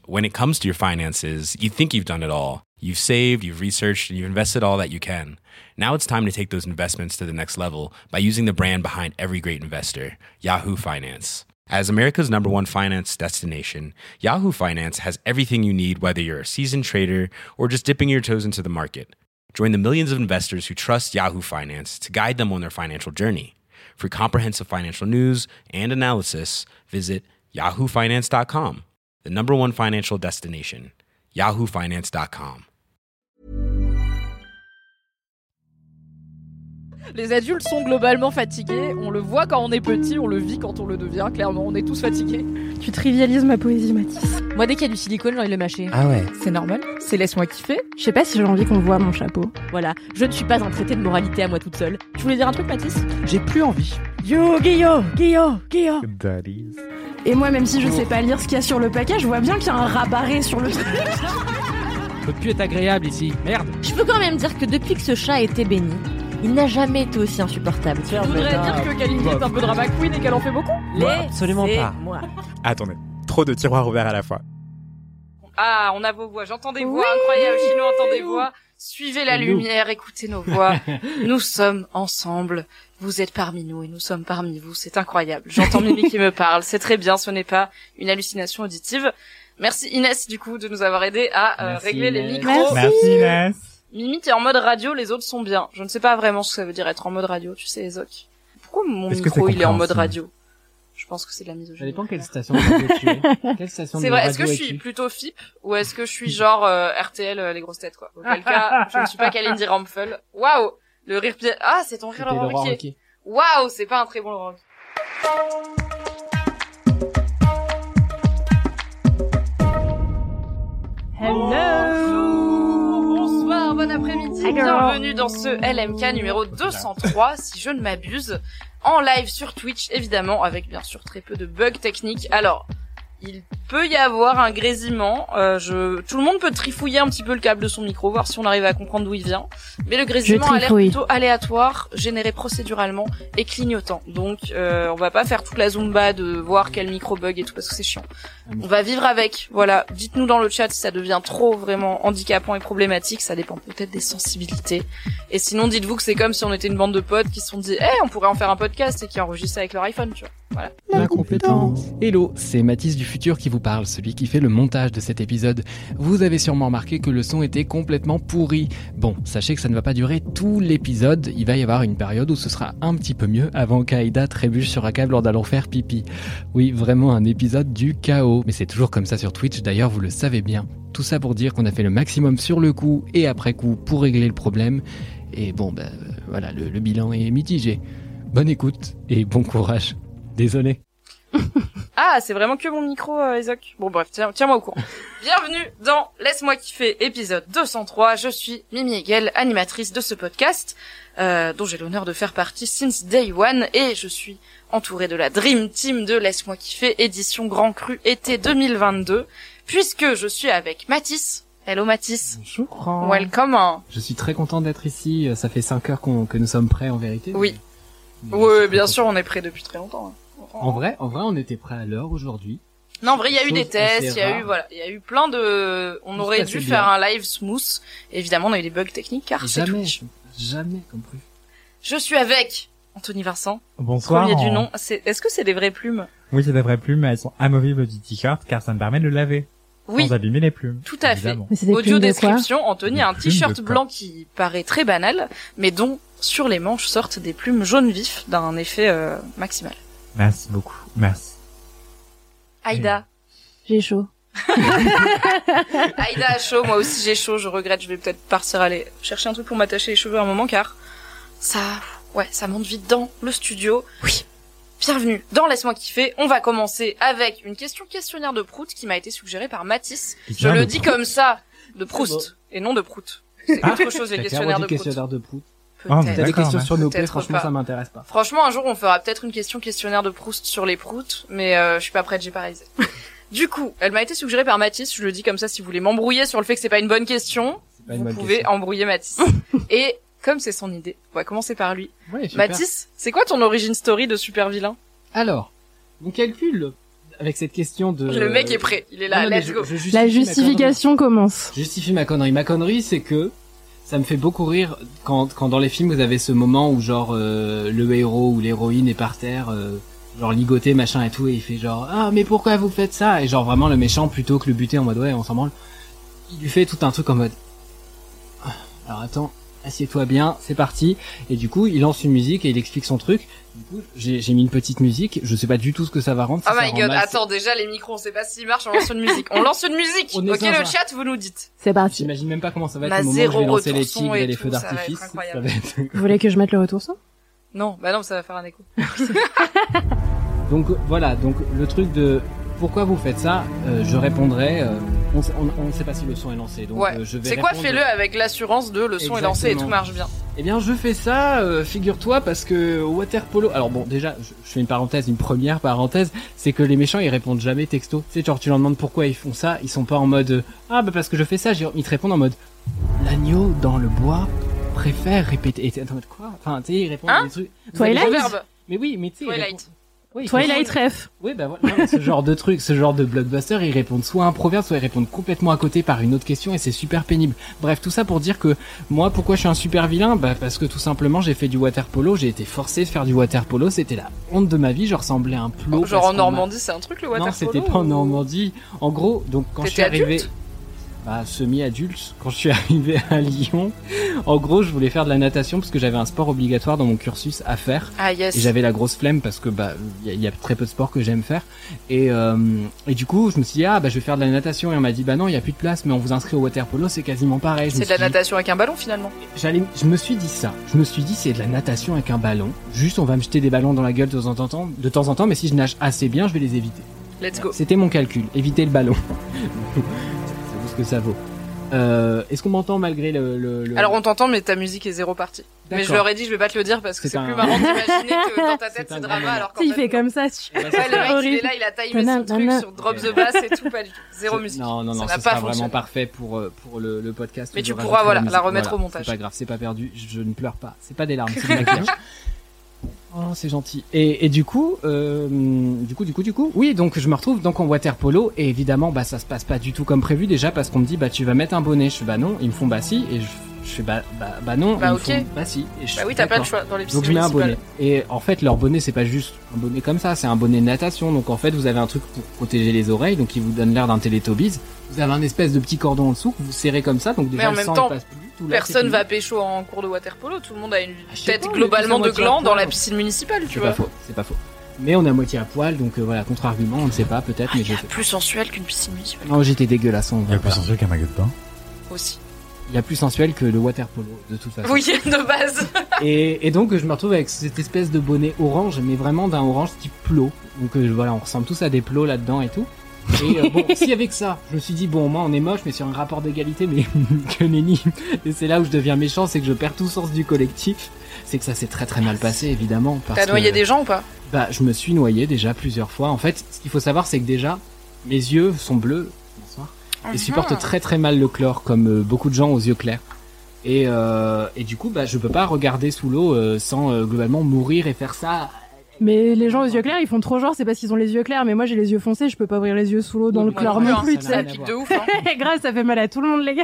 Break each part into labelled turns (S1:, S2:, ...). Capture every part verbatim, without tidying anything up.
S1: when it comes to your finances, you think you've done it all. You've saved, you've researched, and you've invested all that you can. Now it's time to take those investments to the next level by using the brand behind every great investor, Yahoo Finance. As America's number one finance destination, Yahoo Finance has everything you need, whether you're a seasoned trader or just dipping your toes into the market. Join the millions of investors who trust Yahoo Finance to guide them on their financial journey. For comprehensive financial news and analysis, visit yahoo finance dot com, the number one financial destination, yahoo finance dot com.
S2: Les adultes sont globalement fatigués, on le voit quand on est petit, on le vit quand on le devient, clairement, on est tous fatigués.
S3: Tu trivialises ma poésie, Mathis.
S4: Moi, dès qu'il y a du silicone, j'ai envie de le mâcher.
S5: Ah ouais.
S2: C'est normal, c'est laisse-moi kiffer.
S3: Je sais pas si j'ai envie qu'on voit mon chapeau.
S4: Voilà, je ne suis pas un traité de moralité à moi toute seule. Tu voulais dire un truc, Mathis ?
S2: J'ai plus envie.
S3: Yo, Guillaume, Guillaume, Guillaume.
S5: Daddies.
S3: Et moi, même si je sais pas lire ce qu'il y a sur le paquet, je vois bien qu'il y a un rabarré sur le truc.
S6: Ça peut plus être agréable ici, merde.
S4: Je peux quand même dire que depuis que ce chat a été béni, il n'a jamais été aussi insupportable.
S2: Tu voudrais dire que Kalindi est un peu drama queen et qu'elle en fait beaucoup ?
S5: Non, absolument pas.
S4: Moi.
S5: Attendez, trop de tiroirs ouverts à la fois.
S7: Ah, on a vos voix, j'entends des voix incroyables, Chino entend des voix. Suivez la lumière, écoutez nos voix. Nous sommes ensemble. Vous êtes parmi nous et nous sommes parmi vous. C'est incroyable. J'entends Mimi qui me parle. C'est très bien. Ce n'est pas une hallucination auditive. Merci Inès, du coup, de nous avoir aidé à euh, régler Inès. Les micros.
S5: Merci Inès.
S7: Mimi, t'es en mode radio, les autres sont bien. Je ne sais pas vraiment ce que ça veut dire être en mode radio, tu sais, Ezoc. Pourquoi mon
S5: Est-ce
S7: micro, il est en mode radio? Je pense que c'est de la
S6: Ça
S7: misogynie.
S6: dépend quelle station de radio tu es. Quelle station
S7: C'est
S6: de
S7: vrai,
S6: radio
S7: est-ce que je suis
S6: es-tu
S7: plutôt F I P ou est-ce que je suis genre euh, R T L, euh, les grosses têtes, quoi. Auquel cas, je ne suis pas Kalindi Rampfel. Waouh, le rire pi- Ah, c'est ton rire,
S6: C'était
S7: Laurent
S6: Laurent
S7: Ruquier.
S6: Ruquier.
S7: Waouh, c'est pas un très bon Laurent Ruquier. Bonjour, bonsoir, bon après-midi,
S3: Hi, girl.
S7: bienvenue dans ce L M K numéro deux cent trois, si je ne m'abuse, en live sur Twitch, évidemment, avec bien sûr très peu de bugs techniques. Alors, il peut y avoir un grésillement, euh, je... tout le monde peut trifouiller un petit peu le câble de son micro, voir si on arrive à comprendre d'où il vient, mais le grésillement a l'air
S3: trifouille.
S7: plutôt aléatoire, généré procéduralement et clignotant. Donc, euh, on va pas faire toute la zumba de voir quel micro bug et tout, parce que c'est chiant. On va vivre avec, voilà. Dites-nous dans le chat si ça devient trop vraiment handicapant et problématique, ça dépend peut-être des sensibilités. Et sinon, dites-vous que c'est comme si on était une bande de potes qui se sont dit, eh, on pourrait en faire un podcast et qui enregistrent avec leur iPhone, tu vois. Voilà.
S6: La compétence. Hello, c'est Mathis du futur qui vous parle, celui qui fait le montage de cet épisode. Vous avez sûrement remarqué que le son était complètement pourri. Bon, sachez que ça ne va pas durer tout l'épisode, il va y avoir une période où ce sera un petit peu mieux avant qu'Aïda trébuche sur un câble en allant faire pipi. Oui, vraiment un épisode du chaos. Mais c'est toujours comme ça sur Twitch, d'ailleurs vous le savez bien. Tout ça pour dire qu'on a fait le maximum sur le coup et après coup pour régler le problème. Et bon, bah euh, voilà, le, le bilan est mitigé. Bonne écoute et bon courage. Désolé.
S7: Ah, c'est vraiment que mon micro, euh, Ezoc. Bon, bref, tiens, tiens-moi au courant. Bienvenue dans Laisse-moi kiffer, épisode deux cent trois. Je suis Mimi Hegel, animatrice de ce podcast, euh, dont j'ai l'honneur de faire partie since day one, et je suis entourée de la Dream Team de Laisse-moi kiffer, édition Grand Cru été deux mille vingt-deux, puisque je suis avec Mathis. Hello Mathis.
S6: Bonjour.
S7: Welcome.
S6: Je suis très content d'être ici. Ça fait cinq heures qu'on, que nous sommes prêts en vérité.
S7: Oui.
S6: Mais- mais
S7: Oui,
S6: je suis
S7: bien
S6: très
S7: sûr, on est prêt depuis très longtemps. hein.
S6: En vrai, en vrai, on était prêts à l'heure aujourd'hui.
S7: Non, en vrai, il y a eu
S6: Chose
S7: des tests,
S6: assez
S7: il y a
S6: rare.
S7: eu, voilà, il y a eu plein de, on
S6: Tout
S7: aurait
S6: se
S7: dû
S6: passait
S7: faire
S6: bien.
S7: un live smooth. Évidemment, on a eu des bugs techniques car c'est
S6: Jamais,
S7: Twitch.
S6: jamais compris.
S7: Je suis avec Anthony Vincent,
S8: Bonsoir.
S7: premier du
S8: en-
S7: nom. C'est, est-ce que c'est des vraies plumes?
S8: Oui, c'est des vraies plumes, mais elles sont amovibles du t-shirt car ça me permet de le laver.
S7: Oui,
S8: Sans abîmer les plumes.
S7: tout à
S8: évidemment.
S3: Mais c'est des
S7: Audio
S3: plumes de quoi ?
S7: description, Anthony a un
S8: Des plumes
S7: t-shirt
S8: de quoi
S7: blanc qui paraît très banal, mais dont sur les manches sortent des plumes jaunes vifs d'un effet euh, maximal.
S8: Merci beaucoup. Merci.
S7: Aïda.
S3: J'ai chaud.
S7: Aïda a chaud, moi aussi j'ai chaud, je regrette, je vais peut-être partir aller chercher un truc pour m'attacher les cheveux à un moment car ça, ouais, ça monte vite dans le studio. Oui. Bienvenue dans Laisse-moi kiffer. On va commencer avec une question questionnaire de Prout qui m'a été suggérée par Mathis.
S8: Qui
S7: Je
S8: vient
S7: le
S8: de
S7: dis
S8: Proust.
S7: comme ça, de Proust, et non de Prout. C'est autre chose les
S6: T'as
S7: questionnaires
S6: clairement
S7: de
S6: dit
S7: Prout.
S6: questionnaire de Proust.
S8: Ah, mais
S6: T'as des
S7: Peut-être.
S8: D'accord,
S6: questions
S8: ouais.
S6: sur nos plaies,
S7: Peut-être
S6: franchement,
S7: pas.
S6: ça m'intéresse pas.
S7: Franchement, un jour on fera peut-être une question questionnaire de Proust sur les Proutes, mais euh, je suis pas prête, j'ai pas réalisé. Du coup, elle m'a été suggérée par Mathis, je le dis comme ça si vous voulez m'embrouiller sur le fait que c'est pas une bonne question,
S6: C'est pas une
S7: vous
S6: bonne
S7: pouvez
S6: question.
S7: embrouiller Mathis. Et comme c'est son idée, on va commencer par lui.
S6: Ouais, super.
S7: Mathis, c'est quoi ton origin story de super vilain?
S6: Alors, on calcule avec cette question de...
S7: Le mec est prêt, il est là,
S6: Non, non, mais
S7: let's
S6: je-
S7: go.
S6: je justifie
S3: La
S6: ma
S3: justification commence.
S6: Je justifie ma connerie. Ma connerie, c'est que ça me fait beaucoup rire quand, quand dans les films vous avez ce moment où genre euh, le héros ou l'héroïne est par terre, euh, genre ligoté machin et tout, et il fait genre ah mais pourquoi vous faites ça, et genre vraiment le méchant plutôt que le buter en mode ouais on s'en branle, il lui fait tout un truc en mode ah, alors attends, assieds-toi bien, c'est parti, et du coup il lance une musique et il explique son truc. Du coup j'ai j'ai mis une petite musique, je sais pas du tout ce que ça va rendre. Si
S7: Oh
S6: ça
S7: my
S6: rend
S7: god,
S6: mal,
S7: attends, déjà les micros, on sait pas s'ils marchent, on lance une musique. On lance une musique.
S6: On est
S7: Ok,
S6: sans
S7: le
S6: ça.
S7: chat, vous nous dites.
S3: C'est parti.
S6: j'imagine même pas comment ça va
S7: On
S6: être
S7: a
S6: le moment où je
S7: zéro
S6: vais lancer
S7: retour
S6: les
S7: son
S6: tigres
S7: et
S6: et les
S7: tout,
S6: feux
S7: ça va être
S6: d'artifice.
S7: incroyable.
S6: va être...
S3: Vous voulez que je mette le retour son?
S7: Non, bah non, ça va faire un écho.
S6: Donc voilà, donc le truc de pourquoi vous faites ça, euh, je répondrai, euh, on, sait- on, on ne sait pas si le son est lancé, donc
S7: Ouais.
S6: euh, je vais
S7: C'est quoi,
S6: répondre-
S7: fais-le avec l'assurance de le son est lancé et
S6: Exactement.
S7: tout marche bien.
S6: Eh bien je fais ça, euh, figure-toi, parce que au water polo, alors bon déjà, je, je fais une parenthèse, une première parenthèse, c'est que les méchants ils répondent jamais texto, tu sais genre tu leur demandes pourquoi ils font ça, ils sont pas en mode, euh, ah bah parce que je fais ça, ils te répondent en mode, l'agneau dans le bois préfère répéter, et t'es en mode quoi, enfin tu sais ils répondent
S7: Hein
S6: des trucs...
S3: Twilight
S7: Verbe.
S6: Mais oui, mais tu sais... ils
S7: Twilight.
S6: répondent- Oui, ils
S3: Twilight Ref.
S6: Oui, bah voilà, non, mais ce genre de truc, ce genre de blockbuster, ils répondent soit à un proverbe, soit ils répondent complètement à côté par une autre question et c'est super pénible. Bref, tout ça pour dire que moi, pourquoi je suis un super vilain? Bah parce que tout simplement, j'ai fait du water polo, j'ai été forcé de faire du water polo, c'était la honte de ma vie, je ressemblais à un plot.
S7: Genre
S6: parce
S7: en
S6: qu'on m'a-
S7: Normandie, c'est un truc le water
S6: Non, c'était
S7: polo,
S6: pas en
S7: ou-
S6: Normandie. En gros, donc quand je suis
S7: T'étais
S6: arrivé...
S7: adulte
S6: Bah, semi-adulte, quand je suis arrivé à Lyon, en gros, je voulais faire de la natation parce que j'avais un sport obligatoire dans mon cursus à faire.
S7: Ah yes.
S6: Et j'avais la grosse flemme parce que bah il y, a- y a très peu de sports que j'aime faire et euh, et du coup je me suis dit ah bah je vais faire de la natation et on m'a dit bah non il y a plus de place mais on vous inscrit au water polo, c'est quasiment pareil. Je me
S7: C'est de la
S6: suis dit-
S7: natation avec un ballon finalement.
S6: J'allais je me suis dit ça. Je me suis dit c'est de la natation avec un ballon. Juste on va me jeter des ballons dans la gueule de temps en temps, de temps en temps mais si je nage assez bien, je vais les éviter.
S7: Let's go.
S6: C'était mon calcul, éviter le ballon. Ça vaut ce que ça vaut. Euh, est-ce qu'on m'entend malgré le, le, le...
S7: Alors on t'entend, mais ta musique est zéro partie. Mais je
S6: D'accord.
S7: leur ai dit, je vais pas te le dire parce que
S6: C'est
S7: c'est
S6: un-
S7: plus marrant d'imaginer que dans ta tête
S6: C'est un
S7: c'est
S6: grand
S7: drama
S6: moment.
S7: alors qu'en
S3: Il
S7: fait,
S3: fait comme ça. tu-
S6: Ouais,
S7: Ouais, le mec il est
S3: horrible.
S7: là, il a timé
S3: Tana,
S7: son truc
S3: tana.
S7: sur drop the bass et tout, pas du tout. Zéro
S6: Ce-
S7: musique.
S6: Non, non,
S7: Ça
S6: non,
S7: n'a
S6: ce
S7: pas
S6: sera
S7: fonctionné.
S6: vraiment parfait pour, euh, pour le, le podcast.
S7: Mais
S6: Je
S7: tu
S6: rajouterai
S7: pourras, voilà, la
S6: musique.
S7: remettre
S6: Voilà,
S7: au montage.
S6: C'est pas grave, c'est pas perdu, je ne pleure pas. C'est pas des larmes, c'est du maquillage. Oh, c'est gentil. Et, et du coup, euh, du coup, du coup, du coup, oui, donc je me retrouve donc en water polo et évidemment, bah ça se passe pas du tout comme prévu déjà parce qu'on me dit bah tu vas mettre un bonnet. Je fais bah non, ils me font bah si et je, je fais bah bah, bah non,
S7: Bah,
S6: ils
S7: ok.
S6: me font bah si. Et je
S7: Bah
S6: fais,
S7: oui, t'as pas le
S6: d'accord.
S7: choix dans les piscines
S6: Donc je mets un bonnet.
S7: municipales.
S6: Et en fait, leur bonnet, c'est pas juste un bonnet comme ça, c'est un bonnet de natation. Donc en fait, vous avez un truc pour protéger les oreilles, donc il vous donne l'air d'un Teletubbies. Vous avez un espèce de petit cordon en dessous que vous serrez comme ça, donc déjà
S7: Mais en
S6: le
S7: même
S6: sang,
S7: temps,
S6: il passe plus. Tout là, c'est
S7: Personne
S6: fini.
S7: va pécho en cours de water polo, tout le monde a une
S6: Ah, je sais
S7: tête
S6: pas, on est
S7: globalement
S6: tous à
S7: de
S6: moitié
S7: gland
S6: à
S7: dans la
S6: poil.
S7: piscine municipale, tu
S6: C'est
S7: vois.
S6: pas faux, c'est pas faux. Mais on est à moitié à poil, donc euh, voilà, contre-argument, on ne sait pas, peut-être, mais
S7: Il y
S6: je
S7: a
S6: sais.
S7: plus sensuel qu'une piscine municipale
S6: Non, j'étais dégueulasse, on
S8: Il y
S6: va
S8: a plus
S6: pas.
S8: sensuel qu'un maillot de bain.
S7: aussi.
S6: Il y a plus sensuel que le water polo, de toute façon.
S7: Oui, de base.
S6: Et, et donc, je me retrouve avec cette espèce de bonnet orange, mais vraiment d'un orange type plot. Donc euh, voilà, on ressemble tous à des plots là-dedans et tout. Et euh, bon, si avec ça, je me suis dit, bon, au moins on est moche, mais sur un rapport d'égalité, mais que nenni. Et c'est là où je deviens méchant, c'est que je perds tout sens du collectif. C'est que ça s'est très très mal passé, évidemment. Parce
S7: T'as noyé
S6: que,
S7: des gens ou pas?
S6: Bah, je me suis noyé déjà plusieurs fois. En fait, ce qu'il faut savoir, c'est que déjà, mes yeux sont bleus. Bonsoir. Et supportent très très mal le chlore, comme euh, beaucoup de gens aux yeux clairs. Et, euh, et du coup, bah, je peux pas regarder sous l'eau euh, sans euh, globalement mourir et faire ça.
S3: Mais les gens aux yeux clairs, ils font trop genre, c'est parce qu'ils ont les yeux clairs. Mais moi, j'ai les yeux foncés, je peux pas ouvrir les yeux sous l'eau dans
S6: Oui,
S3: le
S6: moi
S3: chlore
S6: non
S3: non
S6: plus,
S3: plus,
S6: ça
S3: tu
S6: n'a
S3: sais.
S6: rien à
S7: pique
S6: voir.
S7: de ouf, hein.
S3: Grave, ça fait mal à tout le monde, les gars.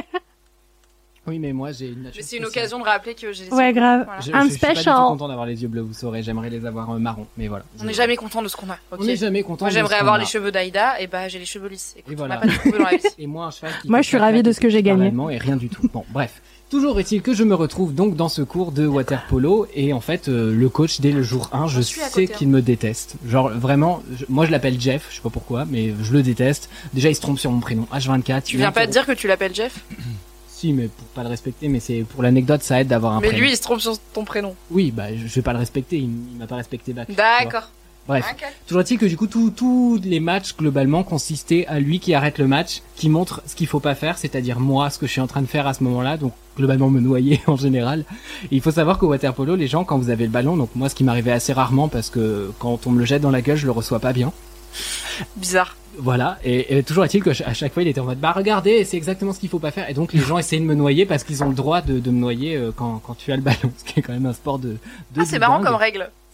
S6: Oui, mais moi j'ai une
S7: Mais
S6: nature
S7: c'est une
S6: spéciale.
S7: occasion de rappeler que j'ai les
S3: Ouais,
S7: yeux-
S3: grave.
S7: Voilà.
S6: Je,
S3: I'm
S6: je, je suis pas du tout
S3: special.
S6: content d'avoir les yeux bleus, vous saurez. J'aimerais les avoir euh, marron, mais voilà.
S7: On n'est jamais content de ce qu'on a. ok
S6: On n'est jamais content.
S7: Moi
S6: de
S7: j'aimerais
S6: ce qu'on
S7: avoir
S6: a.
S7: les cheveux d'Aïda, et bah j'ai les cheveux lisses. Écoute,
S6: Et
S7: on
S6: voilà.
S7: m'a pas trouvé dans la vie.
S6: Et moi un cheval qui
S3: Moi,
S6: fait
S3: je suis
S6: clac,
S3: ravie
S6: clac,
S3: de ce que j'ai
S6: qui parle
S3: gagné.
S6: allemand et rien du tout. Bon, bref. Toujours est-il que je me retrouve donc dans ce cours de water polo et en fait euh, le coach dès le jour un, je
S7: J'en suis à
S6: sais
S7: côté, hein.
S6: qu'il me déteste. Genre vraiment, je- moi je l'appelle Jeff, je sais pas pourquoi, mais je le déteste. Déjà il se trompe sur mon prénom, H vingt-quatre.
S7: Tu viens pas de dire que tu l'appelles Jeff?
S6: Si, mais pour pas le respecter, mais c'est pour l'anecdote, ça aide d'avoir un
S7: Mais
S6: prénom.
S7: lui il se trompe sur ton prénom.
S6: Oui, bah je, je vais pas le respecter, il, il m'a pas respecté back. tu vois.
S7: D'accord.
S6: Bref.
S7: Ok.
S6: Toujours est-il que du coup tous tous les matchs globalement consistaient à lui qui arrête le match, qui montre ce qu'il faut pas faire, c'est-à-dire moi ce que je suis en train de faire à ce moment-là, donc globalement me noyer en général. Et il faut savoir qu'au water polo, les gens quand vous avez le ballon, donc moi ce qui m'arrivait assez rarement parce que quand on me le jette dans la gueule, je le reçois pas bien.
S7: Bizarre.
S6: Voilà, et, et toujours est-il qu'à chaque fois il était en mode bah regardez, c'est exactement ce qu'il faut pas faire, et donc les gens essayaient de me noyer parce qu'ils ont le droit de, de me noyer euh, quand, quand tu as le ballon, ce qui est quand même un sport de, de
S7: Ah c'est marrant
S6: dingue.
S7: comme règle.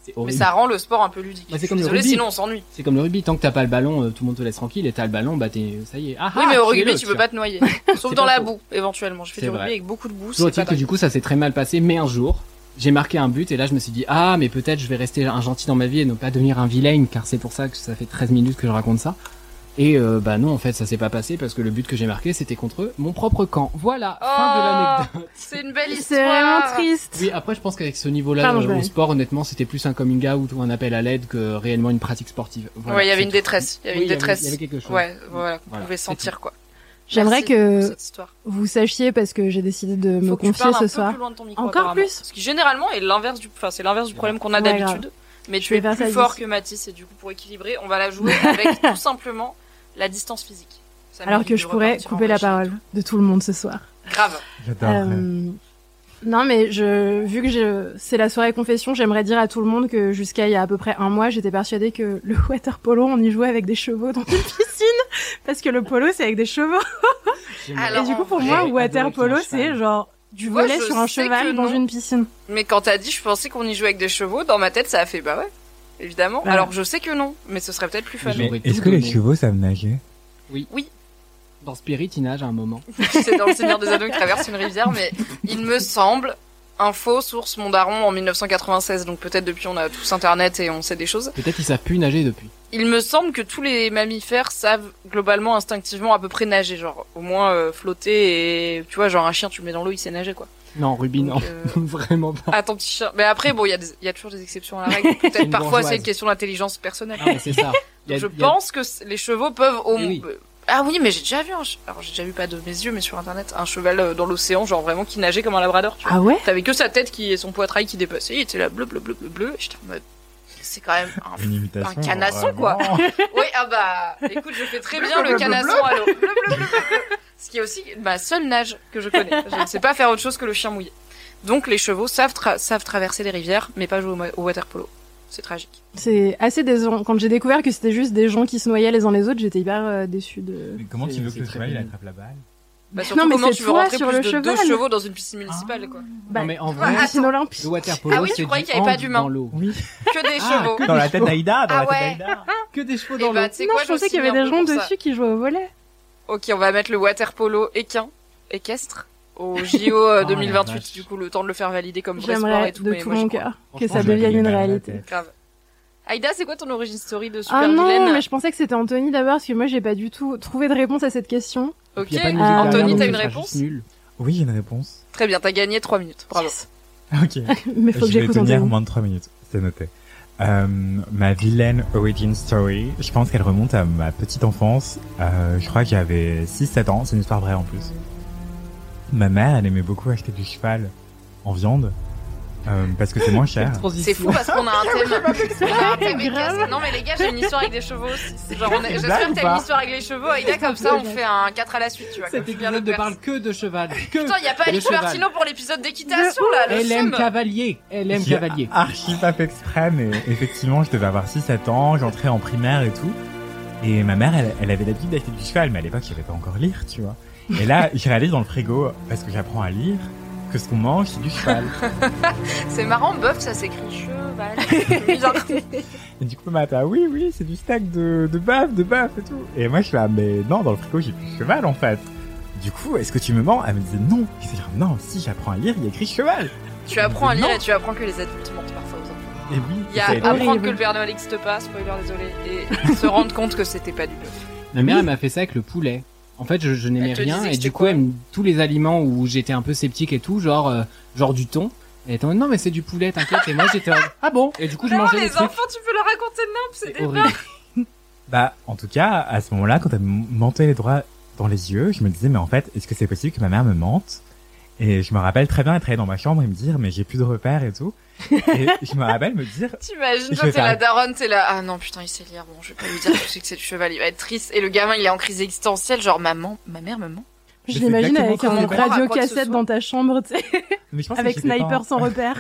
S6: C'est
S7: Mais
S6: horrible.
S7: ça rend le sport un peu ludique.
S6: Bah, c'est
S7: Je suis
S6: comme le
S7: désolée,
S6: rugby.
S7: sinon on s'ennuie.
S6: C'est comme le rugby, tant que t'as pas le ballon, euh, tout le monde te laisse tranquille, et t'as le ballon, bah t'es, ça y est. Ah,
S7: Oui,
S6: ah,
S7: mais au
S6: tuez-le,
S7: rugby, tu peux
S6: tiens.
S7: pas te noyer. Sauf
S6: C'est
S7: dans
S6: pas
S7: la
S6: faux.
S7: boue, éventuellement. Je fais
S6: C'est
S7: du
S6: vrai.
S7: rugby avec beaucoup de boue,
S6: Toujours
S7: c'est pas
S6: est-il que
S7: dingue.
S6: du coup, ça s'est très mal passé, mais un jour, j'ai marqué un but, et là je me suis dit, ah, mais peut-être je vais rester un gentil dans ma vie et ne pas devenir un vilain, car c'est pour ça que ça fait treize minutes que je raconte ça. Et euh, bah non, en fait, ça s'est pas passé parce que le but que j'ai marqué, c'était contre mon propre camp. Voilà, fin de
S7: Oh,
S6: l'anecdote.
S7: c'est une belle histoire.
S3: C'est vraiment triste.
S6: Oui, après, je pense qu'avec ce niveau-là,
S3: Pardon,
S6: euh,
S3: je
S6: au
S3: vais-
S6: sport, honnêtement, c'était plus un coming out ou un appel à l'aide que réellement une pratique sportive. Voilà,
S7: Ouais, il y avait
S6: c'est
S7: une
S6: tout.
S7: détresse. Il y avait
S6: Oui,
S7: une détresse.
S6: Il y avait quelque chose.
S7: Ouais, voilà, qu'on
S6: Voilà,
S7: pouvait
S6: c'est
S7: sentir, quoi.
S3: J'aimerais
S7: Merci
S3: que
S7: pour cette histoire.
S3: vous sachiez, parce que j'ai décidé de me
S7: Faut que tu
S3: confier
S7: parles un
S3: ce
S7: peu
S3: soir.
S7: plus loin de ton micro,
S3: Encore
S7: apparemment.
S3: plus
S7: Ce qui généralement est l'inverse du, enfin, c'est l'inverse du problème qu'on a
S3: Ouais,
S7: d'habitude. Mais
S3: Je
S7: tu
S3: vais
S7: es
S3: faire
S7: plus
S3: ça
S7: fort
S3: vite.
S7: que Mathis et du coup, pour équilibrer, on va la jouer avec tout simplement la distance physique. Ça
S3: Alors
S7: mérite
S3: que
S7: de
S3: je pourrais
S7: repartir en
S3: couper la
S7: machine.
S3: parole de tout le monde ce soir.
S7: Grave.
S8: J'adore.
S3: Euh, non, mais je, vu que je, c'est la soirée confession, j'aimerais dire à tout le monde que jusqu'à il y a à peu près un mois, j'étais persuadée que le water polo, on y jouait avec des chevaux dans une piscine. Parce que le polo, c'est avec des chevaux.
S7: Alors,
S3: Et du coup,
S7: en
S3: pour
S7: vrai,
S3: moi,
S6: adoré
S3: water
S6: qu'il y ait un
S3: polo,
S6: cheval.
S3: c'est genre du
S7: Tu vois,
S3: volet
S7: je
S3: sur un
S7: sais
S3: cheval
S7: que
S3: dans
S7: non.
S3: une piscine.
S7: Mais quand t'as dit, je pensais qu'on y jouait avec des chevaux, dans ma tête, ça a fait bah ouais, évidemment.
S3: Voilà.
S7: Alors je sais que non, mais ce serait peut-être plus fun.
S6: Mais j'aurais
S8: Est-ce
S6: tout
S8: que les
S6: donné.
S8: chevaux savent nager?
S6: Dans Spirit, il nage à un moment.
S7: C'est dans le Seigneur des Anneaux qui traverse une rivière, mais il me semble, info, source Mondaron en mille neuf cent quatre-vingt-seize, donc peut-être depuis on a tous internet et on sait des choses.
S6: Peut-être qu'ils savent plus nager depuis.
S7: Il me semble que tous les mammifères savent globalement, instinctivement, à peu près nager, genre au moins euh, flotter et tu vois, genre un chien tu le mets dans l'eau, il sait nager quoi.
S6: Non, Ruby,
S7: Donc,
S6: non.
S7: euh,
S6: Vraiment pas.
S7: Ah ton petit chien. Mais après bon, il y a des- il y a toujours des exceptions à la règle. Peut-être
S6: Une
S7: parfois
S6: bourgeoise.
S7: c'est une question d'intelligence personnelle.
S6: Ah, mais c'est ça. Il y a-
S7: je
S6: il y a-
S7: pense que c- les chevaux peuvent au
S6: Eh oui.
S7: euh, Ah oui, mais j'ai déjà vu un che- alors j'ai déjà vu pas de mes yeux mais sur internet un cheval euh, dans l'océan genre vraiment qui nageait comme un labrador, tu vois.
S3: Ah ouais?
S7: T'avais que sa tête qui et son poitrail qui dépassait, il était là bleu bleu bleu bleu bleu, j'étais en mode c'est quand même un
S8: Une imitation.
S7: un canasson, quoi.
S8: vraiment.
S7: Oui, ah bah écoute, je fais très bien le canasson à l'eau. Bleu, bleu, bleu, bleu, bleu. Ce qui est aussi ma seule nage que je connais. Je ne sais pas faire autre chose que le chien mouillé. Donc les chevaux savent tra- savent traverser les rivières mais pas jouer au, ma- au water polo. C'est tragique.
S3: C'est assez décevant. Quand j'ai découvert que c'était juste des gens qui se noyaient les uns les autres, j'étais hyper euh, déçue de...
S8: Mais comment
S6: C'est-
S8: tu veux
S6: c'est
S8: que le
S6: très
S8: cheval il
S6: bien.
S8: attrape la balle?
S7: Bah surtout
S3: Non, mais
S7: comment
S3: c'est
S7: tu veux
S3: toi
S7: rentrer
S3: sur
S7: plus
S3: le
S7: de deux
S3: cheval.
S7: chevaux dans une piscine municipale quoi.
S3: Bah,
S6: Non, mais en vrai,
S3: la piscine olympique.
S6: le water polo,
S7: Ah oui, tu
S6: c'est
S7: croyais
S6: du
S7: qu'il y avait pas
S6: hand
S7: d'humain.
S6: dans l'eau.
S8: Oui.
S7: Que des
S6: Ah,
S7: chevaux.
S6: que
S8: Dans la tête d'Aïda, dans
S7: Ah
S8: la tête
S7: ouais.
S8: d'Aïda.
S6: Que des chevaux
S7: Et
S6: dans
S7: bah
S6: l'eau.
S7: tu sais
S3: Non,
S7: quoi,
S3: je pensais
S7: j'ai
S3: qu'il y avait
S7: aussi
S3: des
S7: mis un
S3: gens
S7: peu pour ça.
S3: dessus qui jouaient au volet.
S7: Ok, on va mettre le water polo équin équestre au J O euh,
S8: Oh,
S7: deux mille vingt-huit,
S8: la vache.
S7: du coup le temps de le faire valider comme vrai sport
S3: J'aimerais
S7: et tout,
S3: de
S7: mais
S3: tout
S7: moi j'y
S3: mon
S7: crois.
S3: cœur que
S8: Franchement,
S3: ça
S8: je
S3: devienne
S8: m'avais
S3: une
S8: mal à la
S3: réalité.
S8: tête.
S7: Grave. Aïda, c'est quoi ton origin story de super
S3: Ah non,
S7: vilaine
S3: mais je pensais que c'était Anthony d'abord, parce que moi j'ai pas du tout trouvé de réponse à cette question.
S7: Ok,
S6: Il y a pas de
S3: Ah,
S6: musique
S7: Anthony,
S6: derrière,
S7: t'as
S6: donc
S7: une
S6: ce sera
S7: réponse
S6: juste nul.
S8: Oui, j'ai une réponse.
S7: Très bien, t'as gagné trois minutes, bravo.
S3: Yes.
S8: Ok.
S3: Mais faut que
S8: Je vais
S3: j'écoute
S8: tenir
S3: Anthony.
S8: moins de trois minutes, c'est noté. Euh, ma vilaine origin story, je pense qu'elle remonte à ma petite enfance. Euh, je crois que j'avais six sept ans, c'est une histoire vraie en plus. Ma mère, elle aimait beaucoup acheter du cheval en viande, euh, parce que c'est moins cher.
S7: C'est fou parce qu'on a un thème. On a un thème
S3: Grave.
S7: équestre. Non mais les gars, j'ai une histoire avec des chevaux aussi. Genre, on est-
S8: C'est une
S7: j'espère
S8: blague
S7: que
S8: ou
S7: t'as
S8: pas
S7: une histoire avec les chevaux. Aïda, comme ça, on fait un quatre à la suite, tu vois.
S6: Cet
S7: comme Julien
S6: épisode ne
S7: Lepers.
S6: parle que de cheval. Que
S7: Putain, y a pas
S6: de
S7: Alice
S6: cheval.
S7: Martineau pour l'épisode d'équitation là, le
S6: Elle aime
S7: seum.
S6: Cavalier. Elle aime
S8: J'ai
S6: Cavalier.
S8: archi pas fait exprès, mais effectivement, je devais avoir six sept ans, j'entrais en primaire et tout. Et ma mère, elle, elle avait l'habitude d'acheter du cheval, mais à l'époque, je savais pas encore lire, tu vois. Et là, je réalise dans le frigo, parce que j'apprends à lire, que ce qu'on mange, c'est du cheval.
S7: C'est marrant, bœuf, ça s'écrit cheval. Bizarre.
S8: Et du coup, ma mère, oui, oui, c'est du steak de, de bœuf, de bœuf et tout. Et moi, je suis là, mais non, dans le frigo, j'ai plus cheval, en fait. Du coup, est-ce que tu me mens? Elle me disait non. Je disais, non, si j'apprends à lire, il y a écrit cheval.
S7: Tu apprends à lire
S8: Non.
S7: et tu apprends que les adultes mentent parfois aux enfants.
S8: Et oui.
S7: Il y a
S8: ça été-
S7: apprendre
S3: horrible.
S7: que le Père Noël n'existe pas, spoiler désolé, et se rendre compte que c'était pas du bœuf.
S6: Ma mère, elle m'a fait ça avec le poulet. En fait, je, je n'aimais
S7: Elle te
S6: rien
S7: disait que
S6: et
S7: c'était
S6: du coup,
S7: quoi
S6: elle me- tous les aliments où j'étais un peu sceptique et tout, genre euh, genre du thon. Elle était en mode, non mais c'est du poulet, t'inquiète. Et moi j'étais en mode, ah bon. Et du coup, je
S7: Non,
S6: mangeais
S7: les
S6: les trucs.
S7: enfants, tu peux leur raconter n'importe, c'est
S6: C'est
S7: des
S6: horrible.
S8: Bah, en tout cas, à ce moment-là, quand elle me mentait les droits dans les yeux, je me disais, mais en fait, est-ce que c'est possible que ma mère me mente? Et je me rappelle très bien être allé dans ma chambre et me dire, mais j'ai plus de repères et tout. Et je me rappelle me dire,
S7: T'imagines,
S8: Je
S7: toi
S8: vais
S7: t'es la
S8: faire-
S7: daronne, t'es là, ah non putain il sait lire, bon je vais pas lui dire que c'est que c'est du cheval, il va être triste, et le gamin il est en crise existentielle, genre maman, ma mère me ment.
S3: Je
S8: Mais
S3: l'imagine
S8: c'est
S3: avec
S8: exactement
S3: un
S8: ce que c'est.
S7: À quoi que ce
S3: radio-cassette
S7: soit.
S3: dans ta chambre, tu sais,
S8: mais je pense que
S3: avec
S8: j'étais pas
S3: sniper
S8: en-
S3: sans repère.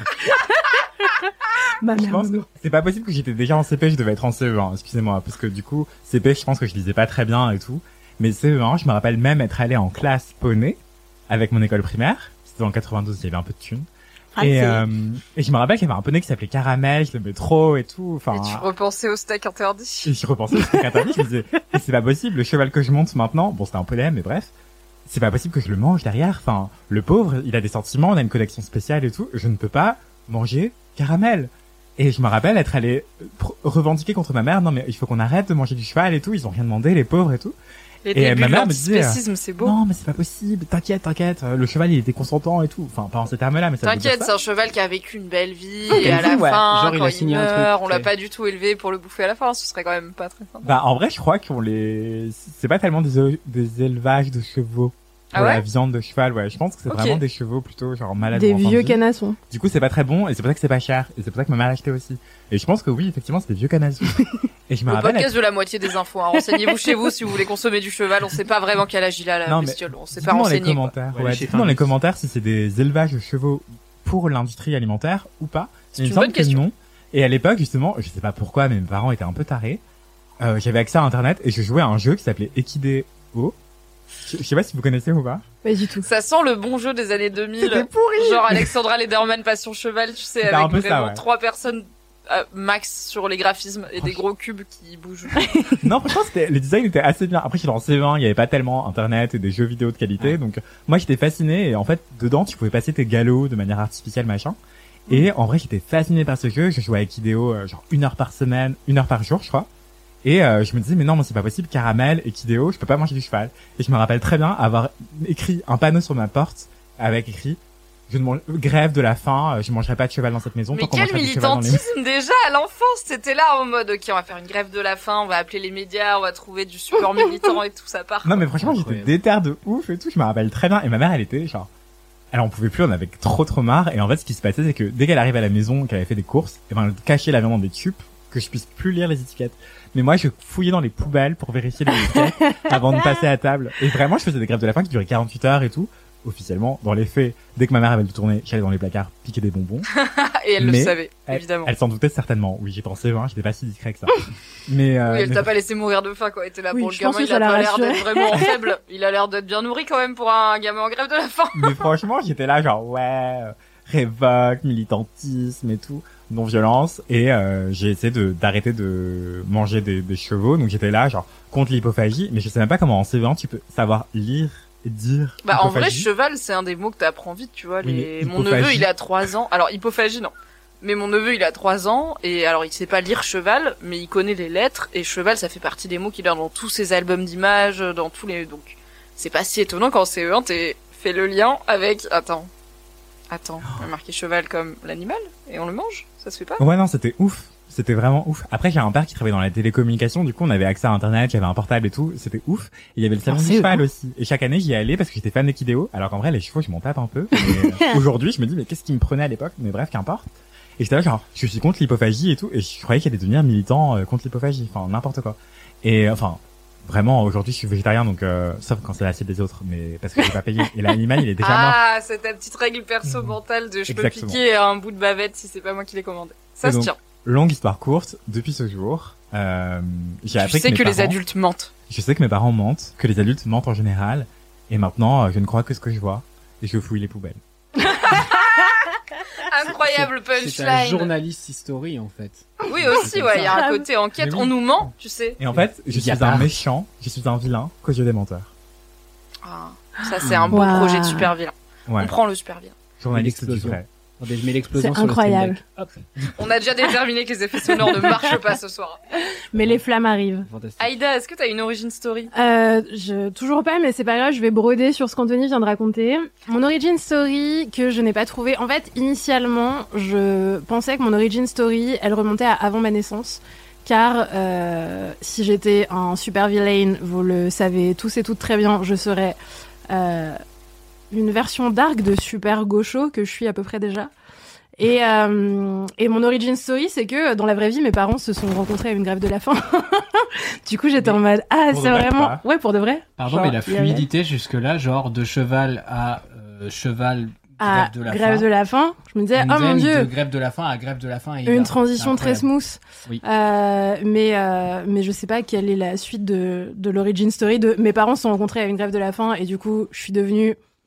S3: Ma
S8: Je
S3: mère
S8: pense
S3: me
S8: que
S3: ment.
S8: c'est pas possible que j'étais déjà en C P, je devais être en C E un, excusez-moi, parce que du coup, C P, je pense que je lisais pas très bien et tout. Mais C E un, je me rappelle même être allé en classe poney avec mon école primaire. C'était dans le quatre-vingt-douze, il y avait un peu de thunes.
S3: Ah,
S8: et,
S3: c'est-
S8: euh, et je me rappelle qu'il y avait un poney qui s'appelait Caramel, je l'aimais trop et tout. Enfin,
S7: Et tu repensais au steak interdit.
S8: et je repensais au steak interdit, je me disais, mais c'est pas possible, le cheval que je monte maintenant, bon c'était un peu laid, mais bref, c'est pas possible que je le mange derrière. Enfin, le pauvre, il a des sentiments, on a une connexion spéciale et tout, je ne peux pas manger Caramel. Et je me rappelle être allé pr- revendiquer contre ma mère, non mais il faut qu'on arrête de manger du cheval et tout, ils ont rien demandé, les pauvres et tout.
S7: Les
S8: Et
S7: débuts
S8: ma
S7: de
S8: mère me disait,
S7: l'antispécisme, c'est beau.
S8: Non mais c'est pas possible, t'inquiète, t'inquiète, euh, le cheval il était consentant et tout. Enfin, pas en ces termes-là, mais ça veut dire
S7: T'inquiète,
S8: ça.
S7: c'est un cheval qui a vécu une belle vie,
S8: Ok,
S7: et à la
S8: ouais.
S7: fin,
S6: Genre, il
S7: quand
S6: a
S7: il,
S6: signé un
S7: meurt,
S6: truc,
S7: on l'a
S6: ouais.
S7: pas du tout élevé pour le bouffer à la fin, ce serait quand même pas très sympa.
S8: Bah en vrai je crois qu'on les... C'est pas tellement des, é- des élevages de chevaux.
S7: Ah
S8: Pour
S7: ouais
S8: la viande de cheval, ouais. Je pense que c'est
S7: Ok.
S8: vraiment des chevaux plutôt genre malades.
S3: Des
S8: en fin de
S3: vieux
S8: vie.
S3: canassons.
S8: Du coup c'est pas très bon et c'est pour ça que c'est pas cher. Et c'est pour ça que ma mère l'a acheté aussi. Et je pense que oui, effectivement c'est des vieux canassons. Et je me
S7: Le
S8: rappelle...
S7: podcast de la moitié des infos, hein. Renseignez-vous chez vous si vous voulez consommer du cheval, on sait pas vraiment quel âge il a la
S8: Non, mais
S7: bestiole, on s'est pas
S8: dites-nous dans les
S7: renseigné. quoi.
S8: commentaires,
S5: Ouais,
S8: ouais,
S5: les chiffres
S8: dites-nous dans les
S5: indices.
S8: commentaires si c'est des élevages de chevaux pour l'industrie alimentaire ou pas.
S7: C'est
S8: Il me
S7: une
S8: semble
S7: bonne
S8: que
S7: question.
S8: non. Et à l'époque, justement, je sais pas pourquoi, mais mes parents étaient un peu tarés. Euh, j'avais accès à Internet et je jouais à un jeu qui s'appelait Equideo. Je, je sais pas si vous connaissez ou pas.
S3: Pas du tout.
S7: Ça sent le bon jeu des années deux mille.
S8: C'était pourri.
S7: Genre Alexandra Lederman Passion Cheval, tu sais,
S8: C'était
S7: avec
S8: un peu ça,
S7: vraiment
S8: ouais.
S7: trois personnes euh, max sur les graphismes et des gros cubes qui bougent.
S8: Non, franchement, c'était, le design était assez bien. Après, j'étais en C vingt, il y avait pas tellement Internet et des jeux vidéo de qualité. Donc, moi, j'étais fasciné. Et en fait, dedans, tu pouvais passer tes galops de manière artificielle, machin. Et en vrai, j'étais fasciné par ce jeu. Je jouais à Equideo, euh, genre une heure par semaine, une heure par jour, je crois. Et euh, je me disais, mais non, moi, c'est pas possible. Caramel, Equideo, je peux pas manger du cheval. Et je me rappelle très bien avoir écrit un panneau sur ma porte avec écrit, je ne mange, grève de la faim, euh, je mangerai pas de cheval dans cette maison.
S7: Mais
S8: tant qu'on
S7: quel
S8: mangera du cheval dans les-
S7: militantisme déjà à l'enfance, t'étais là en mode ok on va faire une grève de la faim, on va appeler les médias, on va trouver du support militant et tout ça part.
S8: Non mais franchement j'étais
S6: Incroyable.
S8: déter de ouf et tout, je me rappelle très bien. Et ma mère elle était genre, elle en pouvait plus, on avait trop trop marre. Et en fait ce qui se passait c'est que dès qu'elle arrivait à la maison, qu'elle avait fait des courses, et ben elle cachait la viande dans des tubes que je puisse plus lire les étiquettes. Mais moi je fouillais dans les poubelles pour vérifier les étiquettes avant de passer à table. Et vraiment je faisais des grèves de la faim qui duraient quarante-huit heures et tout. Officiellement, dans les faits, dès que ma mère avait le tourné, j'allais dans les placards piquer des bonbons.
S7: Et elle
S8: Mais
S7: le savait,
S8: Elle,
S7: évidemment.
S8: elle s'en doutait certainement. Oui, j'ai pensé, hein, j'étais pas si discret que ça. Mais, euh,
S7: Oui, elle
S8: mais-
S7: t'a pas laissé mourir de faim quoi, elle était là
S3: Oui,
S7: pour le
S3: je pense
S7: gamin,
S3: que
S7: il
S3: ça
S7: a
S3: l'a
S7: pas l'air
S3: rassuré.
S7: d'être vraiment faible, il a l'air d'être bien nourri quand même pour un gamin en grève de la faim.
S8: mais franchement, j'étais là genre ouais, euh, révolte, militantisme et tout, non violence. Et euh, j'ai essayé de d'arrêter de manger des, des chevaux. Donc j'étais là genre contre l'hypophagie. Mais je sais même pas comment en C vingt tu peux savoir lire et dire.
S7: Bah en vrai
S8: hypophagie.
S7: cheval c'est un des mots que t'apprends vite tu vois.
S8: Oui,
S7: Les...
S8: mais
S7: Mon neveu
S8: hypophagie.
S7: il a trois ans, alors hypophagie non. Mais mon neveu il a trois ans et alors il sait pas lire cheval mais il connaît les lettres et cheval ça fait partie des mots qu'il a dans tous ses albums d'images, dans tous les... Donc c'est pas si étonnant quand c'est un t'es fait le lien avec... Attends. Attends, on a marqué cheval comme l'animal et on le mange, ça se fait pas.
S8: Ouais non, c'était ouf. C'était vraiment ouf. Après, j'ai un père qui travaillait dans la télécommunication, du coup, on avait accès à Internet, j'avais un portable et tout, c'était ouf. Et il y avait le salon
S3: Ah,
S8: du
S3: c'est
S8: cheval aussi. Et chaque année, j'y allais parce que j'étais fan d'Equideo. Alors qu'en vrai, les chevaux, je m'en tape un peu. Mais, euh, aujourd'hui, je me dis, mais qu'est-ce qui me prenait à l'époque? Mais bref, qu'importe. Et j'étais là, genre, je suis contre l'hypophagie et tout, et je croyais qu'il allait devenir militant euh, contre l'hypophagie. Enfin, n'importe quoi. Et, euh, enfin, vraiment, aujourd'hui, je suis végétarien, donc, euh, sauf quand c'est l'assiette des autres, mais parce que j'ai pas payé. Et l'animal, il est déjà mort.
S7: Ah, c'est ta petite règle perso mentale de je peux
S8: Exactement.
S7: piquer un bout de bavette si c'est pas moi qui l'ai commandé. Ça
S8: Et
S7: se
S8: donc,
S7: tient.
S8: Longue histoire courte, depuis ce jour, euh, j'ai
S7: Tu
S8: appris
S7: sais
S8: que,
S7: que
S8: mes
S7: les
S8: parents-
S7: adultes mentent.
S8: Je sais que mes parents mentent, que les adultes mentent en général, et maintenant, euh, je ne crois que ce que je vois, et je fouille les poubelles.
S7: Incroyable
S6: C'est un
S7: punchline.
S6: journaliste history en fait.
S7: Oui aussi, ouais, il y a un
S3: ça.
S7: côté enquête,
S8: Mais oui.
S7: on nous ment, tu sais.
S8: Et en fait, je
S6: Il y
S8: suis
S6: a
S8: un
S6: pas.
S8: méchant, je suis un vilain, qu'aux yeux des menteurs.
S7: Ah, ça c'est un beau
S3: Wow.
S7: projet de super vilain.
S8: Ouais,
S7: On prend le super vilain.
S8: journaliste du
S6: L'explosion.
S8: vrai.
S6: Attendez, je mets l'explosion
S3: C'est
S6: sur le Stream
S3: incroyable.
S6: Deck. Hop.
S7: On a déjà déterminé que les effets sonores ne marchent pas ce soir.
S3: Mais les flammes arrivent.
S6: Fantastique.
S7: Aïda, est-ce que t'as une origin story?
S3: Euh, je, toujours pas, mais c'est pas grave, je vais broder sur ce qu'Anthony vient de raconter. Mon origin story, que je n'ai pas trouvé. En fait, initialement, je pensais que mon origin story, elle remontait à avant ma naissance. Car, euh, si j'étais un super villain, vous le savez tous et toutes très bien, je serais, euh, une version dark de super gaucho que je suis à peu près déjà. Et, euh, et mon origin story, c'est que dans la vraie vie, mes parents se sont rencontrés à une grève de la faim. Du coup, j'étais
S6: Mais
S3: en mode ah,
S8: pour
S3: c'est
S8: de vrai,
S3: vraiment
S8: pas.
S3: ouais pour de vrai.
S6: Pardon,
S3: Genre,
S6: mais la
S3: il y avait-
S6: fluidité jusque-là, genre de cheval à euh, cheval
S3: à
S6: grève de la
S3: grève
S6: faim.
S3: de la faim, je me disais
S6: And
S3: oh mon
S6: then
S3: dieu,
S6: De grève de la faim à grève de la faim. Et
S3: une
S6: là,
S3: transition
S6: c'est
S3: très
S6: incroyable.
S3: smooth.
S6: Oui.
S3: Euh, mais euh, mais je sais pas quelle est la suite de de l'origin story de mes parents se sont rencontrés à une grève de la faim et du coup je suis devenue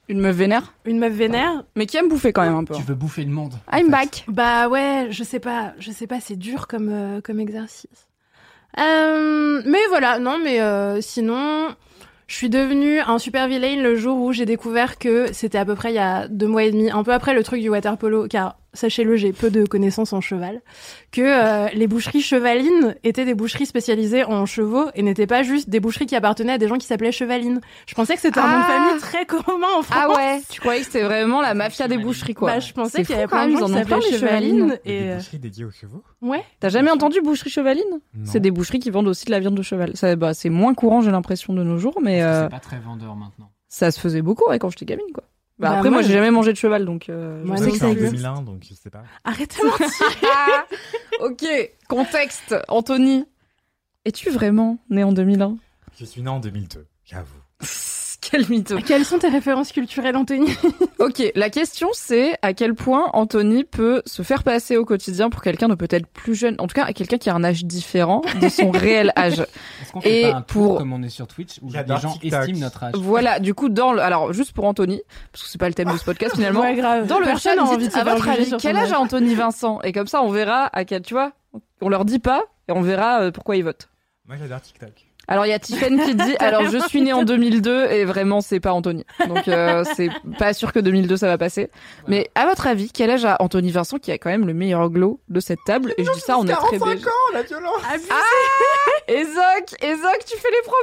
S7: Une meuf vénère.
S3: Une meuf vénère.
S7: Mais qui aime bouffer quand même un peu.
S6: Tu veux bouffer le monde.
S7: I'm back.
S3: Bah ouais, je sais pas, je sais pas, c'est dur comme euh, comme exercice. Euh, mais voilà, non, mais euh, sinon, je suis devenue un super vilain le jour où j'ai découvert que c'était à peu près il y a deux mois et demi, un peu après le truc du water polo, car sachez-le, j'ai peu de connaissances en cheval, que euh, les boucheries chevalines étaient des boucheries spécialisées en chevaux et n'étaient pas juste des boucheries qui appartenaient à des gens qui s'appelaient chevalines. Je pensais que c'était un
S7: Ah.
S3: nom de famille très commun en France.
S7: Ah ouais. Tu croyais que c'était vraiment la mafia des boucheries quoi.
S3: Bah, je pensais
S7: C'est
S3: qu'il y avait
S7: fou,
S3: plein
S7: quand
S3: de
S7: même,
S3: gens
S7: ils
S3: qui
S7: en ont plein,
S3: s'appelaient
S7: les
S3: chevalines.
S7: chevalines.
S8: Et
S3: Et
S8: des
S3: euh,
S8: boucheries dédiées aux chevaux?
S3: ouais.
S7: T'as jamais entendu boucherie chevaline?
S8: Non.
S7: C'est des boucheries qui vendent aussi de la viande de cheval. Ça, bah, c'est moins courant, j'ai l'impression, de nos jours, mais
S6: Parce que
S7: euh,
S6: c'est pas très vendeur maintenant.
S7: ça se faisait beaucoup ouais, quand j'étais gamine, quoi. Bah,
S3: Bah,
S7: après, moi,
S3: moi,
S7: j'ai jamais mangé de cheval, donc. Euh,
S3: Moi
S7: je
S8: Je
S3: non
S8: sais
S7: sais
S8: que
S7: que
S8: c'est
S3: plus.
S8: en
S7: ça
S8: deux mille un,
S7: existe.
S8: donc je sais pas.
S3: Arrêtez de mentir.
S7: Ah, ok, contexte, Anthony. Es-tu vraiment né en deux mille un?
S8: Je suis né en deux mille deux, j'avoue.
S7: Quel mytho.
S3: Quelles sont tes références culturelles, Anthony?
S7: Ok, la question c'est à quel point Anthony peut se faire passer au quotidien pour quelqu'un de peut-être plus jeune, en tout cas à quelqu'un qui a un âge différent de son réel âge.
S6: Est-ce qu'on fait
S7: Et
S6: pas un tour
S7: pour-
S6: comme on est sur Twitch où les
S8: J'adore
S6: gens
S8: TikTok.
S6: estiment notre âge?
S7: Voilà, du coup dans le, alors juste pour Anthony, parce que c'est pas le thème de ce podcast finalement.
S3: Ouais, grave.
S7: Dans le
S3: Personne
S7: chat,
S3: n'a envie de
S7: dites
S3: se
S7: à
S3: faire
S7: votre
S3: juger
S7: avis
S3: sur
S7: quel
S3: son
S7: âge a Anthony Vincent et comme ça on verra à quel, tu vois, on leur dit pas et on verra euh, pourquoi ils votent.
S8: Moi, j'adore TikTok.
S7: Alors il y a Tiffen qui dit alors je suis né en deux mille deux et vraiment c'est pas Anthony. Donc euh, c'est pas sûr que deux mille deux ça va passer. Mais à votre avis, quel âge a Anthony Vincent qui a quand même le meilleur glow de cette table et je dis ça on est très beige.
S8: ans, la violence.
S7: Ah Ezoc, Ezoc, tu fais les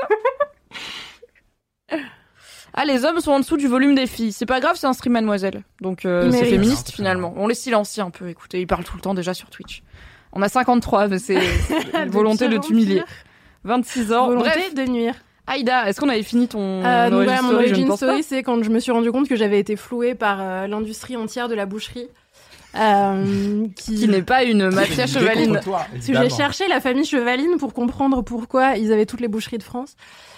S7: problèmes. Ah, les hommes sont en dessous du volume des filles. C'est pas grave, c'est un stream mademoiselle. Donc euh,
S3: Ils
S7: c'est
S3: méritent.
S7: féministe finalement. On les silencie un peu, écoutez, ils parlent tout le temps déjà sur Twitch. On a cinquante-trois, mais c'est c'est une volonté de
S3: pire en
S7: t'humilier.
S3: pire.
S7: vingt-six ans.
S3: Volonté
S7: Bref,
S3: de nuire.
S7: Aïda, est-ce qu'on avait fini ton
S3: Euh, donc
S7: origin
S3: voilà, mon
S7: story? Je ne
S3: origin
S7: pense pas.
S3: story, c'est quand je me suis rendu compte que j'avais été flouée par euh, l'industrie entière de la boucherie. Euh, qui...
S7: Qui n'est pas une mafia chevaline.
S3: Parce que j'ai cherché la famille chevaline pour comprendre pourquoi ils avaient toutes les boucheries de France.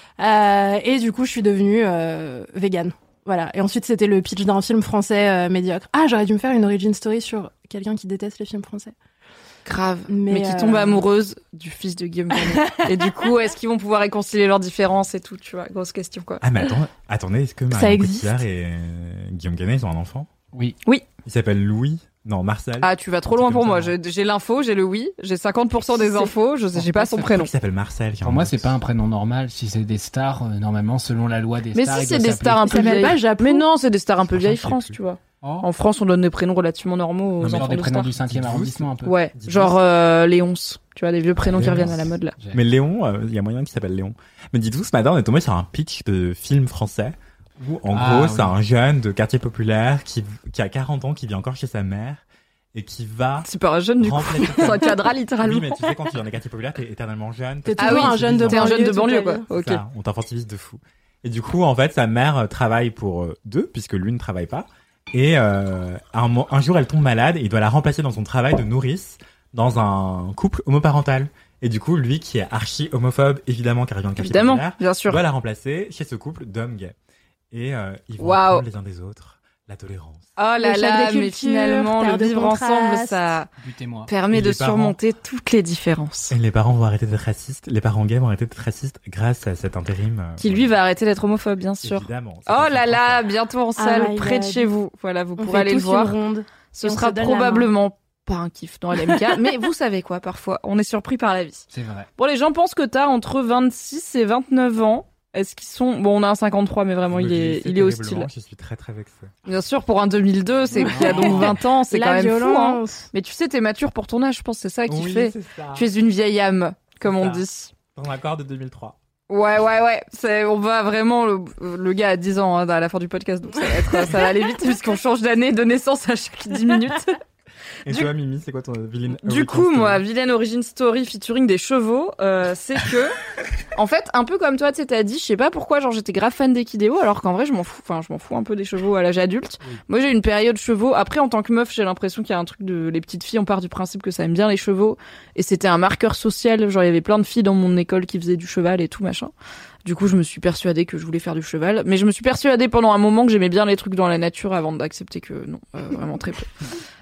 S3: Euh, et du coup, je suis devenue euh, végane. Voilà. Et ensuite, c'était le pitch d'un film français euh, médiocre. Ah, j'aurais dû me faire une origin story sur quelqu'un qui déteste les films français.
S7: Grave, mais,
S3: Mais,
S7: qui
S3: euh,
S7: tombe amoureuse du fils de Guillaume Canet. Et du coup, est-ce qu'ils vont pouvoir réconcilier leurs différences et tout, tu vois, grosse question quoi.
S8: Ah, mais attends, attendez, est-ce que
S3: Ça
S8: Marion
S3: existe.
S8: Cotillard et euh, Guillaume Canet, ils ont un enfant?
S6: Oui.
S8: Il s'appelle Louis? Non, Marcel.
S7: Ah, tu vas trop
S8: Un truc
S7: loin pour
S8: comme
S7: moi.
S8: ça,
S7: J'ai j'ai l'info, j'ai le oui, j'ai cinquante pour cent des
S3: C'est-
S7: infos, je sais, j'ai pas son
S8: Je
S7: prénom.
S8: crois qu'il s'appelle Marcel.
S6: Pour moi, c'est pas un prénom normal. Si c'est des stars, euh, normalement, selon la loi des
S7: Mais
S6: stars.
S7: si
S6: ils
S7: c'est
S6: doivent
S7: des
S6: s'appeler-
S7: stars un
S3: Il
S7: peu
S3: s'appelle
S7: vieilles.
S3: pas Japon.
S7: Mais non, c'est des stars un peu
S8: Franchement,
S7: vieilles
S8: je sais
S7: France,
S8: plus.
S7: tu vois.
S6: Oh.
S7: En France, on donne des prénoms relativement normaux aux
S6: Non, mais genre
S7: enfants
S6: des
S7: de
S6: prénoms
S7: stars.
S6: du cinquième
S8: Dites-vous,
S6: arrondissement un peu.
S7: Ouais,
S8: Dites-vous.
S7: genre euh, Léonce. Tu vois, des vieux prénoms qui
S8: Léonce.
S7: reviennent à la mode là.
S6: J'ai-
S8: Mais Léon, euh, il y a moyen qu'il s'appelle Léon. Mais dites-vous, ce matin, on est tombé sur un pitch de film français où, en
S6: Ah,
S8: gros,
S6: oui.
S8: c'est un jeune de quartier populaire qui, qui a quarante ans, qui vit encore chez sa mère et qui va
S7: C'est pas un jeune du coup.
S8: remplacer
S7: C'est un cadra littéralement.
S8: Oui, mais tu sais, quand tu es dans les quartiers populaires, t'es éternellement jeune.
S3: T'es
S8: parce
S3: toujours
S8: que
S3: un
S8: tu
S3: jeune
S8: vis
S3: de
S8: dans-
S7: T'es un jeune de
S3: toute
S7: banlieue
S3: ta
S7: quoi.
S3: vie.
S8: C'est
S7: Ok.
S8: ça, on t'infantilise de fou. Et du coup, en fait, sa mère euh, travaille pour euh, deux, puisque lui ne travaille pas. Et euh, un, mo- un jour, elle tombe malade et il doit la remplacer dans son travail de nourrice dans un couple homoparental. Et du coup, lui, qui est archi homophobe, évidemment, car il vient de quartier
S7: Évidemment,
S8: populaire,
S7: bien sûr.
S8: doit la remplacer chez ce couple d'hommes gays. Et euh, ils vont
S7: Waouh.
S8: apprendre les uns des autres la tolérance.
S7: Oh là
S3: Le choc
S7: là,
S3: des
S7: mais
S3: cultures,
S7: finalement,
S3: terre
S7: le
S3: de
S7: vivre
S3: contraste.
S7: ensemble, ça
S6: Butez-moi.
S7: permet
S8: Et
S7: de
S8: les parents-
S7: surmonter toutes les différences.
S8: Et les parents vont arrêter d'être racistes. Les parents gays vont arrêter d'être racistes grâce à cet intérim. euh,
S7: Qui lui va arrêter d'être homophobe, bien sûr.
S8: Évidemment. C'est
S7: Oh
S8: un
S7: là
S8: film
S7: là,
S8: français.
S7: bientôt en
S3: Oh
S7: salle,
S3: my
S7: près de
S3: God.
S7: chez vous. Voilà, vous
S3: On
S7: pourrez
S3: fait
S7: aller le
S3: tous
S7: voir.
S3: une ronde.
S7: Ce
S3: et on
S7: sera
S3: se donne la main.
S7: probablement pas un kiff dans L M K, mais vous savez quoi, parfois, on est surpris par la vie.
S6: C'est vrai.
S7: Bon, les gens pensent que t'as entre vingt-six et vingt-neuf ans. Est-ce qu'ils sont... Bon, on a un cinquante-trois, mais vraiment,
S8: Vous
S7: il
S8: me
S7: est,
S8: vieillissez
S7: il est hostile.
S8: terriblement, Je suis très très vexé.
S7: Bien sûr, pour un deux mille deux, c'est qu'il y a donc vingt ans, c'est
S3: La
S7: quand même fou, hein.
S3: violence.
S7: Mais tu sais, t'es mature pour ton âge, je pense, c'est ça qui
S8: Oui,
S7: fait.
S8: c'est ça.
S7: Tu es une vieille âme, comme
S8: C'est
S7: on
S8: ça.
S7: dit.
S8: Dans l'accord de deux mille trois.
S7: Ouais, ouais, ouais. C'est, on va vraiment, le, le gars a dix ans, hein, à la fin du podcast, donc ça va être, ça va aller vite, puisqu'on change d'année de naissance à chaque dix minutes.
S8: Et
S7: Du-
S8: toi, Mimi, c'est quoi ton villain
S7: Du coup, moi, vilaine origin story featuring des chevaux, euh, c'est que, en fait, un peu comme toi, tu sais, t'as dit, je sais pas pourquoi, genre, j'étais grave fan d'Equideo, alors qu'en vrai, je m'en fous, enfin, je m'en fous un peu des chevaux à l'âge adulte.
S6: Oui.
S7: Moi, j'ai une période chevaux. Après, en tant que meuf, j'ai l'impression qu'il y a un truc de, les petites filles, on part du principe que ça aime bien les chevaux. Et c'était un marqueur social, genre, il y avait plein de filles dans mon école qui faisaient du cheval et tout, machin. Du coup, je me suis persuadée que je voulais faire du cheval. Mais je me suis persuadée pendant un moment que j'aimais bien les trucs dans la nature avant d'accepter que non, euh, vraiment très peu.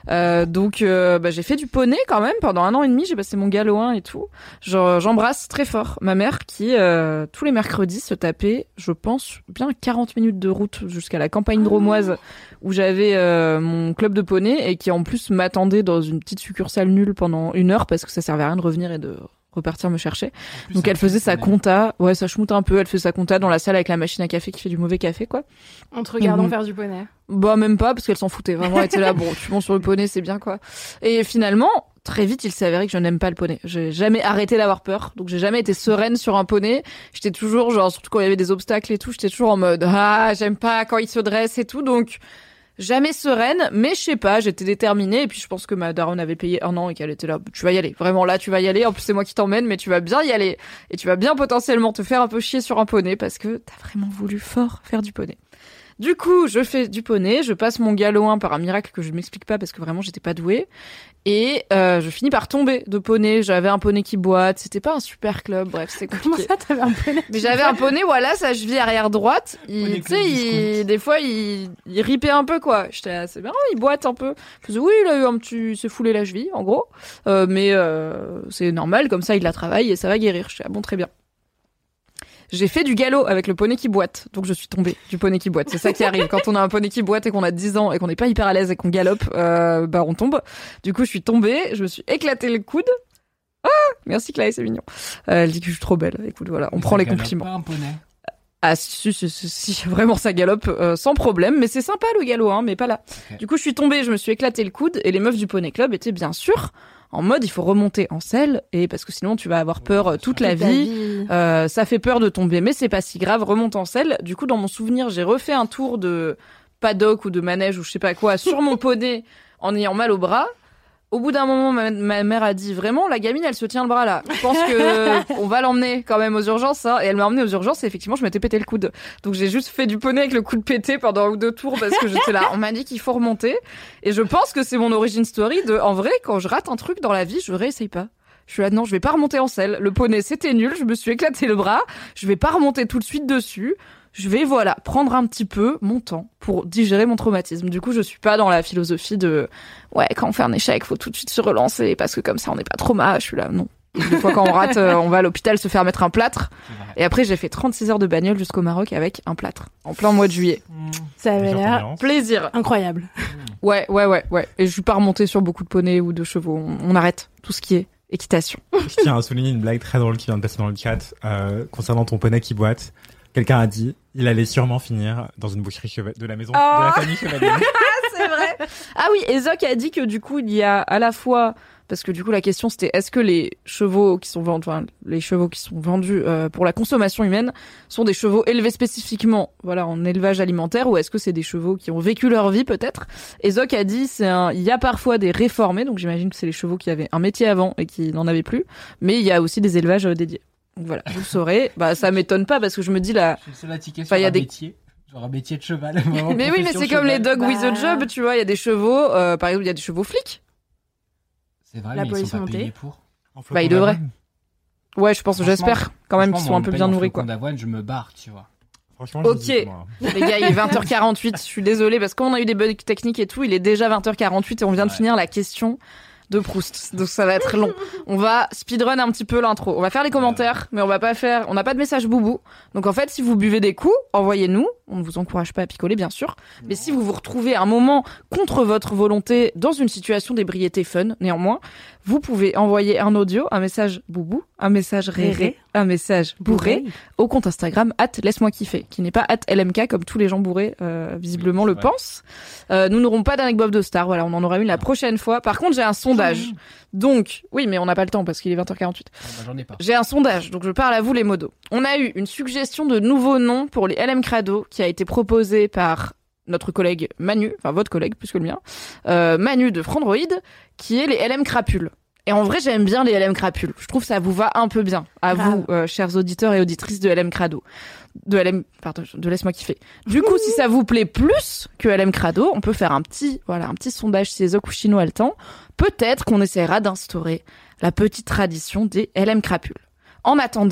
S7: Euh, donc euh, bah, j'ai fait du poney quand même pendant un an et demi. J'ai passé mon galop un et tout. Genre, j'embrasse très fort ma mère qui euh, tous les mercredis se tapait, je pense, bien quarante minutes de route jusqu'à la campagne drômoise où j'avais euh, mon club de poney et qui en plus m'attendait dans une petite succursale nulle pendant une heure parce que ça servait à rien de revenir et de repartir me chercher. Donc elle faisait sa compta, ouais, ça schmoute un peu, elle faisait sa compta dans la salle avec la machine à café qui fait du mauvais café, quoi.
S3: En te regardant
S7: Mmh.
S3: faire du poney.
S7: Bah même pas, parce qu'elle s'en foutait. Vraiment, elle était là, bon, tu montes sur le poney, c'est bien, quoi. Et finalement, très vite, il s'est avéré que je n'aime pas le poney. J'ai jamais arrêté d'avoir peur, donc j'ai jamais été sereine sur un poney. J'étais toujours, genre, surtout quand il y avait des obstacles et tout, j'étais toujours en mode, ah, j'aime pas quand il se dresse et tout, donc jamais sereine, mais je sais pas, j'étais déterminée, et puis je pense que ma daronne avait payé un an et qu'elle était là, tu vas y aller, vraiment là, tu vas y aller, en plus c'est moi qui t'emmène, mais tu vas bien y aller, et tu vas bien potentiellement te faire un peu chier sur un poney, parce que t'as vraiment voulu fort faire du poney. Du coup, je fais du poney, je passe mon galop un par un miracle que je m'explique pas parce que vraiment j'étais pas douée. Et euh, je finis par tomber de poney. J'avais un poney qui boite, c'était pas un super club, bref, c'est compliqué.
S3: Comment ça, t'avais un poney?
S7: Mais j'avais un poney, voilà, sa cheville arrière droite. Il, tu sais, il, des fois, il, il ripait un peu, quoi. J'étais là, c'est marrant, il boite un peu. Je faisais, oui, il a eu un petit, il s'est foulé la cheville, en gros. Euh, mais euh, c'est normal, comme ça, il la travaille et ça va guérir. J'étais, ah bon, très bien. J'ai fait du galop avec le poney qui boite, donc je suis tombée du poney qui boite. C'est ça qui arrive quand on a un poney qui boite et qu'on a dix ans et qu'on n'est pas hyper à l'aise et qu'on galope, euh, bah on tombe. Du coup, je suis tombée, je me suis éclaté le coude. Ah, merci Clay, c'est mignon. Euh, elle dit que je suis trop belle. Écoute, voilà, on
S6: Mais
S7: prend
S6: ça
S7: les
S6: galope
S7: compliments.
S6: Pas un poney.
S7: Ah si, si, si, si, vraiment ça galope euh, sans problème, mais c'est sympa le galop, hein, mais pas là.
S6: Okay.
S7: Du coup, je suis tombée, je me suis éclaté le coude et les meufs du Poney Club étaient bien sûr en mode il faut remonter en selle et parce que sinon tu vas avoir peur euh, toute la
S3: Toute la
S7: vie.
S3: vie.
S7: Euh, ça fait peur de tomber, mais c'est pas si grave. Remonte en selle. Du coup, dans mon souvenir, j'ai refait un tour de paddock ou de manège ou je sais pas quoi sur mon poney en ayant mal au bras. Au bout d'un moment, ma, ma mère a dit vraiment, la gamine, elle se tient le bras là. Je pense que on va l'emmener quand même aux urgences. Hein. Et elle m'a emmenée aux urgences et effectivement, je m'étais pété le coude. Donc j'ai juste fait du poney avec le coude pété pendant un ou deux tours parce que j'étais là. On m'a dit qu'il faut remonter. Et je pense que c'est mon origin story de, en vrai, quand je rate un truc dans la vie, je réessaye pas. Je suis là, non, je vais pas remonter en selle. Le poney, c'était nul. Je me suis éclaté le bras. Je vais pas remonter tout de suite dessus. Je vais, voilà, prendre un petit peu mon temps pour digérer mon traumatisme. Du coup, je suis pas dans la philosophie de, ouais, quand on fait un échec, faut tout de suite se relancer parce que comme ça, on n'est pas trauma. Je suis là, non. Des fois, quand on rate, euh, on va à l'hôpital se faire mettre un plâtre. Et après, j'ai fait trente-six heures de bagnole jusqu'au Maroc avec un plâtre. En plein mois de juillet.
S3: Ça avait l'air
S7: Plaisir.
S3: incroyable.
S7: Ouais, ouais, ouais, ouais. Et je suis pas remontée sur beaucoup de poneys ou de chevaux. On, on arrête tout ce qui est équitation.
S8: Je tiens à souligner une blague très drôle qui vient de passer dans le chat euh, concernant ton poney qui boite. Quelqu'un a dit, il allait sûrement finir dans une boucherie cheva- de la maison
S7: Oh.
S8: de la famille Chevalier.
S7: C'est vrai. Ah oui, Ezok a dit que du coup, il y a à la fois, parce que du coup, la question c'était est-ce que les chevaux qui sont vendus, enfin, les chevaux qui sont vendus euh, pour la consommation humaine sont des chevaux élevés spécifiquement, voilà, en élevage alimentaire, ou est-ce que c'est des chevaux qui ont vécu leur vie peut-être? Ezok a dit, c'est un, il y a parfois des réformés, donc j'imagine que c'est les chevaux qui avaient un métier avant et qui n'en avaient plus, mais il y a aussi des élevages euh, dédiés. Donc voilà, vous le saurez. Bah, ça m'étonne pas parce que je me dis là.
S6: Je suis le seul à tiquer
S7: Enfin,
S6: sur
S7: y a
S6: un
S7: des-
S6: métier. Genre un métier de cheval. Vraiment,
S7: Mais oui, mais
S6: profession
S7: c'est comme les
S6: cheval.
S7: dogs with a
S3: Bah.
S7: job, tu vois. Il y a des chevaux, euh, par exemple, il y a des chevaux flics.
S6: C'est vrai,
S3: La
S6: mais ils
S3: police
S6: sont pas
S3: montée.
S6: payés pour.
S8: En flocon
S7: Bah, il devrait.
S8: d'avoine.
S7: Ouais, je pense,
S6: Franchement,
S7: j'espère quand même qu'ils
S6: Franchement,
S7: sont
S6: moi,
S7: un
S6: on
S7: peu
S6: me
S7: bien
S6: paye en
S7: nourris,
S6: flocon
S7: quoi.
S6: d'avoine, je me barre, tu vois.
S8: Franchement,
S7: Ok.
S8: j'hésite, moi.
S7: Les gars, il est vingt heures quarante-huit. Je suis désolée parce qu'on a eu des bugs techniques et tout. Il est déjà vingt heures quarante-huit et on vient de
S6: Ouais.
S7: finir la question de Proust. Donc ça va être long. On va speedrun un petit peu l'intro. On va faire les commentaires, mais on va pas faire, on n'a pas de message boubou. Donc en fait, si vous buvez des coups, envoyez-nous. On ne vous encourage pas à picoler, bien sûr. Mais si vous vous retrouvez à un moment contre votre volonté dans une situation d'ébriété fun, néanmoins, vous pouvez envoyer un audio, un message boubou, un message réré,
S3: Réré.
S7: un message bourré au compte Instagram at laisse-moi kiffer, qui n'est pas at L M K comme tous les gens bourrés euh, visiblement
S6: Oui,
S7: le
S6: c'est vrai.
S7: pensent. Euh, nous n'aurons pas d'anecdote de star, voilà, on en aura une la prochaine fois. Par contre, j'ai un sondage. Donc, oui, mais on n'a pas le temps parce qu'il est vingt heures quarante-huit.
S6: Bon, bah, j'en ai pas.
S7: J'ai un sondage, donc je parle à vous les modos. On a eu une suggestion de nouveaux noms pour les L M Crado qui a été proposée par notre collègue Manu, enfin votre collègue plus que le mien, euh, Manu de Frandroid, qui est les L M Crapules. Et en vrai, j'aime bien les L M Crapules. Je trouve que ça vous va un peu bien. À
S3: Grave.
S7: vous, euh, chers auditeurs et auditrices de L M Crado. De L M, pardon, de laisse-moi kiffer. Du coup, si ça vous plaît plus que L M Crado, on peut faire un petit, voilà, un petit sondage si Ezok ou Chino a le temps. Peut-être qu'on essaiera d'instaurer la petite tradition des L M Crapules. En attendant,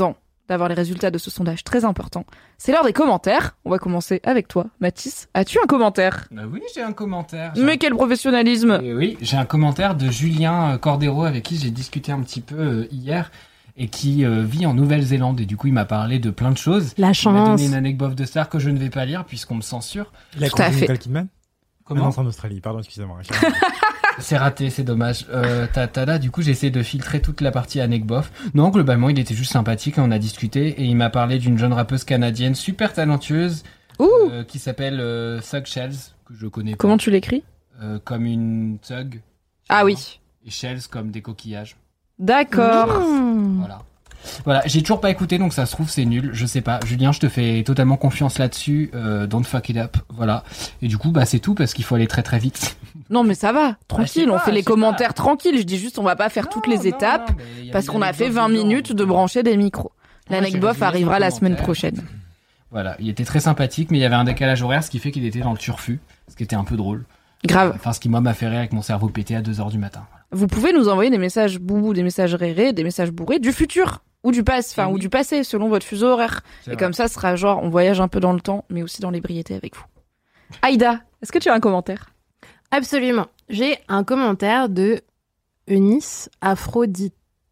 S7: d'avoir les résultats de ce sondage très important. C'est l'heure des commentaires. On va commencer avec toi, Mathis. As-tu un commentaire ?
S6: Bah oui, j'ai un commentaire. J'ai
S7: Mais
S6: un...
S7: quel professionnalisme !
S6: Et oui, j'ai un commentaire de Julien Cordero avec qui j'ai discuté un petit peu euh, hier et qui euh, vit en Nouvelle-Zélande et du coup il m'a parlé de plein de choses.
S3: La
S6: Il m'a
S3: chance.
S6: donné une anecdote de star que je ne vais pas lire puisqu'on me censure.
S8: Il a
S7: Tout à
S8: croisé
S7: fait.
S8: Nicole Kidman.
S6: Comment ?
S8: Ah non, c'est en Australie, pardon, excusez-moi.
S6: C'est raté, c'est dommage. Euh, Tada, du coup, j'ai essayé de filtrer toute la partie anecdote. Non, globalement, il était juste sympathique, on a discuté, et il m'a parlé d'une jeune rappeuse canadienne super talentueuse,
S7: Ouh.
S6: euh, qui s'appelle euh, Thug Shells, que je connais pas.
S7: Comment tu l'écris ?
S6: Euh, Comme une thug.
S7: Ah oui.
S6: Et shells comme des coquillages.
S7: D'accord.
S6: Voilà. Voilà, j'ai toujours pas écouté, donc ça se trouve c'est nul, je sais pas. Julien, je te fais totalement confiance là-dessus, euh, don't fuck it up, voilà. Et du coup, bah c'est tout, parce qu'il faut aller très très vite.
S7: Non mais ça va, tranquille,
S6: je sais
S7: on
S6: pas,
S7: fait les
S6: je sais
S7: commentaires
S6: pas.
S7: tranquilles. Je dis juste, on va pas faire toutes les
S6: Non,
S7: étapes,
S6: non, mais il y a
S7: parce
S6: une
S7: qu'on a fait
S6: anecdote
S7: vingt
S6: dedans,
S7: minutes de
S6: donc,
S7: brancher des micros.
S6: Ouais,
S7: L'anecdote
S6: j'ai résumé
S7: arrivera
S6: son
S7: la semaine
S6: commentaire.
S7: prochaine.
S6: Voilà, il était très sympathique, mais il y avait un décalage horaire, ce qui fait qu'il était dans le turfu, ce qui était un peu drôle.
S7: Grave.
S6: Enfin, ce qui moi m'a fait rire avec mon cerveau pété à deux heures du matin. Voilà.
S7: Vous pouvez nous envoyer des messages boubou, des messages rérés, des messages bourrés du futur ou du passé, enfin
S6: Oui.
S7: ou du passé selon votre fuseau horaire.
S6: C'est
S7: Et
S6: vrai.
S7: comme ça, ce sera genre on voyage un peu dans le temps, mais aussi dans l'ébriété avec vous. Aïda, est-ce que tu as un commentaire ?
S3: Absolument. J'ai un commentaire de Eunice Aphroditois,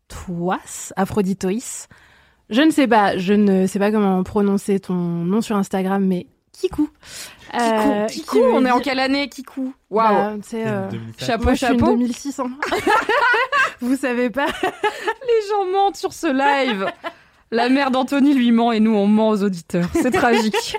S3: Aphroditois. Je ne sais pas, je ne sais pas comment prononcer ton nom sur Instagram, mais Kikou. Euh,
S7: Kikou,
S3: qui me
S7: on est en
S3: dit-
S7: quelle année, Kikou ? Waouh.
S3: Bah, tu sais, euh,
S7: Chapeau,
S3: moi, je suis une
S7: chapeau.
S3: deux mille six cents. Vous savez pas.
S7: Les gens mentent sur ce live. La mère d'Anthony lui ment et nous on ment aux auditeurs. C'est tragique.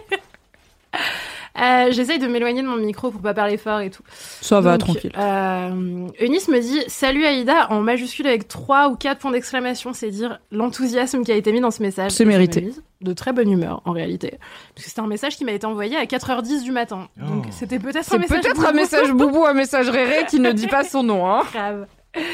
S3: Euh, J'essaye de m'éloigner de mon micro pour pas parler fort et tout.
S7: Ça va,
S3: Donc,
S7: tranquille.
S3: Euh, Eunice me dit « Salut Aïda » en majuscule avec trois ou quatre points d'exclamation. C'est dire l'enthousiasme qui a été mis dans ce message.
S7: C'est
S3: Et ça
S7: mérité.
S3: m'a mise de très bonne humeur, en réalité. Parce que c'était un message qui m'a été envoyé à quatre heures dix du matin. Donc
S8: Oh.
S3: c'était peut-être un
S7: C'est
S3: message...
S7: peut-être un
S3: boubou.
S7: message boubou, un message réré qui ne dit pas son nom, hein.
S3: Grave.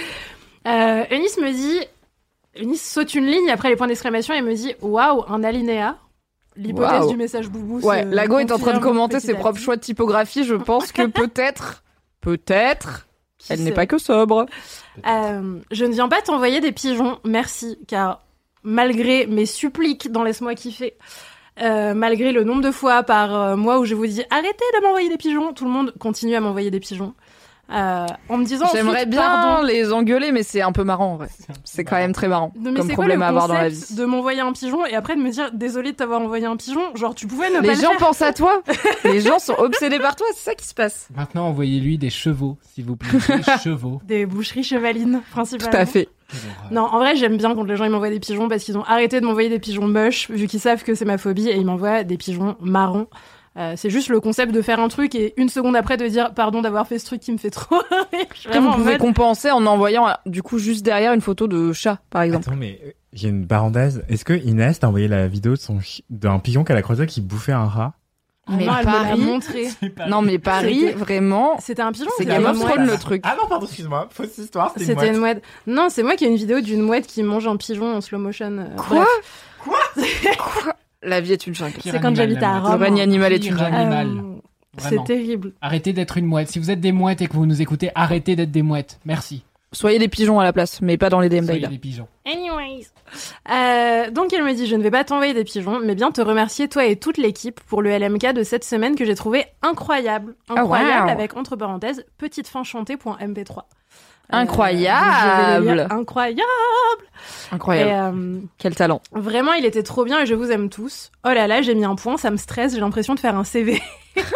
S3: Euh, Eunice me dit... Eunice saute une ligne après les points d'exclamation et me dit « Waouh, un alinéa ». L'hypothèse
S7: Waouh.
S3: du message boubou.
S7: Ouais,
S3: se
S7: Lago est en train de
S3: confirme
S7: commenter
S3: petit
S7: ses
S3: à
S7: propres
S3: petit.
S7: choix de typographie. Je pense que peut-être, peut-être,
S3: Qui
S7: elle
S3: sait.
S7: n'est pas que sobre.
S3: Euh, je ne viens pas t'envoyer des pigeons, merci, car malgré mes suppliques dans Laisse-moi kiffer, euh, malgré le nombre de fois par euh, mois où je vous dis arrêtez de m'envoyer des pigeons, tout le monde continue à m'envoyer des pigeons. Euh, en me disant
S7: J'aimerais
S3: ensuite,
S7: bien
S3: pardon.
S7: les engueuler, mais c'est un peu marrant en vrai. C'est quand même très marrant
S3: Non, mais
S7: comme
S3: c'est quoi
S7: problème
S3: le
S7: à avoir dans la
S3: concept
S7: vie.
S3: de m'envoyer un pigeon et après de me dire désolé de t'avoir envoyé un pigeon, genre tu pouvais ne pas
S7: Les
S3: le
S7: gens
S3: faire.
S7: pensent à toi. Les gens sont obsédés par toi, c'est ça qui se passe.
S6: Maintenant, envoyez-lui des chevaux, s'il vous plaît. Des chevaux.
S3: Des boucheries chevalines
S7: Tout
S3: principalement.
S7: à fait.
S3: Non, en vrai, j'aime bien quand les gens ils m'envoient des pigeons parce qu'ils ont arrêté de m'envoyer des pigeons moches vu qu'ils savent que c'est ma phobie et ils m'envoient des pigeons marrons. Euh, c'est juste le concept de faire un truc et une seconde après de dire pardon d'avoir fait ce truc qui me fait trop rire. Je suis
S7: Après, vous
S3: vraiment en
S7: pouvez
S3: mode-
S7: compenser en envoyant euh, du coup juste derrière une photo de chat, par exemple.
S8: Attends, mais euh, j'ai une parenthèse. Est-ce que Inès t'a envoyé la vidéo de son chi- d'un pigeon qu'elle a croisé qui bouffait un rat?
S7: Mais
S3: Non, elle me l'a
S7: Paris-
S3: montré.
S7: Non mais Paris,
S3: C'était-
S7: vraiment,
S3: C'était un pigeon.
S7: c'est
S3: c'était
S7: Game
S3: une
S7: of
S3: mouette.
S7: Thrones le truc.
S8: Ah non, pardon, excuse-moi. Fausse histoire, c'était une
S3: C'était
S8: mouette.
S3: une mouette. Non, c'est moi qui ai une vidéo d'une mouette qui mange un pigeon en slow motion. euh,
S7: Quoi
S3: bref.
S7: Quoi La vie est une jungle.
S3: C'est quand j'habitais à
S7: Le
S3: Rome.
S7: règne animal est une
S6: Pire
S7: jungle.
S6: animal.
S3: Euh, c'est
S6: Vraiment.
S3: terrible.
S6: Arrêtez d'être une mouette. Si vous êtes des mouettes et que vous nous écoutez, arrêtez d'être des mouettes. Merci.
S7: Soyez des pigeons à la place, mais pas dans les D M
S6: Soyez
S7: d'Aïda.
S6: des pigeons.
S3: Anyways. Euh, donc elle me dit, je ne vais pas t'envoyer des pigeons, mais bien te remercier toi et toute l'équipe pour le L M K de cette semaine que j'ai trouvé incroyable. Incroyable
S7: wow.
S3: avec, entre parenthèses, petite fin chantée.m p trois. Euh,
S7: Incroyable.
S3: je vais le lire. Incroyable.
S7: Incroyable.
S3: Et, euh,
S7: Quel talent.
S3: vraiment, il était trop bien et je vous aime tous. Oh là là, j'ai mis un point, ça me stresse, j'ai l'impression de faire un C V.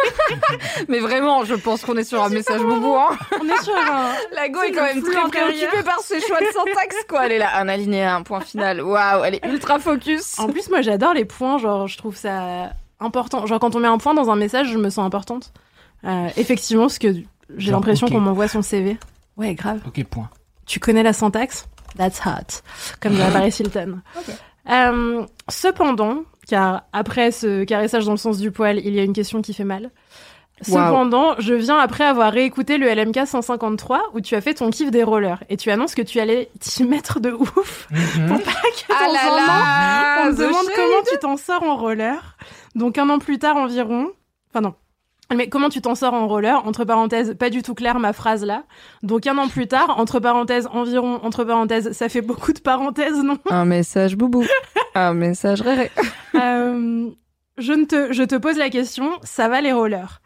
S7: Mais vraiment, je pense qu'on est sur un message boubou, hein.
S3: On est sur un...
S7: Lago
S3: C'est
S7: est quand
S3: le
S7: même
S3: flux
S7: très
S3: en
S7: préoccupée
S3: carrière.
S7: par ses choix de syntaxe, quoi. Elle est là, un alinéa, un point final. Waouh, elle est ultra focus.
S3: En plus, moi, j'adore les points, genre, je trouve ça important. Genre, quand on met un point dans un message, je me sens importante. Euh, effectivement, parce que j'ai
S6: Genre,
S3: l'impression
S6: ok.
S3: qu'on m'envoie son C V. Ouais, grave.
S6: Ok, point.
S3: Tu connais la syntaxe? That's hot. Comme dirait Paris Hilton. Euh, cependant, car après ce caressage dans le sens du poil, il y a une question qui fait mal. Cependant, je viens après avoir réécouté le L M K cent cinquante-trois où tu as fait ton kiff des rollers et tu annonces que tu allais t'y mettre de ouf pour pas que
S7: Ah
S3: dans
S7: là
S3: un an,
S7: là,
S3: on me
S7: the
S3: demande
S7: shade.
S3: comment tu t'en sors en roller. Donc un an plus tard environ, enfin non, mais comment tu t'en sors en roller, entre parenthèses, pas du tout clair ma phrase là. Donc un an plus tard, entre parenthèses environ, entre parenthèses, ça fait beaucoup de parenthèses, non?
S7: Un message boubou. Un message réré.
S3: Euh, je ne te, je te pose la question, ça va les rollers?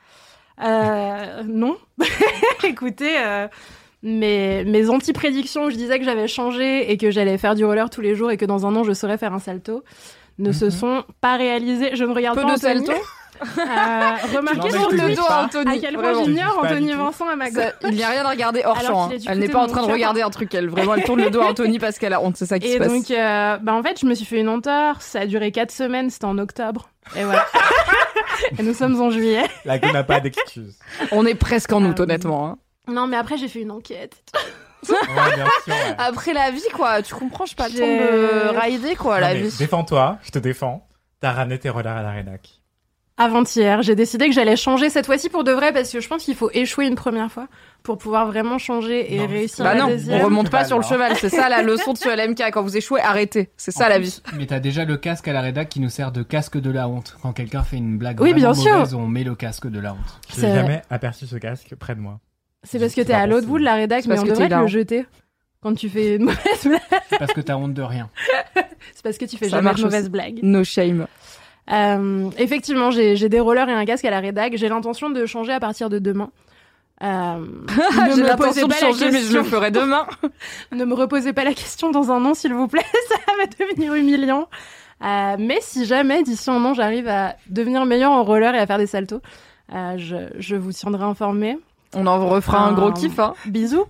S3: Euh, non. Écoutez, euh, mes, mes anti-prédictions où je disais que j'avais changé et que j'allais faire du roller tous les jours et que dans un an je saurais faire un salto ne mm-hmm. se sont pas réalisées. Je ne regarde
S7: Peu
S3: pas
S7: de
S3: Anthony.
S7: salto.
S3: Euh, remarquez sur le dos Anthony. À quel point j'ignore Anthony Vincent à ma gauche.
S7: Il n'y a rien à regarder hors champ. Hein. Elle n'est pas en train de regarder un truc. Elle vraiment elle tourne le dos à Anthony parce qu'elle a honte. C'est ça qui
S3: et
S7: se passe.
S3: Et donc, euh, bah en fait, je me suis fait une entorse. Ça a duré quatre semaines. C'était en octobre. Et voilà. Et nous sommes en juillet.
S8: La gueule n'a pas d'excuses.
S7: On est presque en août, euh, honnêtement. Hein.
S3: Non, mais après, j'ai fait une enquête.
S8: Ouais, bien sûr, ouais.
S7: Après la vie, quoi. Tu comprends, je suis pas le temps de rider, quoi, non, la vie.
S8: Défends-toi, je te défends. T'as ramené tes rollers à la rédac.
S3: Avant-hier, j'ai décidé que j'allais changer cette fois-ci pour de vrai parce que je pense qu'il faut échouer une première fois pour pouvoir vraiment changer et
S7: non,
S3: réussir
S7: bah
S3: la
S7: non,
S3: deuxième.
S7: On remonte pas sur le cheval, c'est ça la leçon de ce L M K. Quand vous échouez, arrêtez. C'est ça en la plus, vie.
S6: Mais t'as déjà le casque à la rédac qui nous sert de casque de la honte. Quand quelqu'un fait une blague
S3: oui,
S6: vraiment
S3: bien
S6: mauvaise,
S3: sûr.
S6: on met le casque de la honte.
S8: J'ai jamais aperçu ce casque près de moi.
S3: C'est parce que t'es à l'autre bout de la rédac, mais on devrait te le jeter quand tu fais une mauvaise blague.
S6: C'est parce que t'as honte de rien.
S3: C'est parce que tu fais
S7: ça
S3: jamais de mauvaise blague.
S7: No shame.
S3: Euh, effectivement, j'ai, j'ai des rollers et un casque à la rédac. J'ai l'intention de changer à partir de demain. Euh,
S7: ne j'ai me l'intention de changer, mais je le ferai demain.
S3: Ne me reposez pas la question dans un an, s'il vous plaît. Ça va devenir humiliant. Euh, mais si jamais, d'ici un an, j'arrive à devenir meilleur en roller et à faire des saltos, euh, je, je vous tiendrai informé.
S7: On en refera un, un gros kiff, hein.
S3: Bisous.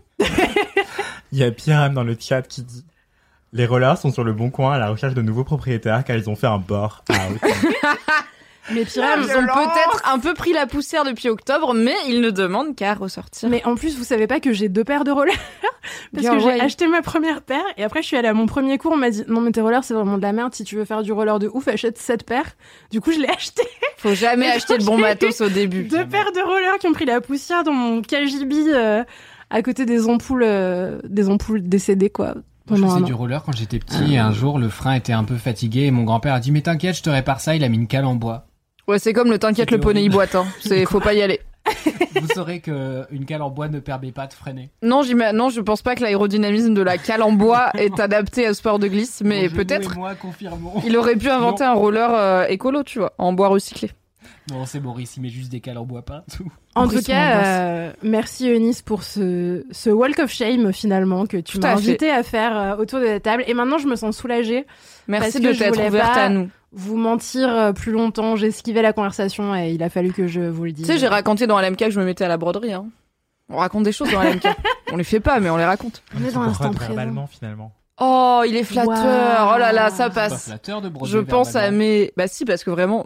S8: Il y a Pyram dans le chat qui dit: les rollers sont sur le bon coin à la recherche de nouveaux propriétaires car ils ont fait un bore out.
S3: Mais Pyram,
S7: ils ont peut-être un peu pris la poussière depuis octobre, mais ils ne demandent qu'à ressortir.
S3: Mais en plus, vous savez pas que j'ai deux paires de rollers parce Bien que ouais. j'ai acheté ma première paire et après je suis allée à mon premier cours, on m'a dit non mais tes rollers c'est vraiment de la merde, si tu veux faire du roller de ouf, achète sept paires. Du coup, je l'ai acheté.
S7: Faut jamais acheter le bon matos au début.
S3: Deux jamais. Paires de rollers qui ont pris la poussière dans mon K J B euh, à côté des ampoules euh, des ampoules décédées quoi.
S6: Moi, je faisais du roller quand j'étais petit ah. et un jour le frein était un peu fatigué et mon grand-père a dit mais t'inquiète, je te répare ça, il a mis une cale en bois.
S7: Ouais, c'est comme le t'inquiète, le poney il boite, hein. C'est, faut pas y aller.
S6: Vous saurez que une cale en bois ne permet pas de freiner.
S7: Non, j'y mets, non, je pense pas que l'aérodynamisme de la cale en bois est adapté au sport de glisse, mais bon, peut-être.
S6: Moi, confirmons.
S7: Il aurait pu inventer non. un roller euh, écolo, tu vois, en bois recyclé.
S6: Non, c'est Boris, il met juste des cales en bois partout.
S3: En Boris tout cas, euh, merci Eunice pour ce, ce walk of shame finalement que tu tout m'as invité fait. à faire euh, autour de la table. Et maintenant, je me sens soulagée.
S7: Merci de t'être ouverte à nous.
S3: Vous mentir plus longtemps, j'ai esquivé la conversation et il a fallu que je vous le dise.
S7: Tu sais, j'ai raconté dans L M K que je me mettais à la broderie. Hein. On raconte des choses dans L M K. On les fait pas, mais on les raconte.
S3: On est dans l'instant présent.
S8: Verbalement, finalement.
S7: Oh, il est flatteur. Wow. Oh là là, ça passe.
S6: C'est pas flatteur de broder
S7: je pense à mes. Bah si, parce que vraiment,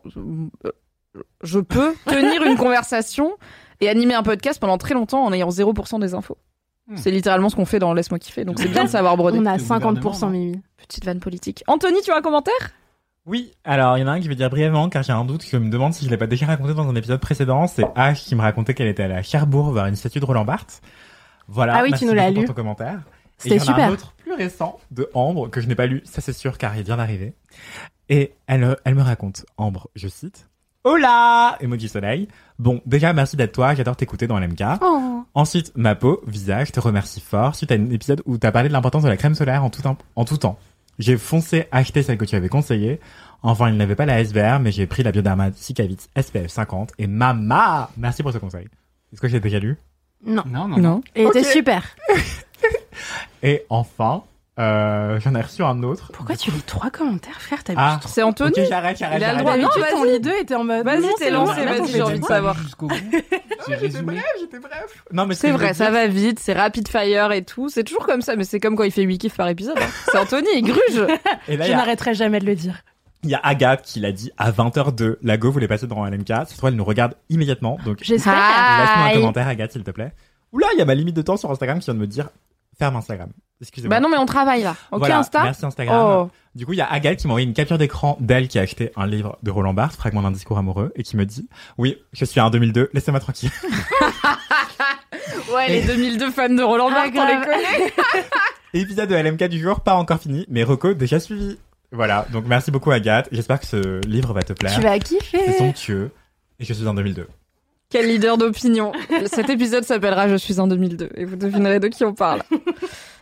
S7: je peux tenir une conversation et animer un podcast pendant très longtemps en ayant zéro pour cent des infos. Hmm. C'est littéralement ce qu'on fait dans Laisse-moi kiffer. Donc c'est bien de savoir broder.
S3: On a cinquante pour cent Mimi.
S7: Petite vanne politique. Anthony, tu as un commentaire ?
S8: Oui, alors il y en a un qui veut dire brièvement car j'ai un doute, que je me demande si je l'ai pas déjà raconté dans un épisode précédent. C'est Ash qui me racontait qu'elle était allée à Cherbourg voir une statue de Roland Barthes. Voilà,
S3: ah oui, tu nous l'as lu.
S8: Pour ton commentaire.
S3: C'était
S8: et il y en
S3: super.
S8: a un autre plus récent de Ambre que je n'ai pas lu, ça c'est sûr car il vient d'arriver. Et elle, elle me raconte, Ambre, je cite: Hola! Emoji soleil. Bon, déjà, merci d'être toi, j'adore t'écouter dans l'M K.
S3: Oh.
S8: Ensuite, ma peau, visage, je te remercie fort suite à un épisode où t'as parlé de l'importance de la crème solaire en tout, un, en tout temps. J'ai foncé acheter celle que tu avais conseillée. Enfin, il n'avait pas la S B R, mais j'ai pris la Bioderma Cicavit S P F cinquante et mama! Merci pour ce conseil. Est-ce que j'ai déjà lu?
S3: Non.
S6: Non, non.
S7: non.
S3: Et
S8: okay.
S3: était super.
S8: Et enfin, Euh, j'en ai reçu un autre.
S3: Pourquoi tu lis trois commentaires, frère? T'as
S8: ah,
S7: c'est Anthony.
S8: Ok, j'arrête, j'arrête.
S7: Il a le
S8: droit.
S7: Non,
S3: vas-y. Ton lit deux était en mode.
S7: Vas-y, t'es lancé, vas-y, j'ai envie de savoir.
S6: Jusqu'au bout.
S8: Non, j'étais bref, j'étais bref. Non, mais
S7: c'est vrai, ça va vite, c'est rapid fire et tout. C'est toujours comme ça, mais c'est comme quand il fait huit kiffs par épisode. Hein. C'est Anthony, il gruge.
S8: Et là,
S3: je
S8: a...
S3: n'arrêterai jamais de le dire.
S8: Il y a Agathe qui l'a dit à vingt heures deux. La go voulait passer dans L M K. Cette fois, elle nous regarde immédiatement. Donc,
S3: j'espère.
S8: Laisse-moi un commentaire, Agathe, s'il te plaît. Oula, il y a ma limite de temps sur Instagram qui vient de me dire ferme Instagram. Excusez-moi.
S7: Bah non, mais on travaille là. Ok,
S8: voilà,
S7: Insta.
S8: Merci Instagram.
S7: Oh.
S8: Du coup, il y a Agathe qui m'a envoyé une capture d'écran d'elle qui a acheté un livre de Roland Barthes, Fragment d'un discours amoureux, et qui me dit oui, je suis un deux mille deux, laissez-moi tranquille.
S7: Ouais, les deux mille deux fans de Roland Barthes, on les connaît.
S8: Épisode de L M K du jour, pas encore fini, mais reco déjà suivi. Voilà, donc merci beaucoup Agathe. J'espère que ce livre va te plaire.
S3: Tu vas kiffer.
S8: C'est somptueux. Et je suis en deux mille deux.
S7: Quel leader d'opinion. Cet épisode s'appellera Je suis en deux mille deux et vous devinerez de qui on parle.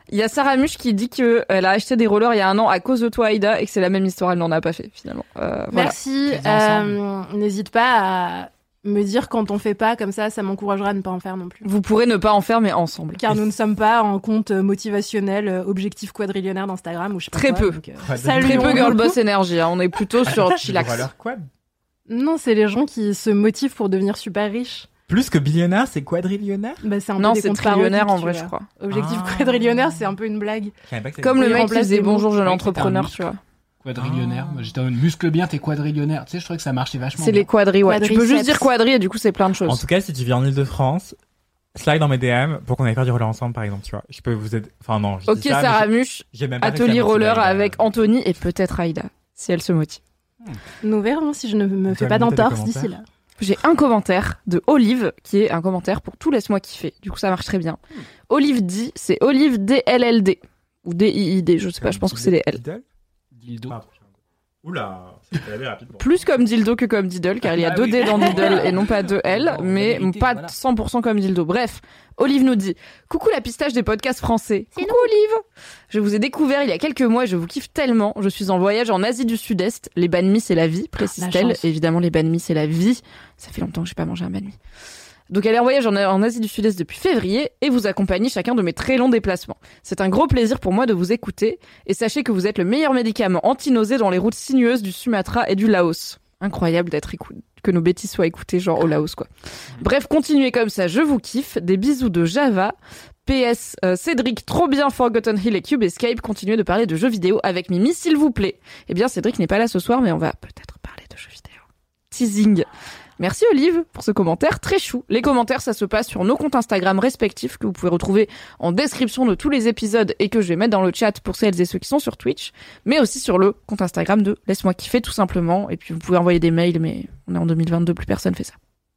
S7: Il y a Sarah Muche qui dit que elle a acheté des rollers il y a un an à cause de toi, Aïda, et que c'est la même histoire, elle n'en a pas fait finalement. Euh, voilà.
S3: Merci. Euh, n'hésite pas à me dire quand on fait pas, comme ça, ça m'encouragera à ne pas en faire non plus.
S7: Vous pourrez ne pas en faire, mais ensemble.
S3: Car nous ne sommes pas en compte motivationnel, euh, objectif quadrillionnaire d'Instagram ou je sais pas
S7: Très
S3: quoi,
S7: peu.
S3: donc, euh,
S8: Très
S3: salut,
S7: Très peu
S3: on-
S7: girl boss énergie, hein. On est plutôt sur chillax.
S8: Roller quad.
S3: Non, c'est les gens qui se motivent pour devenir super riches.
S8: Plus que billionnaire, c'est quadrillionnaire.
S3: Bah, c'est un
S7: Non,
S3: peu des
S7: c'est
S3: comptes
S7: trillionnaire en
S3: parodiques,
S7: vrai,
S3: tu
S7: je
S3: vois.
S7: crois.
S3: Objectif
S8: Ah.
S3: quadrillionnaire, c'est un peu une blague.
S8: Je savais pas que ça
S7: Comme le
S3: Oui,
S7: mec qui
S3: remplace
S7: faisait
S3: des mots.
S7: bonjour jeune
S6: Ouais, c'était un
S7: entrepreneur,
S6: muscle.
S7: tu vois.
S6: Quadrillionnaire.
S8: Ah.
S6: Moi, j'étais en mode muscle bien, t'es quadrillionnaire. Tu sais, je trouvais que ça marchait vachement.
S7: C'est
S6: bien.
S7: les quadris, ouais. Tu peux
S3: Quadriceps.
S7: juste dire quadri et du coup c'est plein de
S8: En
S7: choses.
S8: tout cas, si tu viens en Ile-de-France, slide dans mes D M pour qu'on aille faire du roller ensemble, par exemple, tu vois. Je peux vous aider. Enfin, non, je
S7: Ok,
S8: dis ça, mais
S7: Sarah
S8: j'ai-
S7: Muche,
S8: j'ai même pas réussi à
S7: atelier
S8: motiver
S7: roller
S8: Aïda.
S7: avec Anthony et peut-être Aïda, si elle se motive.
S3: Nous verrons si je ne me
S8: Tu
S3: fais
S8: vas
S3: pas
S8: me mettre des
S3: d'entorse
S8: commentaires.
S3: d'ici là.
S7: J'ai un commentaire de Olive, qui est un commentaire pour tout Laisse-moi kiffer. Du coup, ça marche très bien. Olive dit, c'est Olive D L L D. Ou D I I D, je sais pas, je pense que c'est des L.
S8: Diddle
S6: Dildo.
S8: Ah, Oula, c'est allé rapidement.
S7: Plus comme dildo que comme diddle, car il y a
S6: Ah
S7: deux
S6: oui.
S7: D dans diddle et non pas deux L,
S6: Bon,
S7: mais
S6: la vérité,
S7: pas
S6: voilà.
S7: cent pour cent comme dildo. Bref, Olive nous dit « Coucou la pistache des podcasts français. Coucou Olive. Je vous ai découvert il y a quelques mois et je vous kiffe tellement. Je suis en voyage en Asie du Sud-Est. Les banh mi, c'est la vie, précise-t-elle.
S3: chance.
S7: Évidemment, les banh mi, c'est la vie. Ça fait longtemps que j'ai pas mangé un banh mi. Donc elle est en voyage en, en Asie du Sud-Est depuis février et vous accompagnez chacun de mes très longs déplacements. C'est un gros plaisir pour moi de vous écouter et sachez que vous êtes le meilleur médicament anti-nausée dans les routes sinueuses du Sumatra et du Laos. Incroyable d'être écou- que nos bêtises soient écoutées genre au Laos quoi. Bref, continuez comme ça, je vous kiffe. Des bisous de Java. P S euh, Cédric, trop bien Forgotten Hill et Cube Escape, continuez de parler de jeux vidéo avec Mimi s'il vous plaît. Eh bien Cédric n'est pas là ce soir mais on va peut-être parler de jeux vidéo. Teasing. Merci Olive pour ce commentaire très chou. Les commentaires, ça se passe sur nos comptes Instagram respectifs que vous pouvez retrouver en description de tous les épisodes et que je vais mettre dans le chat pour celles et ceux qui sont sur Twitch, mais aussi sur le compte Instagram de Laisse-moi kiffer tout simplement. Et puis vous pouvez envoyer des mails, mais on est en deux mille vingt-deux, plus personne fait ça.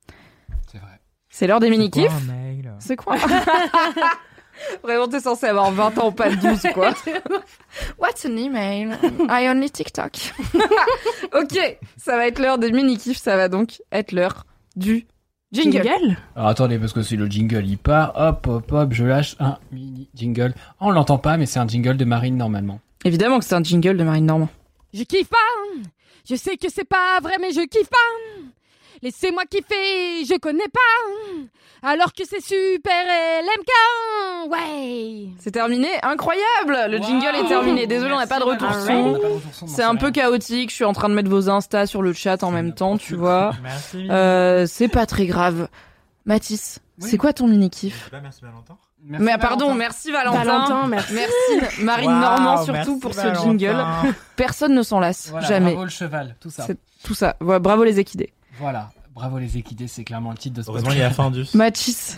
S6: C'est vrai.
S7: C'est l'heure des
S8: C'est quoi
S7: mini-kifs.
S8: un mail
S7: C'est quoi Vraiment, t'es censé avoir vingt ans, pas douze, quoi. What's an email? I only TikTok. Ok, ça va être l'heure des mini-kifs, ça va donc être l'heure du jingle.
S3: Jingle.
S6: Alors attendez, parce que c'est le jingle, il part. Hop, hop, hop, je lâche un mini jingle. Oh, on l'entend pas, mais c'est un jingle de Marine normalement.
S7: Évidemment que c'est un jingle de Marine Normand.
S9: Je kiffe pas. Je sais que c'est pas vrai, mais je kiffe pas. Laissez-moi kiffer, je connais pas. Alors que c'est super L M K. Ouais.
S7: C'est terminé, incroyable. Le jingle est terminé. Désolé, on n'a pas de retour son. C'est un peu chaotique. Je suis en train de mettre vos Insta sur le chat en même temps, tu vois.
S8: Merci.
S7: Euh, c'est pas très grave. Mathis,
S6: Oui.
S7: c'est quoi ton mini-kiff?
S8: Pas merci Valentin.
S6: Merci,
S7: Mais pardon,
S6: Valentin.
S7: merci Valentin.
S3: Valentin, merci.
S7: Merci Marine
S8: Waouh,
S7: Normand surtout
S8: merci,
S7: pour ce
S8: Valentin.
S7: jingle. Personne ne s'en lasse,
S6: Voilà,
S7: jamais.
S6: Bravo le cheval, tout ça.
S7: C'est tout ça. Ouais, bravo les équidés.
S6: Voilà, bravo les équidés, c'est clairement le titre de ce
S8: Heureusement, il y a
S6: podcast.
S8: Findus.
S7: Mathis.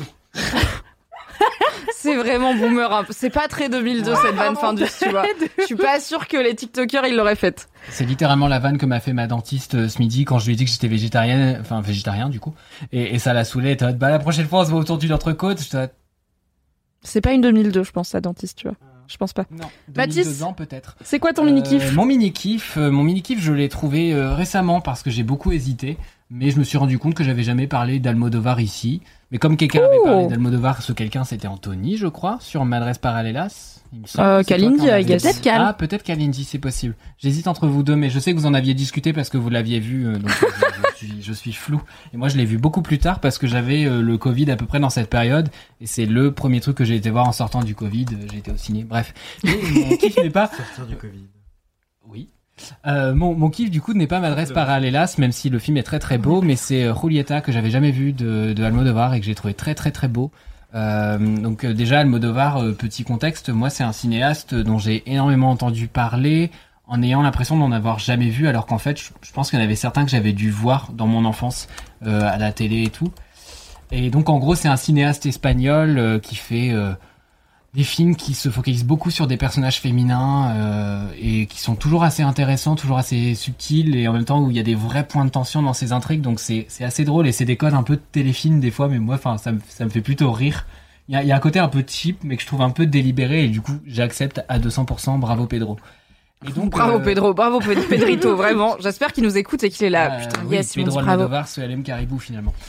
S7: C'est vraiment boomer. un peu. C'est pas très deux mille deux cette vanne Findus, tu vois. Je suis pas sûre que les TikTokers ils l'auraient faite.
S6: C'est littéralement la vanne que m'a fait ma dentiste euh, ce midi quand je lui ai dit que j'étais végétarienne, enfin végétarien du coup, et, et ça la saoulait. Elle était en mode, bah la prochaine fois on se voit autour d'une entrecôte. J'étais en mode,
S7: C'est pas une deux mille deux, je pense, sa dentiste, tu vois. Je pense pas.
S6: non,
S7: Mathis.
S6: deux ans peut-être.
S7: C'est quoi ton mini-kiff?
S6: Euh, Mon mini-kiff, euh, mon mini-kiff, je l'ai trouvé euh, récemment parce que j'ai beaucoup hésité, mais je me suis rendu compte que j'avais jamais parlé d'Almodovar ici. Mais comme quelqu'un avait
S7: Oh.
S6: parlé d'Almodovar, ce quelqu'un c'était Anthony, je crois, sur Madres Paralelas. Il me semble.
S7: Euh,
S6: C'est toi
S7: Kalindi,
S6: qui en
S7: I
S6: avais
S7: guess.
S6: dit.
S3: Peut-être Cal.
S6: Ah, peut-être Kalindi, c'est possible. J'hésite entre vous deux, mais je sais que vous en aviez discuté parce que vous l'aviez vu, euh, donc euh, je, je suis, je suis flou. Et moi, je l'ai vu beaucoup plus tard parce que j'avais euh, le Covid à peu près dans cette période, et c'est le premier truc que j'ai été voir en sortant du Covid. euh, J'ai été au ciné, bref. Mais mon kiff n'est pas.
S8: Sortir du Covid.
S6: Oui. Euh, mon, mon kiff du coup n'est pas Madres Paralelas, même si le film est très très beau, mais c'est euh, Julieta que j'avais jamais vu de, de Almodovar et que j'ai trouvé très très très beau. Euh, donc euh, déjà Almodovar, euh, petit contexte, moi c'est un cinéaste dont j'ai énormément entendu parler en ayant l'impression d'en avoir jamais vu, alors qu'en fait je, je pense qu'il y en avait certains que j'avais dû voir dans mon enfance euh, à la télé et tout. Et donc en gros c'est un cinéaste espagnol euh, qui fait euh, des films qui se focalisent beaucoup sur des personnages féminins euh, et qui sont toujours assez intéressants, toujours assez subtils, et en même temps où il y a des vrais points de tension dans ces intrigues, donc c'est c'est assez drôle et c'est des codes un peu de téléfilm des fois, mais moi enfin ça me ça me fait plutôt rire. Il y a il y a un côté un peu cheap mais que je trouve un peu délibéré et du coup j'accepte à deux cents pour cent. Bravo Pedro. Et donc
S7: Bravo
S6: euh,
S7: Pedro, bravo Pe- Pedrito, vraiment. J'espère qu'il nous écoute et qu'il est là.
S6: euh,
S7: Putain,
S6: oui,
S7: yes, il me
S6: Pedro
S7: dit bravo.
S6: Almodovar, ce L M Caribou finalement.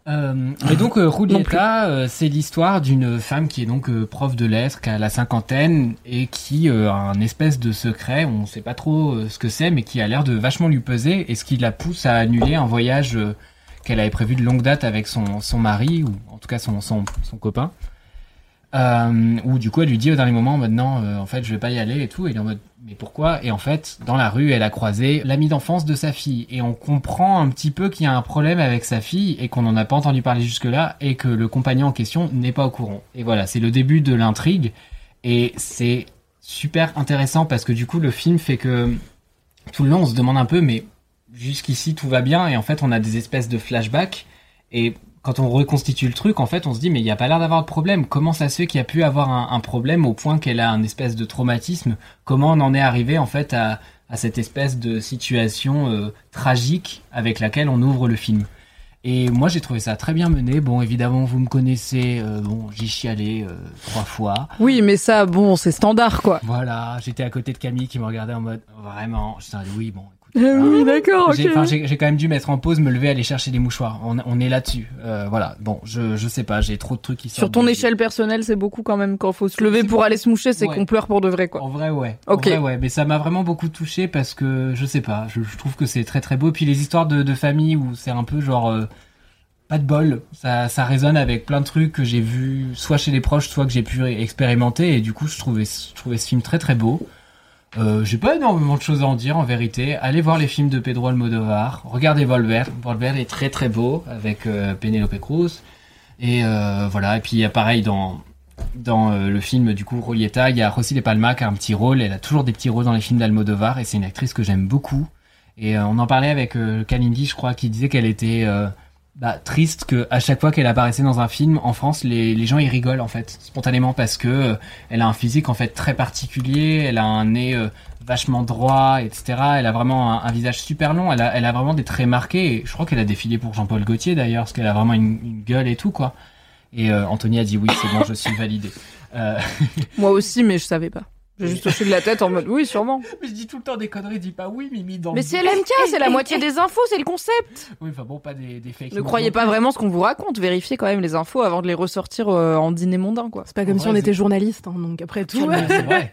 S6: Euh, et donc euh, Julieta, euh, c'est l'histoire d'une femme qui est donc euh, prof de lettres, qui a la cinquantaine et qui euh, a un espèce de secret, on sait pas trop euh, ce que c'est, mais qui a l'air de vachement lui peser et ce qui la pousse à annuler un voyage euh, qu'elle avait prévu de longue date avec son son mari ou en tout cas son son son copain. Euh, où du coup elle lui dit au dernier moment maintenant euh, en fait je vais pas y aller et tout et il est en mode mais pourquoi et en fait dans la rue elle a croisé l'ami d'enfance de sa fille et on comprend un petit peu qu'il y a un problème avec sa fille et qu'on n'en a pas entendu parler jusque là et que le compagnon en question n'est pas au courant et voilà c'est le début de l'intrigue et c'est super intéressant parce que du coup le film fait que tout le long on se demande un peu mais jusqu'ici tout va bien et en fait on a des espèces de flashbacks et quand on reconstitue le truc, en fait, on se dit, mais il n'y a pas l'air d'avoir de problème. Comment ça se fait qu'il y a pu avoir un, un problème au point qu'elle a un espèce de traumatisme? Comment on en est arrivé, en fait, à, à cette espèce de situation euh, tragique avec laquelle on ouvre le film? Et moi, j'ai trouvé ça très bien mené. Bon, évidemment, vous me connaissez. Euh, bon, j'y chialé euh, trois fois.
S2: Oui, mais ça, bon, c'est standard, quoi.
S6: Voilà, j'étais à côté de Camille qui me regardait en mode, vraiment. Je disais, oui, bon.
S2: Euh, oui, d'accord, ok.
S6: J'ai, enfin, j'ai, j'ai quand même dû mettre en pause, me lever, aller chercher des mouchoirs. On, on est là-dessus. Euh, voilà. Bon, je, je sais pas, j'ai trop de trucs qui sortent.
S2: Sur ton
S6: de...
S2: échelle personnelle, c'est beaucoup quand même quand faut se lever pour aller se moucher, c'est
S6: ouais.
S2: qu'on pleure pour de vrai, quoi.
S6: En vrai, ouais.
S2: Ok.
S6: En vrai, ouais. Mais ça m'a vraiment beaucoup touché parce que, je sais pas, je, je trouve que c'est très très beau. Puis les histoires de, de famille où c'est un peu genre, euh, pas de bol. Ça, ça résonne avec plein de trucs que j'ai vu soit chez les proches, soit que j'ai pu expérimenter. Et du coup, je trouvais, je trouvais ce film très très beau. Euh, j'ai pas énormément de choses à en dire en vérité. Allez voir les films de Pedro Almodóvar. Regardez Volver. Volver est très très beau avec euh, Penélope Cruz. Et euh, voilà. Et puis il y a pareil dans dans euh, le film du coup Julieta, il y a Rosy de Palma qui a un petit rôle. Elle a toujours des petits rôles dans les films d'Almodóvar et c'est une actrice que j'aime beaucoup. Et euh, on en parlait avec euh, Kalindi, je crois, qui disait qu'elle était euh, bah, triste que à chaque fois qu'elle apparaissait dans un film en France, les, les gens y rigolent en fait spontanément parce que euh, elle a un physique en fait très particulier, elle a un nez euh, vachement droit, et cetera. Elle a vraiment un, un visage super long, elle a, elle a vraiment des traits marqués. Et je crois qu'elle a défilé pour Jean-Paul Gaultier d'ailleurs parce qu'elle a vraiment une, une gueule et tout quoi. Et euh, Anthony a dit oui, c'est bon, je suis validé. Euh...
S2: Moi aussi, mais je savais pas. J'ai juste hoché de la tête en mode oui, sûrement.
S6: Mais je dis tout le temps des conneries, dis pas oui, Mimi dans.
S2: Mais c'est L M K, c'est la moitié des infos, c'est le concept.
S6: Oui, enfin bon, pas des, des fake.
S2: Ne croyez pas vraiment ce qu'on vous raconte, vérifiez quand même les infos avant de les ressortir euh, en dîner mondain, quoi.
S3: C'est pas comme
S6: en
S3: si
S6: vrai,
S3: on
S6: c'est...
S3: était journaliste, hein, donc après tout.
S6: Ouais, c'est vrai.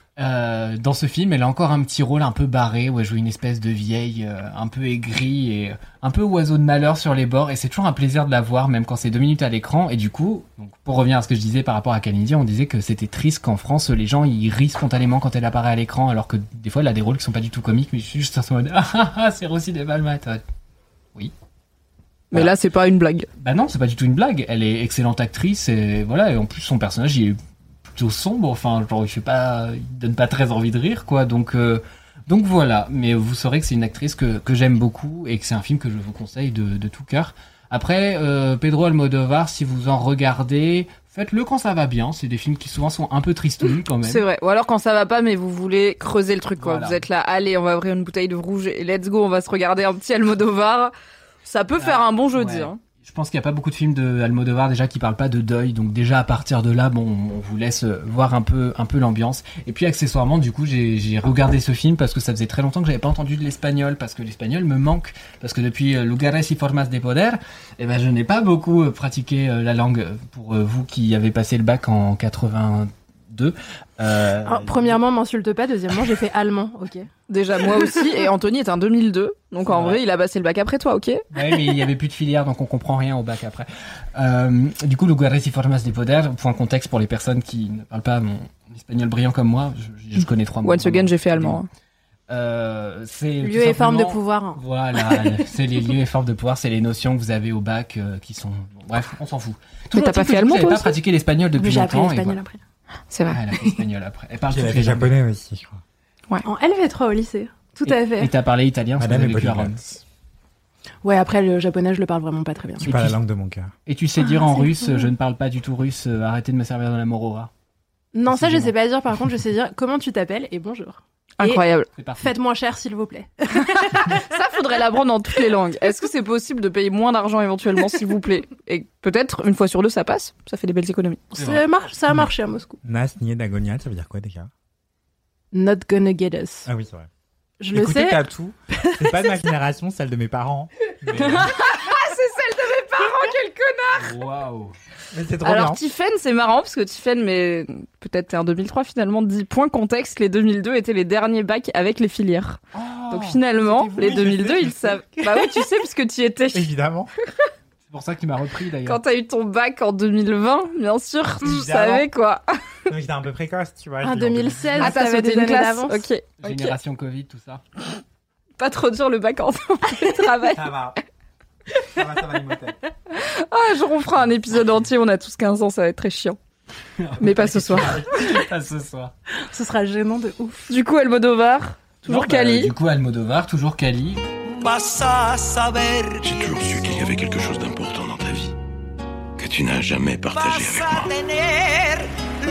S6: Euh, dans ce film, elle a encore un petit rôle un peu barré où elle joue une espèce de vieille euh, un peu aigrie et un peu oiseau de malheur sur les bords et c'est toujours un plaisir de la voir même quand c'est deux minutes à l'écran et du coup, donc, pour revenir à ce que je disais par rapport à Kalindi, on disait que c'était triste qu'en France les gens ils rient spontanément quand elle apparaît à l'écran alors que des fois elle a des rôles qui sont pas du tout comiques mais je suis juste en mode ah ah ah c'est Rosy de Palma. Oui.
S2: Mais
S6: voilà.
S2: Là c'est pas une blague.
S6: Bah non, c'est pas du tout une blague, elle est excellente actrice et voilà et en plus son personnage il est plutôt sombre, enfin genre il fait pas, il donne pas très envie de rire quoi, donc euh, donc voilà. Mais vous saurez que c'est une actrice que que j'aime beaucoup et que c'est un film que je vous conseille de de tout cœur. Après euh, Pedro Almodóvar, si vous en regardez, faites-le quand ça va bien. C'est des films qui souvent sont un peu tristouilles quand même.
S2: C'est vrai. Ou alors quand ça va pas, mais vous voulez creuser le truc quoi.
S6: Voilà.
S2: Vous êtes là, allez, on va ouvrir une bouteille de rouge et let's go, on va se regarder un petit Almodóvar. Ça peut
S6: Bah,
S2: faire un bon jeudi.
S6: ouais.
S2: Hein.
S6: Je pense qu'il n'y a pas beaucoup de films de Almodóvar déjà qui parlent pas de deuil, donc déjà à partir de là, bon, on vous laisse voir un peu, un peu l'ambiance. Et puis accessoirement, du coup, j'ai, j'ai regardé ce film parce que ça faisait très longtemps que j'avais pas entendu de l'espagnol, parce que l'espagnol me manque, parce que depuis Lugares y Formas de Poder, eh ben je n'ai pas beaucoup pratiqué la langue. Pour vous qui avez passé le bac en quatre-vingt-deux. Euh...
S3: Alors, premièrement, m'insulte pas. Deuxièmement, j'ai fait allemand, ok.
S2: Déjà moi aussi. Et Anthony est un deux mille deux, donc en
S6: Ouais.
S2: vrai, il a passé le bac après toi, ok.
S6: Ouais, mais il y avait plus de filière, donc on comprend rien au bac après. Euh, du coup, Lugares y Formas de Poder, point contexte pour les personnes qui ne parlent pas mon espagnol brillant comme moi, je, je connais trois mots.
S2: Once again, j'ai fait allemand. hein.
S6: Euh, c'est
S3: Lieu
S6: tout
S3: et forme de
S6: simplement-
S3: pouvoir. hein.
S6: Voilà, c'est les lieux et formes de pouvoir, c'est les notions que vous avez au bac euh, qui sont. Bref, on s'en fout.
S2: Mais t'as
S6: Toujours
S2: pas
S6: est-il
S2: fait
S6: que
S2: allemand,
S6: J'avais
S2: toi
S6: pas
S2: aussi
S6: pratiqué l'espagnol
S3: Mais
S6: depuis
S3: j'ai appris
S6: longtemps. et
S3: l'espagnol
S6: voilà.
S3: après.
S2: C'est vrai.
S6: Ah, elle a fait l'espagnol après. Elle parle
S8: J'ai
S6: toutes
S8: fait
S6: les langues.
S8: japonais aussi, je crois.
S3: En L V trois au lycée. Tout à
S6: Et
S3: fait.
S6: t'as parlé italien parce que
S8: Madame
S6: t'as
S8: est
S6: vécu à
S8: polyglotte.
S6: Rome.
S3: Ouais, après le japonais, je le parle vraiment pas très bien.
S8: Tu
S6: Et
S8: parles
S6: tu-
S8: la langue de mon cœur.
S6: Et tu sais dire
S3: Ah,
S6: en
S3: c'est
S6: russe,
S3: cool.
S6: je ne parle pas du tout russe, euh, arrêtez de me servir de la morora.
S3: Non, ça je
S6: Précisément.
S3: sais pas dire. Par contre, je sais dire comment tu t'appelles et bonjour.
S2: Incroyable.
S6: C'est parfait.
S3: Faites moins cher, s'il vous plaît.
S2: Ça, faudrait l'apprendre dans toutes les langues. Est-ce que c'est possible de payer moins d'argent éventuellement, s'il vous plaît? Et peut-être, une fois sur deux, ça passe. Ça fait des belles économies.
S6: C'est
S3: Ça, marche, ça a marché à Moscou.
S8: Nas nié d'agonia, ça veut dire quoi déjà?
S3: Not gonna get us.
S8: Ah oui, c'est vrai.
S3: Je le
S8: Écoutez,
S3: sais.
S8: t'as tout. C'est pas de ma génération, celle de mes parents. Mais-
S2: Ah, c'est celle de mes parents, quel
S6: Waouh.
S8: Mais c'est trop
S2: Alors
S8: bien.
S2: Tiffen, c'est marrant parce que Tiffen, mais peut-être t'es en deux mille trois finalement, dit point contexte, les deux mille deux étaient les derniers bacs avec les filières.
S8: Oh,
S2: Donc finalement,
S8: c'était vous.
S2: les
S8: Oui,
S2: deux mille
S8: je
S2: deux,
S8: sais,
S2: ils
S8: je sais.
S2: savent. Bah oui, tu sais puisque tu y étais.
S8: Évidemment.
S6: C'est pour ça qu'il m'a repris d'ailleurs.
S2: Quand t'as eu ton bac en deux mille vingt, bien sûr, tu
S8: Évidemment.
S2: savais quoi.
S8: Donc j'étais un peu précoce, tu vois. je
S3: Ah,
S8: l'ai en
S3: deux mille seize.
S2: Ah, t'as
S3: t'avais
S2: sauté
S3: des
S2: une
S3: années
S2: classe.
S3: d'avance.
S2: Ok. ok.
S6: Génération Covid, tout ça.
S2: Pas trop dur le bac en travail.
S8: Ça va. Ça va, ça va, Imhotep.
S2: Ah, genre on fera un épisode entier, on a tous quinze ans, ça va être très chiant. Mais pas ce soir.
S6: Pas ce soir.
S3: Ce sera gênant de ouf.
S2: Du coup, Almodovar, toujours
S6: Non, bah,
S2: Cali.
S6: Du coup, Almodovar, toujours Cali.
S10: J'ai toujours su qu'il y avait quelque chose d'important dans ta vie que tu n'as jamais partagé avec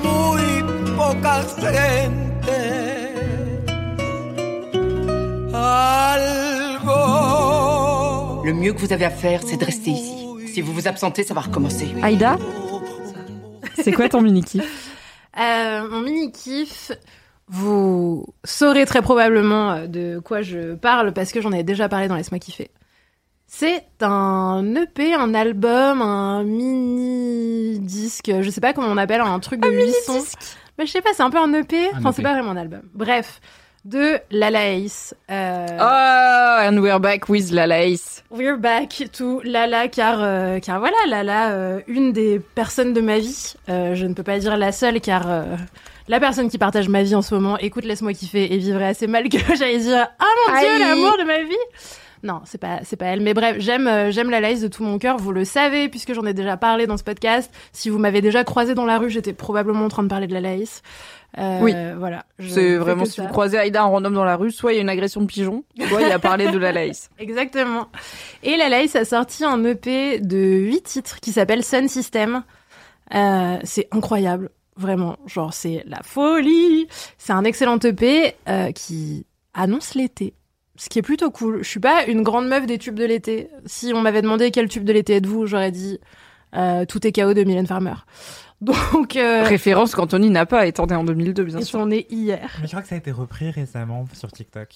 S11: moi. Le mieux que vous avez à faire, c'est de rester ici. Si vous vous absentez, ça va recommencer.
S2: Aïda, c'est quoi ton mini-kiff?
S3: Euh, mon mini-kiff, vous saurez très probablement euh, de quoi je parle parce que j'en ai déjà parlé dans Laisse-moi kiffer. C'est un E P, un album, un mini-disque, je sais pas comment on appelle, un truc de huit sons. Mais je sais pas, c'est un peu un E P,
S6: Un
S3: enfin
S6: E P.
S3: c'est pas vraiment un album. Bref, de Lala Ace. Euh...
S2: Oh, and we're back with Lala Ace.
S3: We're back to Lala, car, euh, car voilà, Lala, euh, une des personnes de ma vie. Euh, je ne peux pas dire la seule, car euh, la personne qui partage ma vie en ce moment, écoute, laisse-moi kiffer, et vivrait assez mal que j'aille dire « Ah mon Dieu,
S2: Aïe.
S3: l'amour de ma vie !» Non, c'est pas, c'est pas elle. Mais bref, j'aime, euh, j'aime Lala Ace de tout mon cœur. Vous le savez, puisque j'en ai déjà parlé dans ce podcast. Si vous m'avez déjà croisé dans la rue, j'étais probablement en train de parler de Lala Ace. Euh,
S2: Oui.
S3: Voilà. Je
S2: C'est
S3: fais
S2: vraiment
S3: que
S2: si
S3: ça.
S2: vous croisez Aïda en random dans la rue, soit il y a une agression de pigeon, soit il a parlé de Lala Ace.
S3: Exactement. Et Lala Ace a sorti un E P de huit titres qui s'appelle Sun System. Euh, c'est incroyable. Vraiment. Genre, c'est la folie. C'est un excellent E P euh, qui annonce l'été. Ce qui est plutôt cool. Je suis pas une grande meuf des tubes de l'été. Si on m'avait demandé quel tube de l'été êtes-vous, j'aurais dit euh, Tout est K O de Mylène Farmer. Donc, euh,
S2: Référence qu'Anthony n'a pas étant né en deux mille deux, bien
S3: ils
S2: sûr.
S3: sont nés hier.
S8: Mais je crois que ça a été repris récemment sur TikTok.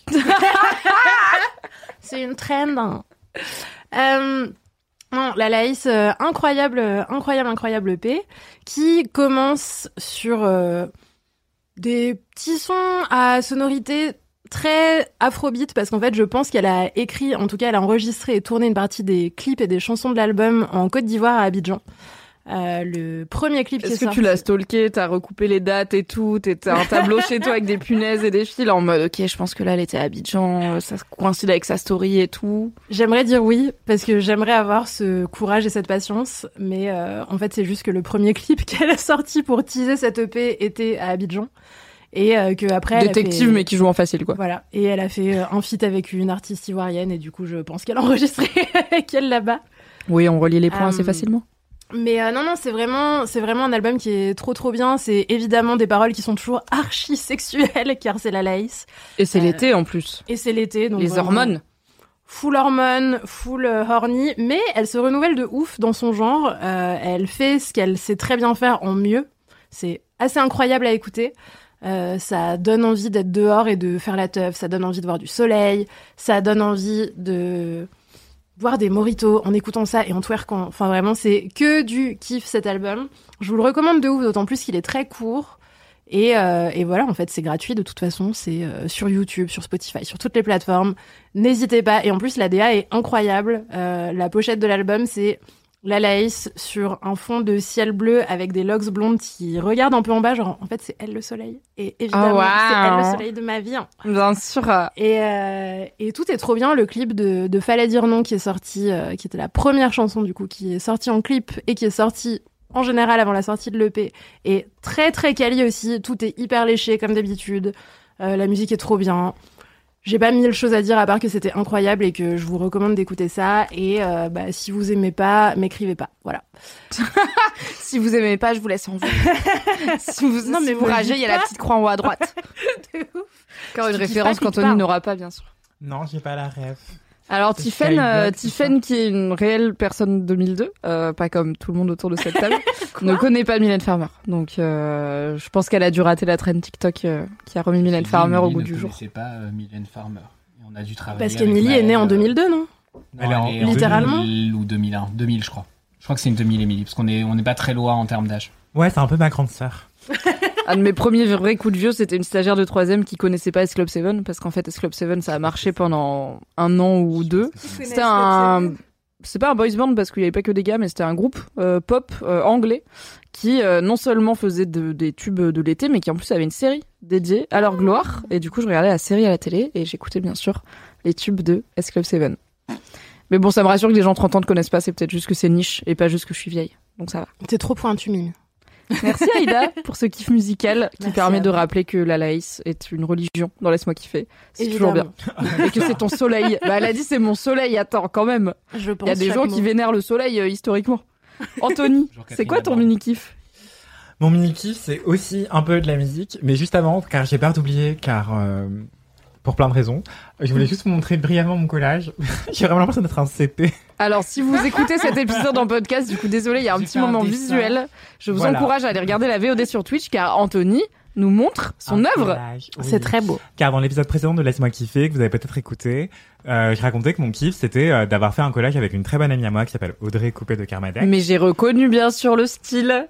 S3: C'est une trend. hein. Euh, non, la Laïs, euh, incroyable, euh, incroyable, incroyable E P, qui commence sur euh, des petits sons à sonorité très afrobeat, parce qu'en fait, je pense qu'elle a écrit, en tout cas, elle a enregistré et tourné une partie des clips et des chansons de l'album en Côte d'Ivoire, à Abidjan. Euh, le premier clip qui est
S2: Est-ce que
S3: sorti.
S2: tu l'as stalké, t'as recoupé les dates et tout, t'as un tableau chez toi avec des punaises et des fils en mode ok, je pense que là elle était à Abidjan, ça coïncide avec sa story et tout.
S3: J'aimerais dire oui, parce que j'aimerais avoir ce courage et cette patience, mais euh, en fait c'est juste que le premier clip qu'elle a sorti pour teaser cette E P était à Abidjan, et euh, que après elle a
S2: Détective
S3: fait...
S2: mais qui joue en facile quoi.
S3: Voilà, et elle a fait euh, un feat avec une artiste ivoirienne, et du coup je pense qu'elle a enregistré avec elle là-bas.
S2: Oui, on relie les points
S3: Euh,
S2: assez facilement.
S3: Mais euh, non, non, c'est vraiment, c'est vraiment un album qui est trop trop bien. C'est évidemment des paroles qui sont toujours archi sexuelles, car c'est la Laïs.
S2: Et c'est
S3: euh,
S2: l'été en plus.
S3: Et c'est l'été, donc
S2: Les
S3: vraiment
S2: hormones.
S3: Full hormones, full euh, horny, mais elle se renouvelle de ouf dans son genre. Euh, elle fait ce qu'elle sait très bien faire en mieux. C'est assez incroyable à écouter. Euh, ça donne envie d'être dehors et de faire la teuf. Ça donne envie de voir du soleil. Ça donne envie de boire des mojitos en écoutant ça et en twerkant. Enfin, vraiment, c'est que du kiff, cet album. Je vous le recommande de ouf, d'autant plus qu'il est très court. Et, euh, et voilà, en fait, c'est gratuit de toute façon. C'est euh, sur YouTube, sur Spotify, sur toutes les plateformes. N'hésitez pas. Et en plus, la D A est incroyable. Euh, la pochette de l'album, c'est la Laïs sur un fond de ciel bleu avec des locks blondes qui regardent un peu en bas. Genre, en fait, c'est elle le soleil. Et évidemment,
S2: Oh, wow.
S3: c'est elle le soleil de ma vie. hein.
S2: Bien sûr.
S3: Et, euh, et tout est trop bien. Le clip de, de Fallait dire non qui est sorti, euh, qui était la première chanson du coup, qui est sortie en clip et qui est sortie en général avant la sortie de l'E P, est très très quali aussi. Tout est hyper léché comme d'habitude. Euh, la musique est trop bien. J'ai pas mille choses à dire à part que c'était incroyable et que je vous recommande d'écouter ça. Et euh, bah, si vous aimez pas, m'écrivez pas. Voilà.
S2: Si vous aimez pas, je vous laisse en vous. si vous,
S3: Non,
S2: si
S3: mais
S2: vous
S3: me le
S2: ragez, il
S3: dites
S2: y a la
S3: pas.
S2: petite croix en haut à droite.
S3: De ouf.
S2: Encore une
S3: Je kiffe
S2: référence
S3: pas qui te
S2: qu'Anthony
S3: parle.
S2: n'aura pas, bien sûr.
S8: Non, j'ai pas la rêve.
S2: Alors
S8: C'est
S2: Tiffen,
S8: Skyblog,
S2: euh,
S8: c'est
S2: Tiffen qui est une réelle personne deux mille deux, euh, pas comme tout le monde autour de cette table, ne connaît pas Mylène Farmer. Donc euh, je pense qu'elle a dû rater la trend TikTok euh, qui a remis Mylène Farmer au goût du jour.
S6: Je ne pas euh, Mylène Farmer. Et on a dû travailler
S3: Parce
S6: avec
S3: qu'Emily est
S6: Maëlle,
S3: née en
S6: euh,
S3: deux mille deux, non
S6: non,
S8: Elle est en-
S6: elle est en
S3: littéralement
S6: deux mille ou deux mille un, deux mille je crois. Je crois que c'est une demi, Émilie, parce qu'on est, on n'est pas très loin en termes d'âge.
S8: Ouais, c'est un peu ma grande sœur.
S2: Un de mes premiers vrais coups de vieux, c'était une stagiaire de troisième qui connaissait pas S Club sept, parce qu'en fait, S Club sept, ça a marché pendant un an ou deux. C'était un... C'est pas un boys band parce qu'il y avait pas que des gars, mais c'était un groupe euh, pop euh, anglais qui euh, non seulement faisait de, des tubes de l'été, mais qui en plus avait une série dédiée à leur gloire. Et du coup, je regardais la série à la télé et j'écoutais bien sûr les tubes de S Club sept. Mais bon, ça me rassure que les gens de trente ans ne connaissent pas, c'est peut-être juste que c'est niche et pas juste que je suis vieille. Donc ça va.
S3: T'es trop pointu, Mime.
S2: Merci Aïda pour ce kiff musical qui
S3: Merci
S2: permet de
S3: vous.
S2: rappeler que la laïs est une religion dans Laisse-moi kiffer. C'est toujours bien.
S3: Évidemment.
S2: Et que c'est ton soleil. Bah, elle a dit c'est mon soleil, attends, quand même.
S3: Je pense
S2: Il y a des
S3: chaque
S2: gens
S3: mot.
S2: qui vénèrent le soleil euh, historiquement. Anthony, c'est quoi ton mini-kiff?
S8: Mon mini-kiff, c'est aussi un peu de la musique, mais juste avant, car j'ai peur d'oublier, car euh, pour plein de raisons, je voulais juste vous montrer brièvement mon collage. J'ai vraiment l'impression d'être un C P.
S2: Alors, si vous écoutez cet épisode en podcast, du coup, désolé, il y a un
S8: J'ai
S2: petit
S8: fait un
S2: moment
S8: dessin.
S2: visuel. Je vous
S8: Voilà.
S2: encourage à aller regarder la V O D sur Twitch, car Anthony nous montre son
S8: Un
S2: œuvre.
S8: collage, oui.
S3: C'est très beau.
S8: Car dans l'épisode précédent de Laisse-moi kiffer, que vous avez peut-être écouté, euh, je racontais que mon kiff, c'était euh, d'avoir fait un collage avec une très bonne amie à moi qui s'appelle Audrey Coupé de Kermadec.
S2: Mais j'ai reconnu bien sûr le style.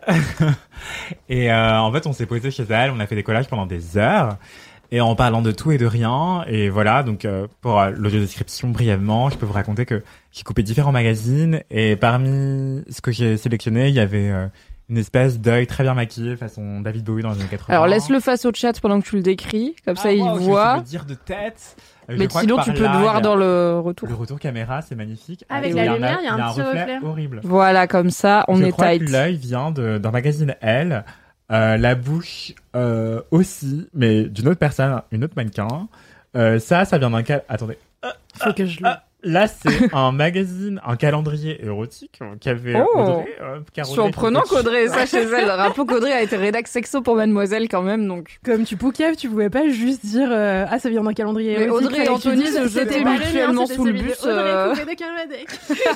S8: Et euh, en fait, on s'est posé chez elle, on a fait des collages pendant des heures, et en parlant de tout et de rien. Et voilà, donc euh, pour euh, l'audio-description brièvement, je peux vous raconter que j'ai coupé différents magazines, et parmi ce que j'ai sélectionné, il y avait euh, une espèce d'œil très bien maquillé façon David Bowie dans les années quatre-vingts.
S2: Alors, laisse-le face au chat pendant que tu le décris. Comme ça,
S8: Ah,
S2: il
S8: wow, je vais
S2: voit.
S8: me dire de tête. Euh, je
S2: Mais
S8: crois
S2: sinon,
S8: que
S2: tu
S8: par
S2: peux
S8: là,
S2: le voir
S8: il y a-
S2: dans le retour.
S8: Le retour caméra, c'est magnifique.
S3: Avec
S8: Et
S3: la
S8: il y a
S3: lumière, il y a un
S8: il
S3: petit reflet.
S8: horrible.
S2: Voilà, comme ça, on
S8: je
S2: est
S8: crois
S2: tight.
S8: que l'œil vient de, d'un magazine Elle, euh, la bouche euh, aussi, mais d'une autre personne, une autre mannequin. Euh, ça, ça vient d'un cal... Attendez.
S3: Faut que je le...
S8: Ah, là, c'est un magazine, un calendrier érotique euh, qu'avait
S2: Oh.
S8: Audrey. Euh, car Audrey
S2: Surprenant
S8: était-
S2: qu'Audrey ait ça chez elle. Rappelons qu'Audrey a été rédac sexo pour Mademoiselle quand même, donc.
S3: Comme tu poucaves, tu pouvais pas juste dire euh, ah ça vient d'un calendrier.
S2: Mais
S3: érotique,
S2: Audrey et
S3: fallait que tu
S2: Anthony
S3: dises,
S2: se
S3: c'était
S2: jetaient
S3: pas le mien,
S2: mutuellement
S3: c'était
S2: sous le
S3: celui de
S2: bus,
S3: Audrey
S2: euh.
S3: Coupé de Kermadec.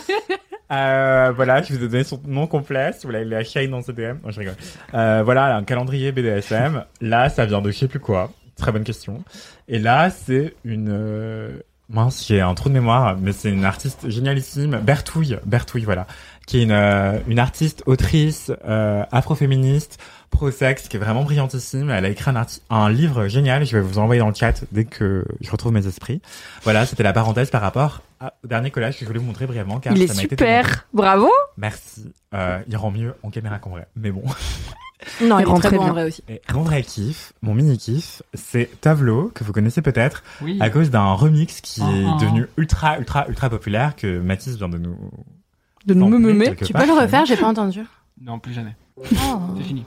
S8: Euh, voilà, je vous ai donné son nom complet, si vous voulez aller la shine dans ce D M. Non, je rigole. Euh, voilà, elle a un calendrier B D S M. Là, ça vient de je sais plus quoi. Très bonne question. Et là, c'est une... euh, Mince, j'ai un trou de mémoire, mais c'est une artiste génialissime, Bertouille, Bertouille, voilà, qui est une, euh, une artiste, autrice, euh, afroféministe, pro-sexe, qui est vraiment brillantissime. Elle a écrit un, arti- un livre génial, je vais vous envoyer dans le chat dès que je retrouve mes esprits. Voilà, c'était la parenthèse par rapport à- au dernier collage que je voulais vous montrer brièvement, car
S2: Il est
S8: ça m'a été demandé.
S2: super. Bravo.
S8: Merci. Euh, il rend mieux en caméra qu'en vrai, mais bon.
S3: Non, il est
S2: rend
S3: très
S2: très
S3: bon en
S2: bien.
S3: vrai aussi.
S8: Et mon vrai kiff, mon mini kiff, c'est Tavlo, que vous connaissez peut-être,
S6: Oui.
S8: à cause d'un remix qui
S6: Ah,
S8: est
S6: ah.
S8: devenu ultra, ultra, ultra populaire, que Mathis vient de nous...
S2: De nous
S8: sampler
S2: meumer.
S8: quelque
S3: Tu
S8: part.
S3: peux le refaire, j'ai pas entendu.
S6: Non, plus jamais.
S3: Oh.
S6: C'est fini.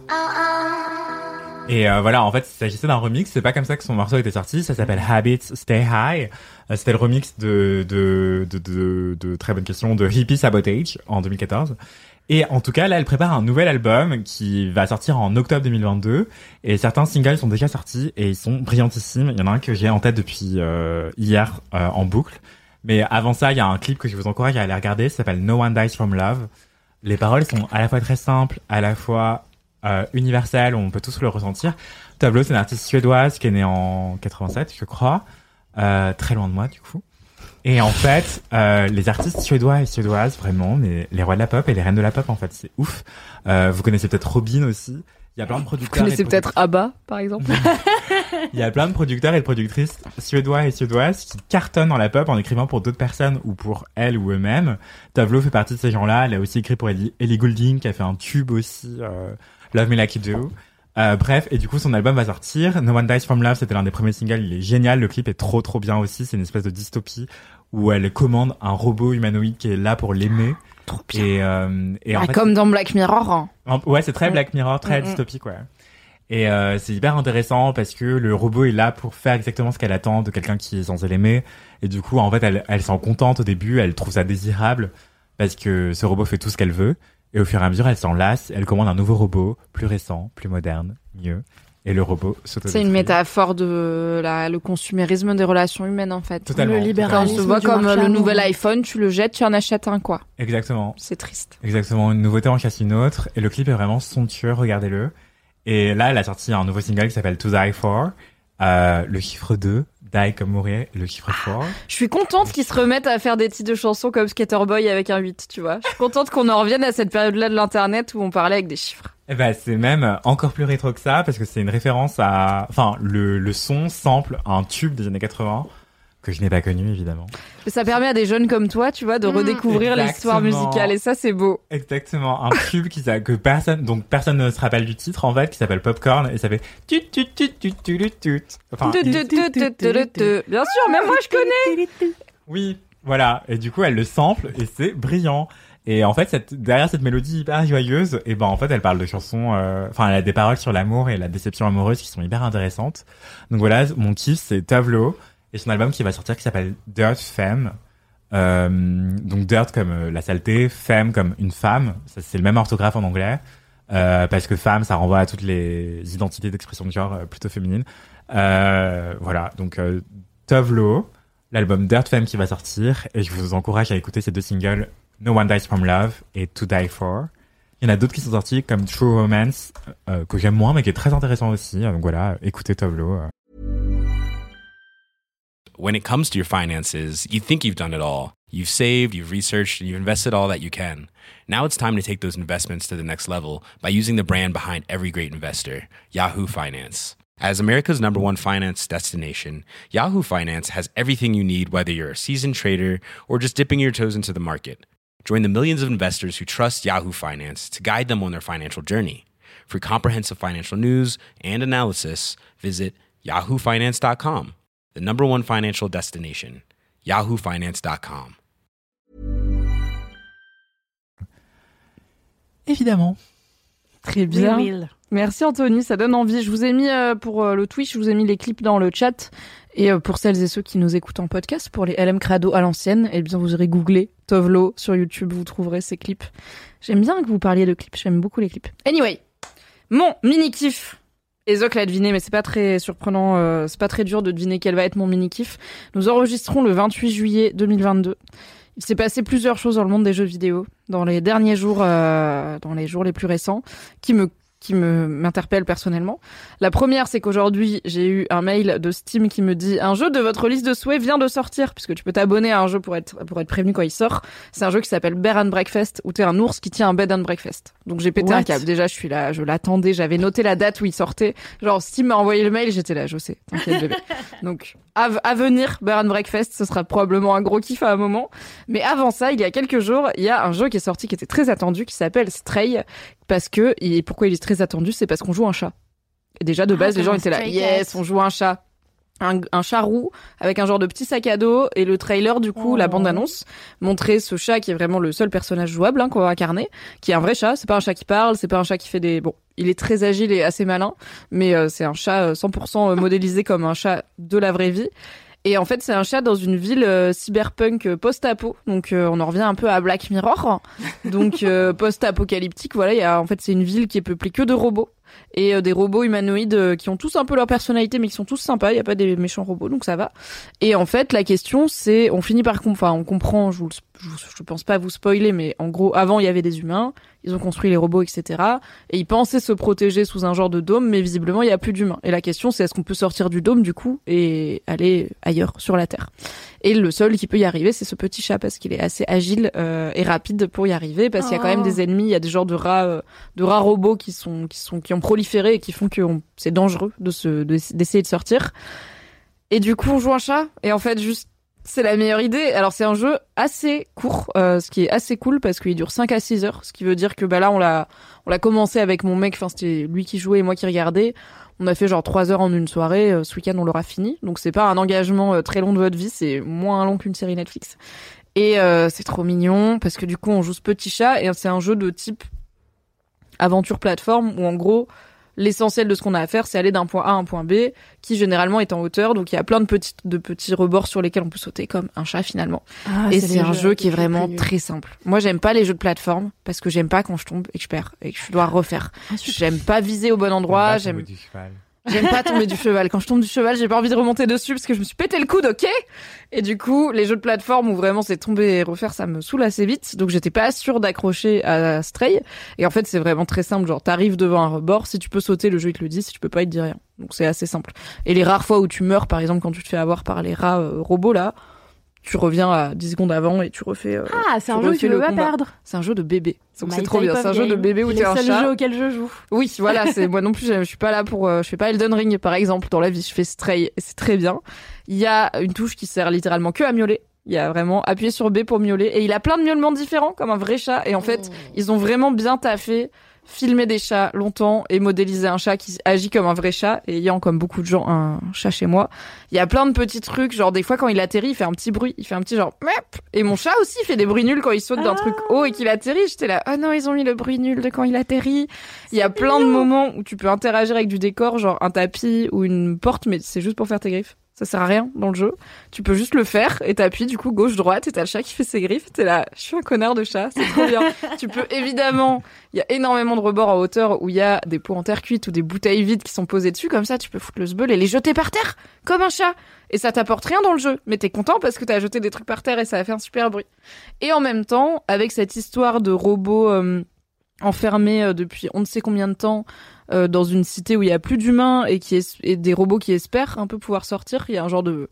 S8: Et euh, voilà, en fait, il s'agissait d'un remix, c'est pas comme ça que son morceau était sorti, ça s'appelle Habits Stay High. Euh, C'était le remix de, de, de, de, de, très bonne question, de Hippie Sabotage en deux mille quatorze. Et en tout cas, là, elle prépare un nouvel album qui va sortir en octobre deux mille vingt-deux. Et certains singles sont déjà sortis et ils sont brillantissimes. Il y en a un que j'ai en tête depuis euh, hier euh, en boucle. Mais avant ça, il y a un clip que je vous encourage à aller regarder, ça s'appelle No One Dies From Love. Les paroles sont à la fois très simples, à la fois euh, universelles, on peut tous le ressentir. Tavlo, c'est une artiste suédoise qui est née en quatre-vingt-sept, je crois. Euh, très loin de moi, du coup. Et en fait, euh, les artistes suédois et suédoises, vraiment, les, les rois de la pop et les reines de la pop, en fait, c'est ouf. Euh, vous connaissez peut-être Robin aussi. Il y a plein de
S2: Vous
S8: producteurs.
S2: connaissez
S8: et de
S2: peut-être Abba, par exemple.
S8: Il y a plein de producteurs et de productrices suédois et suédoises qui cartonnent dans la pop en écrivant pour d'autres personnes ou pour elles ou eux-mêmes. Tavlo fait partie de ces gens-là. Elle a aussi écrit pour Ellie, Ellie Goulding, qui a fait un tube aussi, euh, Love Me Like You Do. Euh, bref, et du coup, son album va sortir. No One Dies From Love, c'était l'un des premiers singles. Il est génial. Le clip est trop, trop bien aussi. C'est une espèce de dystopie où elle commande un robot humanoïde qui est là pour l'aimer.
S2: Trop bien.
S8: Et, euh, et en
S2: Ah,
S8: fait,
S2: comme dans Black Mirror. hein.
S8: en- Ouais, c'est très
S2: Mm.
S8: Black Mirror, très
S2: Mm, mm.
S8: dystopique, ouais. Et euh, c'est hyper intéressant parce que le robot est là pour faire exactement ce qu'elle attend de quelqu'un qui est censé l'aimer. Et du coup, en fait, elle, elle s'en contente au début, elle trouve ça désirable parce que ce robot fait tout ce qu'elle veut. Et au fur et à mesure, elle s'en lasse, elle commande un nouveau robot, plus récent, plus moderne, mieux. Et le robot s'autodétruit.
S2: C'est une métaphore de la, le consumérisme des relations humaines, en fait.
S8: Totalement.
S3: Le
S2: Quand on
S3: libéralisme
S2: se voit
S3: du
S2: comme
S3: marché
S2: le
S3: amoureux.
S2: nouvel iPhone, tu le jettes, tu en achètes un, quoi.
S8: Exactement.
S2: C'est triste.
S8: Exactement. Une nouveauté en chasse une autre. Et le clip est vraiment somptueux, regardez-le. Et là, elle a sorti un nouveau single qui s'appelle To Die For. Euh, le chiffre deux, die comme mourir, le chiffre trois.
S2: Je suis contente qu'ils se remettent à faire des titres de chansons comme Skater Boy avec un huit, tu vois. Je suis contente qu'on en revienne à cette période-là de l'internet où on parlait avec des chiffres.
S8: Eh ben, c'est même encore plus rétro que ça, parce que c'est une référence à, enfin, le, le son sample un tube des années quatre-vingts, que je n'ai pas connu, évidemment.
S2: Mais ça permet à des jeunes comme toi, tu vois, de mmh, redécouvrir exactement. L'histoire musicale, et ça, c'est beau.
S8: Exactement. Un tube qui, que personne, donc personne ne se rappelle du titre, en fait, qui s'appelle Popcorn, et ça fait tut tut tut tut tut tut. Enfin,
S2: bien sûr, même moi, je connais.
S8: Oui, voilà. Et du coup, elle le sample, et c'est brillant. Et en fait, cette, derrière cette mélodie hyper joyeuse, et ben en fait, elle parle de chansons. Enfin, euh, elle a des paroles sur l'amour et la déception amoureuse qui sont hyper intéressantes. Donc voilà, mon kiff, c'est Tableau et son album qui va sortir qui s'appelle Dirt Femme. Euh, donc Dirt comme euh, la saleté, Femme comme une femme. Ça, c'est le même orthographe en anglais euh, parce que femme, ça renvoie à toutes les identités d'expression de genre euh, plutôt féminines. Euh, voilà, donc euh, Tableau, l'album Dirt Femme qui va sortir, et je vous encourage à écouter ces deux singles. No One Dies From Love et To Die For. Il y en a d'autres qui sont sortis comme True Romance, euh, que j'aime moins mais qui est très intéressant aussi. Donc voilà, écoutez Tableau.
S1: When it comes to your finances, you think you've done it all. You've saved, you've researched, and you've invested all that you can. Now it's time to take those investments to the next level by using the brand behind every great investor, Yahoo Finance. As America's number one finance destination, Yahoo Finance has everything you need, whether you're a seasoned trader or just dipping your toes into the market. Join the millions of investors who trust Yahoo Finance to guide them on their financial journey. For comprehensive financial news and analysis, visit yahoo finance dot com, the number one financial destination, yahoo finance dot com.
S8: Évidemment.
S2: Très bien.
S3: Oui, oui.
S2: Merci Anthony, ça donne envie. Je vous ai mis euh, pour euh, le Twitch, je vous ai mis les clips dans le chat. Et euh, pour celles et ceux qui nous écoutent en podcast, pour les L M Crado à l'ancienne, eh bien vous aurez googlé Tovlo sur YouTube, vous trouverez ces clips. J'aime bien que vous parliez de clips, j'aime beaucoup les clips. Anyway, mon mini-kiff. Ezoc l'a deviné, mais c'est pas très surprenant, euh, c'est pas très dur de deviner quel va être mon mini-kiff. Nous enregistrons le vingt-huit juillet deux mille vingt-deux. Il s'est passé plusieurs choses dans le monde des jeux vidéo, dans les derniers jours, euh, dans les jours les plus récents, qui me qui me m'interpelle personnellement. La première, c'est qu'aujourd'hui, j'ai eu un mail de Steam qui me dit « Un jeu de votre liste de souhaits vient de sortir », puisque tu peux t'abonner à un jeu pour être pour être prévenu quand il sort. C'est un jeu qui s'appelle Bear and Breakfast, où t'es un ours qui tient un bed and breakfast. Donc j'ai pété What un câble. Déjà, je suis là, je l'attendais, j'avais noté la date où il sortait. Genre, Steam m'a envoyé le mail, j'étais là, je sais, t'inquiète bébé. Donc, à, à venir, Bear and Breakfast, ce sera probablement un gros kiff à un moment. Mais avant ça, il y a quelques jours, il y a un jeu qui est sorti qui était très attendu, qui s'appelle Stray, parce que, et pourquoi il est très attendu, c'est parce qu'on joue un chat. Et déjà, de base, ah, les gens étaient là, yes, on joue un chat. Un, un chat roux avec un genre de petit sac à dos, et le trailer, du coup, oh. la bande-annonce montrait ce chat qui est vraiment le seul personnage jouable hein, qu'on va incarner, qui est un vrai chat. C'est pas un chat qui parle, c'est pas un chat qui fait des... Bon, il est très agile et assez malin, mais euh, c'est un chat cent pour cent modélisé comme un chat de la vraie vie. Et en fait, c'est un chat dans une ville euh, cyberpunk euh, post-apo. Donc, euh, on en revient un peu à Black Mirror. Donc, euh, post-apocalyptique, voilà. Il y a, en fait, c'est une ville qui est peuplée que de robots. Et euh, des robots humanoïdes euh, qui ont tous un peu leur personnalité, mais qui sont tous sympas. Il n'y a pas des méchants robots, donc ça va. Et en fait, la question, c'est... On finit par... Enfin, on comprend, je, vous, je, je pense pas vous spoiler, mais en gros, avant, il y avait des humains. Ils ont construit les robots, et cetera. Et ils pensaient se protéger sous un genre de dôme, mais visiblement, il n'y a plus d'humains. Et la question, c'est est-ce qu'on peut sortir du dôme, du coup, et aller ailleurs, sur la Terre. Et le seul qui peut y arriver, c'est ce petit chat, parce qu'il est assez agile euh, et rapide pour y arriver, parce oh. qu'il y a quand même des ennemis, il y a des genres de rats, euh, de rats robots qui sont, qui sont, qui ont proliféré et qui font que on, c'est dangereux de se, de, d'essayer de sortir. Et du coup, on joue un chat, et en fait, juste, c'est la meilleure idée. Alors, c'est un jeu assez court, euh, ce qui est assez cool parce qu'il dure cinq à six heures, ce qui veut dire que, bah là, on l'a, on l'a commencé avec mon mec, enfin, c'était lui qui jouait et moi qui regardais. On a fait genre trois heures en une soirée, euh, ce week-end, on l'aura fini. Donc, c'est pas un engagement euh, très long de votre vie, c'est moins long qu'une série Netflix. Et, euh, c'est trop mignon parce que du coup, on joue ce petit chat et c'est un jeu de type aventure plateforme où, en gros, l'essentiel de ce qu'on a à faire, c'est aller d'un point A à un point B, qui généralement est en hauteur. Donc il y a plein de petits, de petits rebords sur lesquels on peut sauter, comme un chat finalement. Ah, et c'est, c'est un jeu qui est vraiment très simple. Moi, j'aime pas les jeux de plateforme parce que j'aime pas quand je tombe et que je perds et que je dois refaire. Ah, j'aime pas viser au bon endroit. J'aime. J'aime pas tomber du cheval. Quand je tombe du cheval, j'ai pas envie de remonter dessus parce que je me suis pété le coude, ok? Et du coup, les jeux de plateforme où vraiment c'est tomber et refaire, ça me saoule assez vite. Donc j'étais pas sûre d'accrocher à Stray. Et en fait, c'est vraiment très simple. Genre, t'arrives devant un rebord. Si tu peux sauter, le jeu il te le dit. Si tu peux pas, il te dit rien. Donc c'est assez simple. Et les rares fois où tu meurs, par exemple, quand tu te fais avoir par les rats euh, robots là, tu reviens à dix secondes avant et tu refais. Euh,
S3: ah, c'est un jeu que tu veux pas perdre.
S2: C'est un jeu de bébé. Donc c'est trop bien. C'est un jeu de bébé où t'es un chat.
S3: C'est le jeu auquel je joue.
S2: Oui, voilà. C'est moi non plus. Je suis pas là pour. Euh, je fais pas Elden Ring par exemple dans la vie. Je fais Stray. Et c'est très bien. Il y a une touche qui sert littéralement que à miauler. Il y a vraiment appuyer sur B pour miauler et il a plein de miaulements différents comme un vrai chat. Et en fait, mmh. ils ont vraiment bien taffé. Filmer des chats longtemps et modéliser un chat qui agit comme un vrai chat, et ayant comme beaucoup de gens un chat chez moi, il y a plein de petits trucs, genre des fois quand il atterrit, il fait un petit bruit, il fait un petit genre mep, et mon chat aussi fait des bruits nuls quand il saute d'un ah. truc haut et qu'il atterrit, j'étais là, oh non, ils ont mis le bruit nul de quand il atterrit. Il y a plein de moments où tu peux interagir avec du décor, genre un tapis ou une porte, mais c'est juste pour faire tes griffes. Ça sert à rien dans le jeu. Tu peux juste le faire et t'appuies du coup gauche-droite et t'as le chat qui fait ses griffes. T'es là, je suis un connard de chat, c'est trop bien. Tu peux évidemment, il y a énormément de rebords en hauteur où il y a des pots en terre cuite ou des bouteilles vides qui sont posées dessus. Comme ça, tu peux foutre le sbeul et les jeter par terre comme un chat. Et ça t'apporte rien dans le jeu. Mais t'es content parce que t'as jeté des trucs par terre et ça a fait un super bruit. Et en même temps, avec cette histoire de robots euh, enfermés euh, depuis on ne sait combien de temps, Euh, dans une cité où il y a plus d'humains et qui es- et des robots qui espèrent un peu pouvoir sortir, il y a un genre de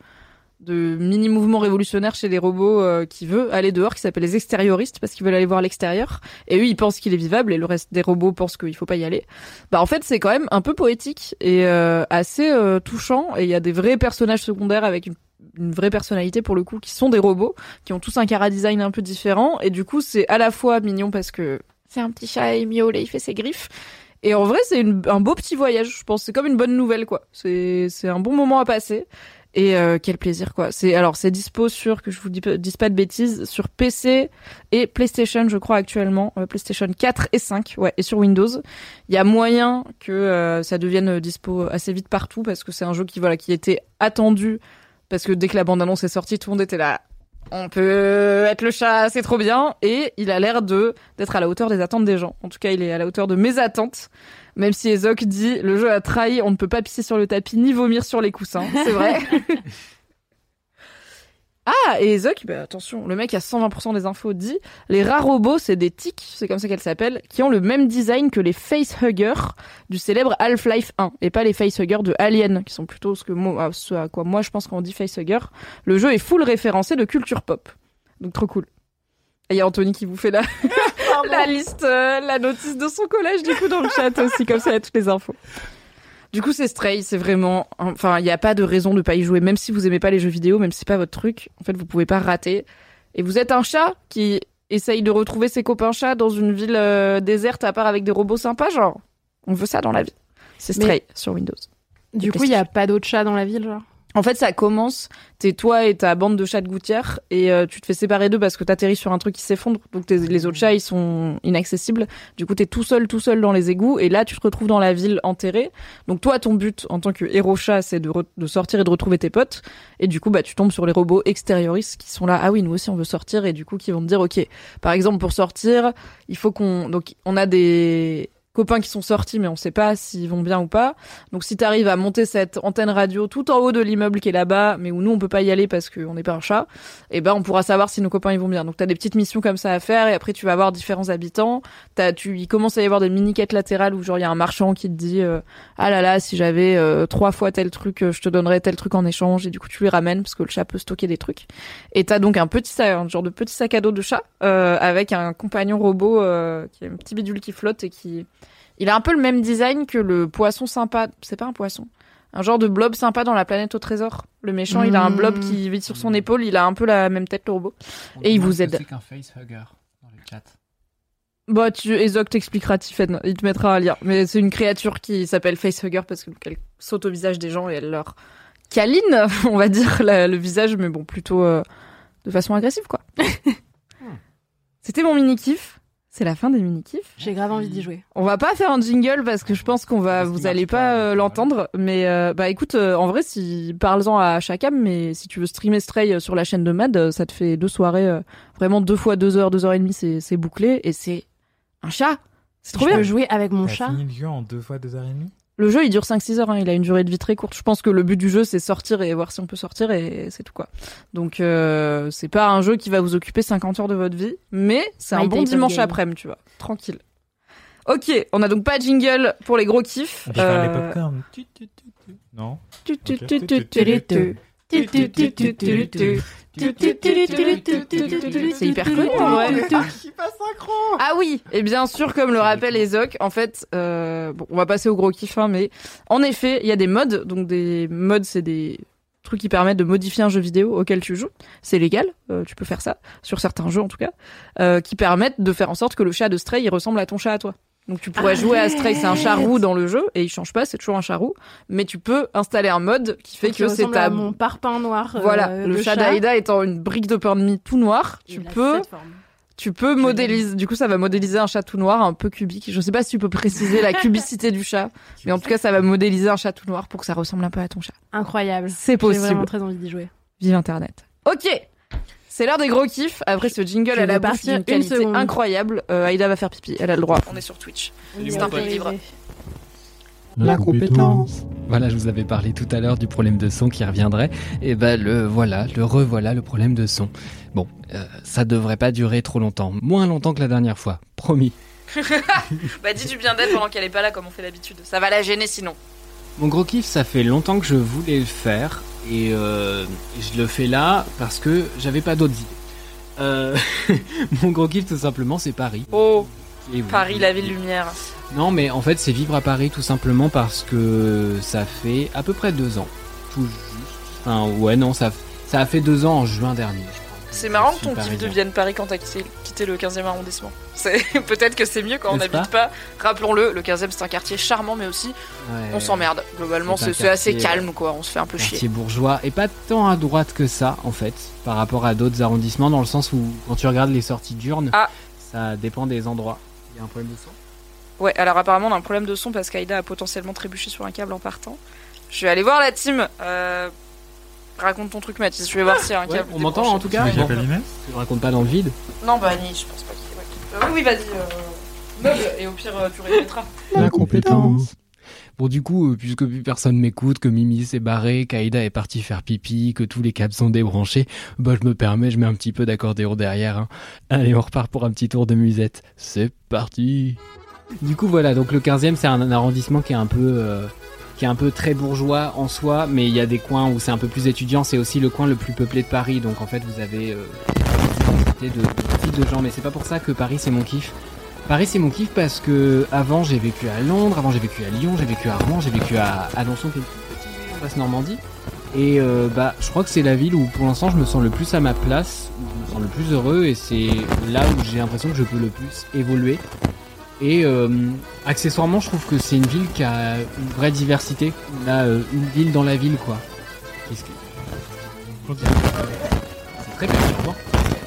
S2: de mini mouvement révolutionnaire chez les robots euh, qui veut aller dehors, qui s'appelle les extérioristes parce qu'ils veulent aller voir l'extérieur, et eux ils pensent qu'il est vivable et le reste des robots pensent qu'il faut pas y aller. Bah en fait c'est quand même un peu poétique et euh, assez euh, touchant, et il y a des vrais personnages secondaires avec une une vraie personnalité pour le coup, qui sont des robots, qui ont tous un chara-design un peu différent, et du coup c'est à la fois mignon parce que c'est un petit chat et il miaule et il fait ses griffes. Et en vrai, c'est une, un beau petit voyage, je pense. C'est comme une bonne nouvelle, quoi. C'est, c'est un bon moment à passer. Et euh, quel plaisir, quoi. C'est, alors, c'est dispo sur, que je vous dis, dise pas de bêtises, sur P C et PlayStation, je crois, actuellement. Euh, PlayStation quatre et cinq, ouais, et sur Windows. Il y a moyen que euh, ça devienne dispo assez vite partout, parce que c'est un jeu qui, voilà, qui était attendu. Parce que dès que la bande-annonce est sortie, tout le monde était là. On peut être le chat, c'est trop bien. Et il a l'air de d'être à la hauteur des attentes des gens. En tout cas, il est à la hauteur de mes attentes. Même si Ezok dit, le jeu a trahi, on ne peut pas pisser sur le tapis ni vomir sur les coussins. C'est vrai. Ah, et Ezok, bah, attention, le mec à cent vingt pour cent des infos dit, les rats robots, c'est des tics, c'est comme ça qu'elles s'appellent, qui ont le même design que les facehuggers du célèbre Half-Life un, et pas les facehuggers de Alien, qui sont plutôt ce que moi, ce à quoi moi je pense quand on dit facehugger. Le jeu est full référencé de culture pop. Donc trop cool. Et il y a Anthony qui vous fait la, la liste, euh, la notice de son collège, du coup, dans le chat aussi, comme ça, il y a toutes les infos. Du coup, c'est Stray, c'est vraiment, enfin, il n'y a pas de raison de pas y jouer, même si vous aimez pas les jeux vidéo, même si c'est pas votre truc. En fait, vous pouvez pas rater. Et vous êtes un chat qui essaye de retrouver ses copains chats dans une ville euh, déserte à part avec des robots sympas, genre. On veut ça dans la vie. C'est Stray Mais sur Windows.
S3: Du coup, il y a pas d'autres chats dans la ville, genre?
S2: En fait, ça commence, t'es toi et ta bande de chats de gouttière, et euh, tu te fais séparer d'eux parce que t'atterris sur un truc qui s'effondre, donc les autres chats, ils sont inaccessibles. Du coup, t'es tout seul, tout seul dans les égouts, et là, tu te retrouves dans la ville enterrée. Donc toi, ton but, en tant que héros chat, c'est de, re- de sortir et de retrouver tes potes, et du coup, bah, tu tombes sur les robots extérioristes qui sont là, ah oui, nous aussi, on veut sortir, et du coup, qui vont te dire, ok, par exemple, pour sortir, il faut qu'on... Donc, on a des... copains qui sont sortis, mais on sait pas s'ils vont bien ou pas. Donc si t'arrives à monter cette antenne radio tout en haut de l'immeuble qui est là-bas, mais où nous on peut pas y aller parce qu'on n'est pas un chat, et ben on pourra savoir si nos copains ils vont bien. Donc t'as des petites missions comme ça à faire, et après tu vas avoir différents habitants. T'as, tu, il commence à y avoir des mini quêtes latérales où genre il y a un marchand qui te dit euh, ah là là, si j'avais euh, trois fois tel truc, euh, je te donnerais tel truc en échange, et du coup tu lui ramènes parce que le chat peut stocker des trucs. Et t'as donc un petit sac, un genre de petit sac à dos de chat euh, avec un compagnon robot euh, qui a un petit bidule qui flotte et qui il a un peu le même design que le poisson sympa. C'est pas un poisson. Un genre de blob sympa dans La Planète au Trésor. Le méchant, mmh. il a un blob qui vit sur son épaule. Il a un peu la même tête, le robot.
S6: On
S2: et il vous aide.
S6: C'est qu'un facehugger dans le chat.
S2: Bah, tu, Ezok t'expliquera, Tiffen. Il te mettra à lire. Mais c'est une créature qui s'appelle facehugger parce qu'elle saute au visage des gens et elle leur câline, on va dire, la, le visage, mais bon, plutôt euh, de façon agressive, quoi. C'était mon mini-kiff. C'est la fin des mini-kiffs.
S3: J'ai grave envie d'y jouer.
S2: On va pas faire un jingle parce que je pense qu'on va, vous allez pas euh, l'entendre. Mais euh, bah écoute, euh, en vrai, si parle-en à Chacam, mais si tu veux streamer Stray sur la chaîne de Mad, euh, ça te fait deux soirées, euh, vraiment deux fois deux heures, deux heures et demie, c'est, c'est bouclé et c'est un chat. C'est trop
S3: je
S2: bien.
S3: Je peux jouer avec mon
S8: T'as
S3: chat.
S8: fini le jeu en deux fois deux heures et demie.
S2: Le jeu, il dure cinq six heures, hein. Il a une durée de vie très courte. Je pense que le but du jeu, c'est sortir et voir si on peut sortir, et c'est tout, quoi. Donc, euh, c'est pas un jeu qui va vous occuper cinquante heures de votre vie, mais c'est My un bon dimanche après-midi, tu vois. Tranquille. Ok, on a donc pas de jingle pour les gros kiffs.
S8: On peut faire les
S2: Euh,
S8: popcorn. Tu, tu, tu, tu. Non.
S2: tu, tu,
S8: Ok.
S2: tu, tu, tu, tu, tu. Tu, tu, tu, tu, tu, tu, tu. C'est hyper connu en vrai. Ah oui, et bien sûr, comme le rappelle Ezoc, en fait, euh, bon, on va passer au gros kiff, hein, mais en effet, il y a des mods. Donc des mods, c'est des trucs qui permettent de modifier un jeu vidéo auquel tu joues. C'est légal, euh, tu peux faire ça sur certains jeux en tout cas, euh, qui permettent de faire en sorte que le chat de Stray il ressemble à ton chat à toi. Donc tu pourrais jouer à Stray, c'est un chat roux dans le jeu et il change pas, c'est toujours un chat roux, mais tu peux installer un mode qui fait
S3: Qui
S2: que c'est
S3: ressemble
S2: ta
S3: à mon parpaing noir. euh,
S2: voilà, le
S3: de
S2: chat d'Aïda étant une brique de pain de mie tout noir, tu
S3: Il a
S2: peux
S3: cette forme.
S2: tu peux modéliser, du coup ça va modéliser un chat tout noir un peu cubique. Je sais pas si tu peux préciser la cubicité du chat, mais en tout cas ça va modéliser un chat tout noir pour que ça ressemble un peu à ton chat.
S3: Incroyable.
S2: C'est
S3: J'ai
S2: possible.
S3: vraiment très envie d'y jouer.
S2: Vive internet. Ok, c'est l'heure des gros kiffs. Après ce jingle
S3: Je
S2: à la
S3: vais
S2: bouche
S3: partir
S2: d'une
S3: une
S2: qualité
S3: seconde.
S2: incroyable, euh, Aïda va faire pipi, elle a le droit.
S7: On est sur Twitch.
S3: Oui,
S7: C'est un peu libre.
S6: La compétence. Voilà, je vous avais parlé tout à l'heure du problème de son qui reviendrait. Et ben le voilà, le revoilà, le problème de son. Bon, euh, ça devrait pas durer trop longtemps, moins longtemps que la dernière fois, promis.
S7: Bah dis du bien d'elle pendant qu'elle est pas là comme on fait d'habitude. Ça va la gêner sinon.
S6: Mon gros kiff, ça fait longtemps que je voulais le faire et euh, je le fais là parce que j'avais pas d'autres idées. Euh, mon gros kiff, tout simplement, c'est Paris.
S7: Oh,
S6: Et oui.
S7: Paris, la ville lumière.
S6: Non, mais en fait, c'est vivre à Paris tout simplement parce que ça fait à peu près deux ans, tout juste. Enfin, ouais, non, ça, ça a fait deux ans en juin dernier. je crois.
S7: C'est marrant que ton
S6: Super
S7: kiff
S6: bien.
S7: devienne Paris quand t'as quitté, quitté le quinzième arrondissement. C'est peut-être que c'est mieux quand on
S6: N'est-ce
S7: n'habite pas. Rappelons-le, le quinzième c'est un quartier charmant, mais aussi
S6: Ouais.
S7: on s'emmerde. Globalement,
S6: C'est un
S7: c'est c'est assez
S6: quartier,
S7: calme, quoi. On se fait un peu
S6: Quartier
S7: chier.
S6: bourgeois et pas tant à droite que ça en fait par rapport à d'autres arrondissements dans le sens où quand tu regardes les sorties diurnes
S7: Ah.
S6: ça dépend des endroits. Il y a un problème de son.
S7: Ouais, alors apparemment on a un problème de son parce qu'Aïda a potentiellement trébuché sur un câble en partant. Je vais aller voir la team. Euh... Raconte ton truc, Mathis. Je vais voir s'il y a un
S6: Ouais,
S7: câble.
S6: on m'entend en tout cas.
S8: Tu veux que
S6: Bon,
S8: j'appelle Inès
S6: je raconte pas dans le vide.
S7: Non, bah ni, je pense pas qu'il y ait. Ouais. Euh, oui, oui, vas-y. Euh... Meuble, et au pire, euh, tu répéteras.
S6: La compétence. Bon du coup, euh, puisque plus personne m'écoute, que Mimi s'est barrée, qu'Aïda est partie faire pipi, que tous les câbles sont débranchés, bah je me permets, je mets un petit peu d'accordéon derrière. Hein. Allez, on repart pour un petit tour de musette. C'est parti. Du coup voilà, donc le quinzième c'est un arrondissement qui est un peu euh, qui est un peu très bourgeois en soi, mais il y a des coins où c'est un peu plus étudiant. C'est aussi le coin le plus peuplé de Paris, donc en fait vous avez euh, une quantité de, de types de gens. Mais c'est pas pour ça que Paris c'est mon kiff. Paris c'est mon kiff parce que avant j'ai vécu à Londres, avant j'ai vécu à Lyon, j'ai vécu à Rouen, j'ai vécu à Alençon qui est une petite ville en Basse-Normandie. Et euh, bah je crois que c'est la ville où pour l'instant je me sens le plus à ma place, où je me sens le plus heureux et c'est là où j'ai l'impression que je peux le plus évoluer. Et euh, accessoirement je trouve que c'est une ville qui a une vraie diversité. On a euh, une ville dans la ville quoi. Qu'est-ce que... C'est très perturbant.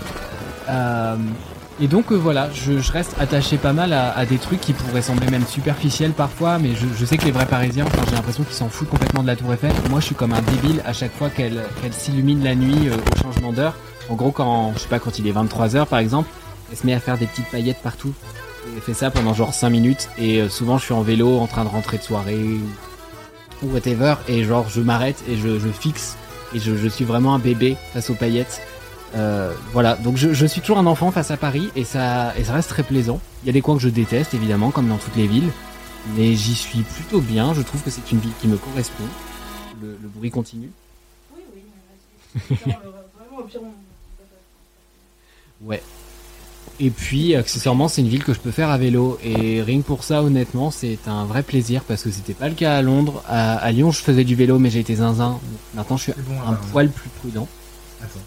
S6: Euh... Et donc euh, voilà, je, je reste attaché pas mal à, à des trucs qui pourraient sembler même superficiels parfois, mais je, je sais que les vrais Parisiens, enfin, j'ai l'impression qu'ils s'en foutent complètement de la Tour Eiffel. Moi, je suis comme un débile à chaque fois qu'elle qu'elle s'illumine la nuit euh, au changement d'heure. En gros, quand je sais pas, quand il est vingt-trois heures par exemple, elle se met à faire des petites paillettes partout. Et elle fait ça pendant genre cinq minutes. Et euh, souvent, je suis en vélo, en train de rentrer de soirée ou, ou whatever, et genre je m'arrête et je, je fixe et je, je suis vraiment un bébé face aux paillettes. Euh, voilà, donc je, je suis toujours un enfant face à Paris et ça, et ça reste très plaisant. Il y a des coins que je déteste évidemment, comme dans toutes les villes, mais j'y suis plutôt bien. Je trouve que c'est une ville qui me correspond. Le, le bruit continue.
S7: Oui, oui, mais vas-y.
S6: Ouais. Et puis, accessoirement, c'est une ville que je peux faire à vélo. Et rien que pour ça, honnêtement, c'est un vrai plaisir parce que c'était pas le cas à Londres. À, à Lyon, je faisais du vélo, mais j'ai été zinzin. Maintenant, je suis
S8: C'est bon,
S6: un
S8: là.
S6: poil plus prudent.
S8: Attends.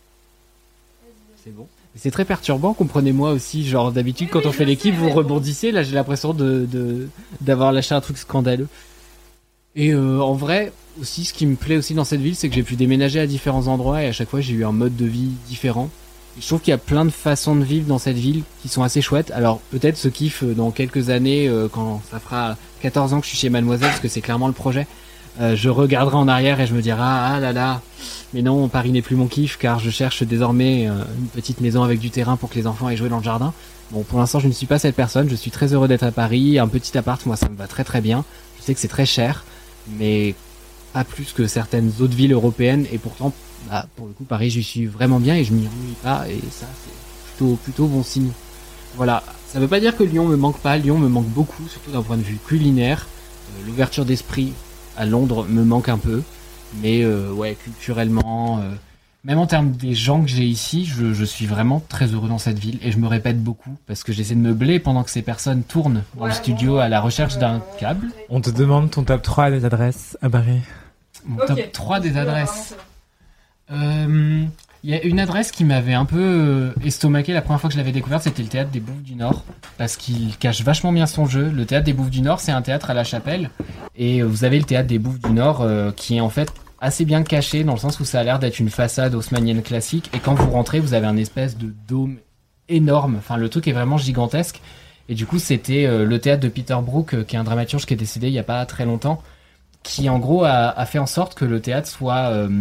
S6: C'est bon. C'est très perturbant, comprenez-moi aussi. Genre, d'habitude, quand on fait l'équipe, vous rebondissez. Là, j'ai l'impression de, de, d'avoir lâché un truc scandaleux. Et euh, en vrai, aussi, ce qui me plaît aussi dans cette ville, c'est que j'ai pu déménager à différents endroits et à chaque fois, j'ai eu un mode de vie différent. Et je trouve qu'il y a plein de façons de vivre dans cette ville qui sont assez chouettes. Alors, peut-être ce kiff dans quelques années, euh, quand ça fera quatorze ans que je suis chez Mademoiselle, parce que c'est clairement le projet, euh, je regarderai en arrière et je me dirai, ah là là, mais non, Paris n'est plus mon kiff, car je cherche désormais euh, une petite maison avec du terrain pour que les enfants aient joué dans le jardin. Bon, pour l'instant, je ne suis pas cette personne. Je suis très heureux d'être à Paris. Un petit appart, moi, ça me va très très bien. Je sais que c'est très cher, mais pas plus que certaines autres villes européennes. Et pourtant, bah, pour le coup, Paris, j'y suis vraiment bien et je m'y ennuie pas. Et ça, c'est plutôt, plutôt bon signe. Voilà, ça veut pas dire que Lyon me manque pas, Lyon me manque beaucoup, surtout d'un point de vue culinaire. Euh, l'ouverture d'esprit à Londres me manque un peu, mais euh, ouais, culturellement, euh, même en termes des gens que j'ai ici, je, je suis vraiment très heureux dans cette ville, et je me répète beaucoup, parce que j'essaie de meubler pendant que ces personnes tournent dans le studio à la recherche d'un câble.
S8: On te demande ton top trois des adresses à Paris.
S6: Mon okay. top trois des adresses. Euh... Il y a une adresse qui m'avait un peu euh, estomaqué la première fois que je l'avais découverte, c'était le Théâtre des Bouffes du Nord, parce qu'il cache vachement bien son jeu. Le Théâtre des Bouffes du Nord, c'est un théâtre à la Chapelle, et vous avez le Théâtre des Bouffes du Nord euh, qui est en fait assez bien caché, dans le sens où ça a l'air d'être une façade haussmannienne classique, et quand vous rentrez, vous avez un espèce de dôme énorme, enfin le truc est vraiment gigantesque, et du coup c'était euh, le théâtre de Peter Brook, euh, qui est un dramaturge qui est décédé il y a pas très longtemps, qui en gros a, a fait en sorte que le théâtre soit... Euh,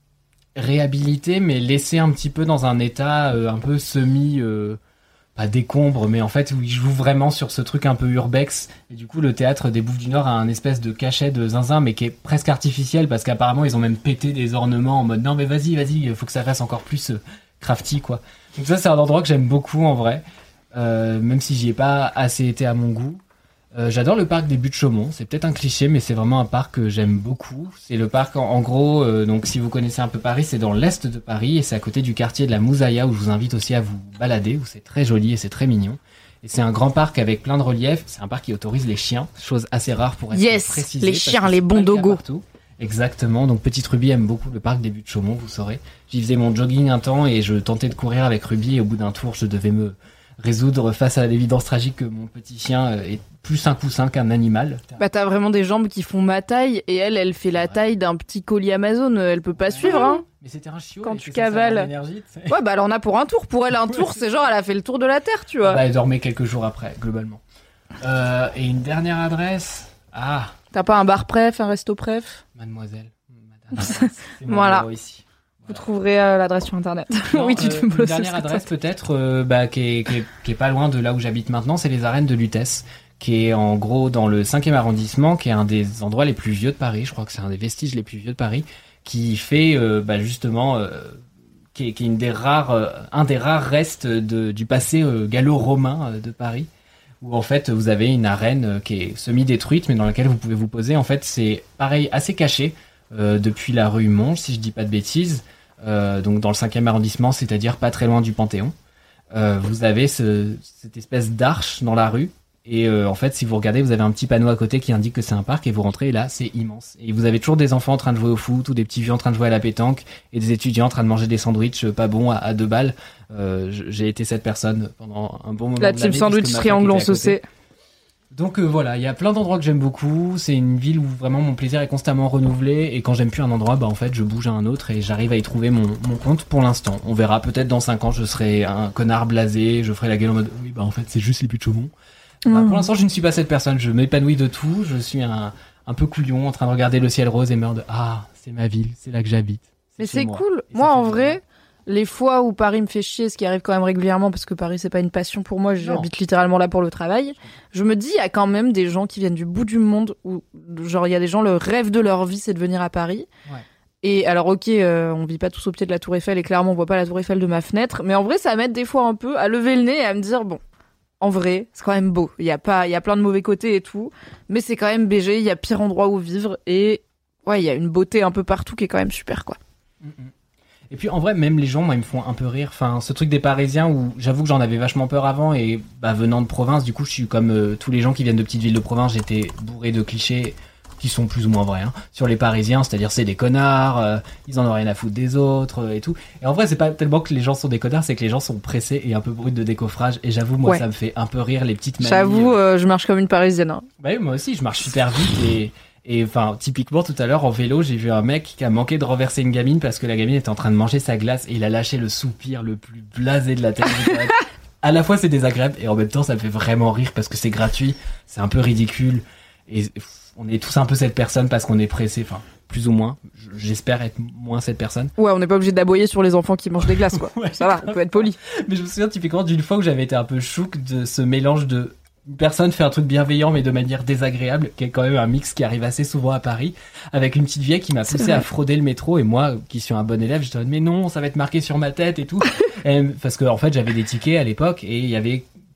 S6: réhabilité, mais laissé un petit peu dans un état euh, un peu semi euh, pas décombre, mais en fait où il joue vraiment sur ce truc un peu urbex, et du coup le théâtre des Bouffes du Nord a un espèce de cachet de zinzin, mais qui est presque artificiel, parce qu'apparemment ils ont même pété des ornements en mode non mais vas-y vas-y il faut que ça fasse encore plus euh, crafty quoi. Donc ça c'est un endroit que j'aime beaucoup en vrai, euh, même si j'y ai pas assez été à mon goût. Euh, j'adore le parc des Buttes-Chaumont, c'est peut-être un cliché, mais c'est vraiment un parc que j'aime beaucoup. C'est le parc, en, en gros, euh, donc si vous connaissez un peu Paris, c'est dans l'est de Paris, et c'est à côté du quartier de la Moussaïa, où je vous invite aussi à vous balader, où c'est très joli et c'est très mignon. Et c'est un grand parc avec plein de reliefs, c'est un parc qui autorise les chiens, chose assez rare pour être
S2: yes,
S6: précisé.
S2: Les chiens, les bons dogos.
S6: Exactement, donc Petite Ruby aime beaucoup le parc des Buttes-Chaumont, vous saurez. J'y faisais mon jogging un temps, et je tentais de courir avec Ruby, et au bout d'un tour, je devais me résoudre face à l'évidence tragique que mon petit chien est plus un coussin qu'un animal.
S2: Bah t'as vraiment des jambes qui font ma taille, et elle, elle fait la taille d'un petit colis Amazon, elle peut pas suivre, hein.
S6: Mais c'était un chiot.
S2: Quand tu cavales. Ouais, bah elle en a pour un tour. Pour elle, un tour, c'est genre, elle a fait le tour de la Terre, tu vois.
S6: Bah elle dormait quelques jours après, globalement. Euh, et une dernière adresse. Ah.
S2: T'as pas un bar préf, un resto préf?
S6: Mademoiselle. Madame. C'est
S2: voilà.
S6: Ici.
S2: Vous trouverez euh, l'adresse sur internet.
S6: Non,
S2: oui, tu te
S6: euh,
S2: fais
S6: une dernière adresse peut-être, euh, bah, qui est, qui est, qui est pas loin de là où j'habite maintenant, c'est les arènes de Lutèce, qui est en gros dans le cinquième arrondissement, qui est un des endroits les plus vieux de Paris. Je crois que c'est un des vestiges les plus vieux de Paris, qui fait euh, bah, justement, euh, qui est, qui est une des rares, euh, un des rares restes de, du passé euh, gallo-romain euh, de Paris, où en fait vous avez une arène euh, qui est semi-détruite, mais dans laquelle vous pouvez vous poser. En fait, c'est pareil, assez caché euh, depuis la rue Monge, si je dis pas de bêtises. Euh, donc dans le cinquième arrondissement, c'est-à-dire pas très loin du Panthéon. Euh, vous avez ce, cette espèce d'arche dans la rue, et euh, en fait si vous regardez, vous avez un petit panneau à côté qui indique que c'est un parc, et vous rentrez et là c'est immense, et vous avez toujours des enfants en train de jouer au foot, ou des petits vieux en train de jouer à la pétanque, et des étudiants en train de manger des sandwichs pas bons à, à deux balles. Euh, j'ai été cette personne pendant un bon moment.
S2: La team sandwich triangle en saucé.
S6: Donc euh, voilà, il y a plein d'endroits que j'aime beaucoup, c'est une ville où vraiment mon plaisir est constamment renouvelé, et quand j'aime plus un endroit, bah en fait je bouge à un autre et j'arrive à y trouver mon, mon compte pour l'instant. On verra, peut-être dans cinq ans je serai un connard blasé, je ferai la gueule en mode oui bah en fait c'est juste les Buttes-Chaumont. Mmh. Bah, pour l'instant je ne suis pas cette personne, je m'épanouis de tout, je suis un, un peu couillon en train de regarder le ciel rose et me de ah c'est ma ville, c'est là que j'habite.
S2: Mais c'est moi. Cool, et moi en vrai... Les fois où Paris me fait chier, ce qui arrive quand même régulièrement, parce que Paris c'est pas une passion pour moi, j'habite littéralement là pour le travail, je me dis il y a quand même des gens qui viennent du bout du monde, où genre il y a des gens, le rêve de leur vie c'est de venir à Paris. Ouais. Et alors ok, euh, on vit pas tous au pied de la Tour Eiffel, et clairement on voit pas la Tour Eiffel de ma fenêtre, mais en vrai ça m'aide des fois un peu à lever le nez et à me dire bon, en vrai c'est quand même beau, il y a pas, il y a plein de mauvais côtés et tout, mais c'est quand même B G, il y a pire endroit où vivre, et ouais il y a une beauté un peu partout qui est quand même super quoi.
S6: Mm-mm. Et puis en vrai, même les gens, moi, ils me font un peu rire. Enfin, ce truc des Parisiens où j'avoue que j'en avais vachement peur avant, et bah venant de province, du coup, je suis comme euh, tous les gens qui viennent de petites villes de province, j'étais bourré de clichés qui sont plus ou moins vrais hein, sur les Parisiens, c'est-à-dire c'est des connards, euh, ils en ont rien à foutre des autres euh, et tout. Et en vrai, c'est pas tellement que les gens sont des connards, c'est que les gens sont pressés et un peu bruts de décoffrage. Et j'avoue, moi, ouais. ça me fait un peu rire les petites manies.
S2: J'avoue, euh, je marche comme une Parisienne. Hein.
S6: Bah oui, moi aussi, je marche super vite et Et enfin, typiquement, tout à l'heure, en vélo, j'ai vu un mec qui a manqué de renverser une gamine parce que la gamine était en train de manger sa glace et il a lâché le soupir le plus blasé de la terre. À la fois, c'est désagréable et en même temps, ça me fait vraiment rire parce que c'est gratuit, c'est un peu ridicule et on est tous un peu cette personne parce qu'on est pressé, enfin, plus ou moins. J'espère être moins cette personne.
S2: Ouais, on n'est pas obligé d'aboyer sur les enfants qui mangent des glaces, quoi. ouais, ça va, on peut être poli.
S6: Mais je me souviens typiquement d'une fois où j'avais été un peu chouk de ce mélange de une personne fait un truc bienveillant mais de manière désagréable, qui est quand même un mix qui arrive assez souvent à Paris, avec une petite vieille qui m'a poussé à frauder le métro, et moi qui suis un bon élève, je te dis mais non, ça va être marqué sur ma tête et tout. et, parce que en fait j'avais des tickets à l'époque et il y avait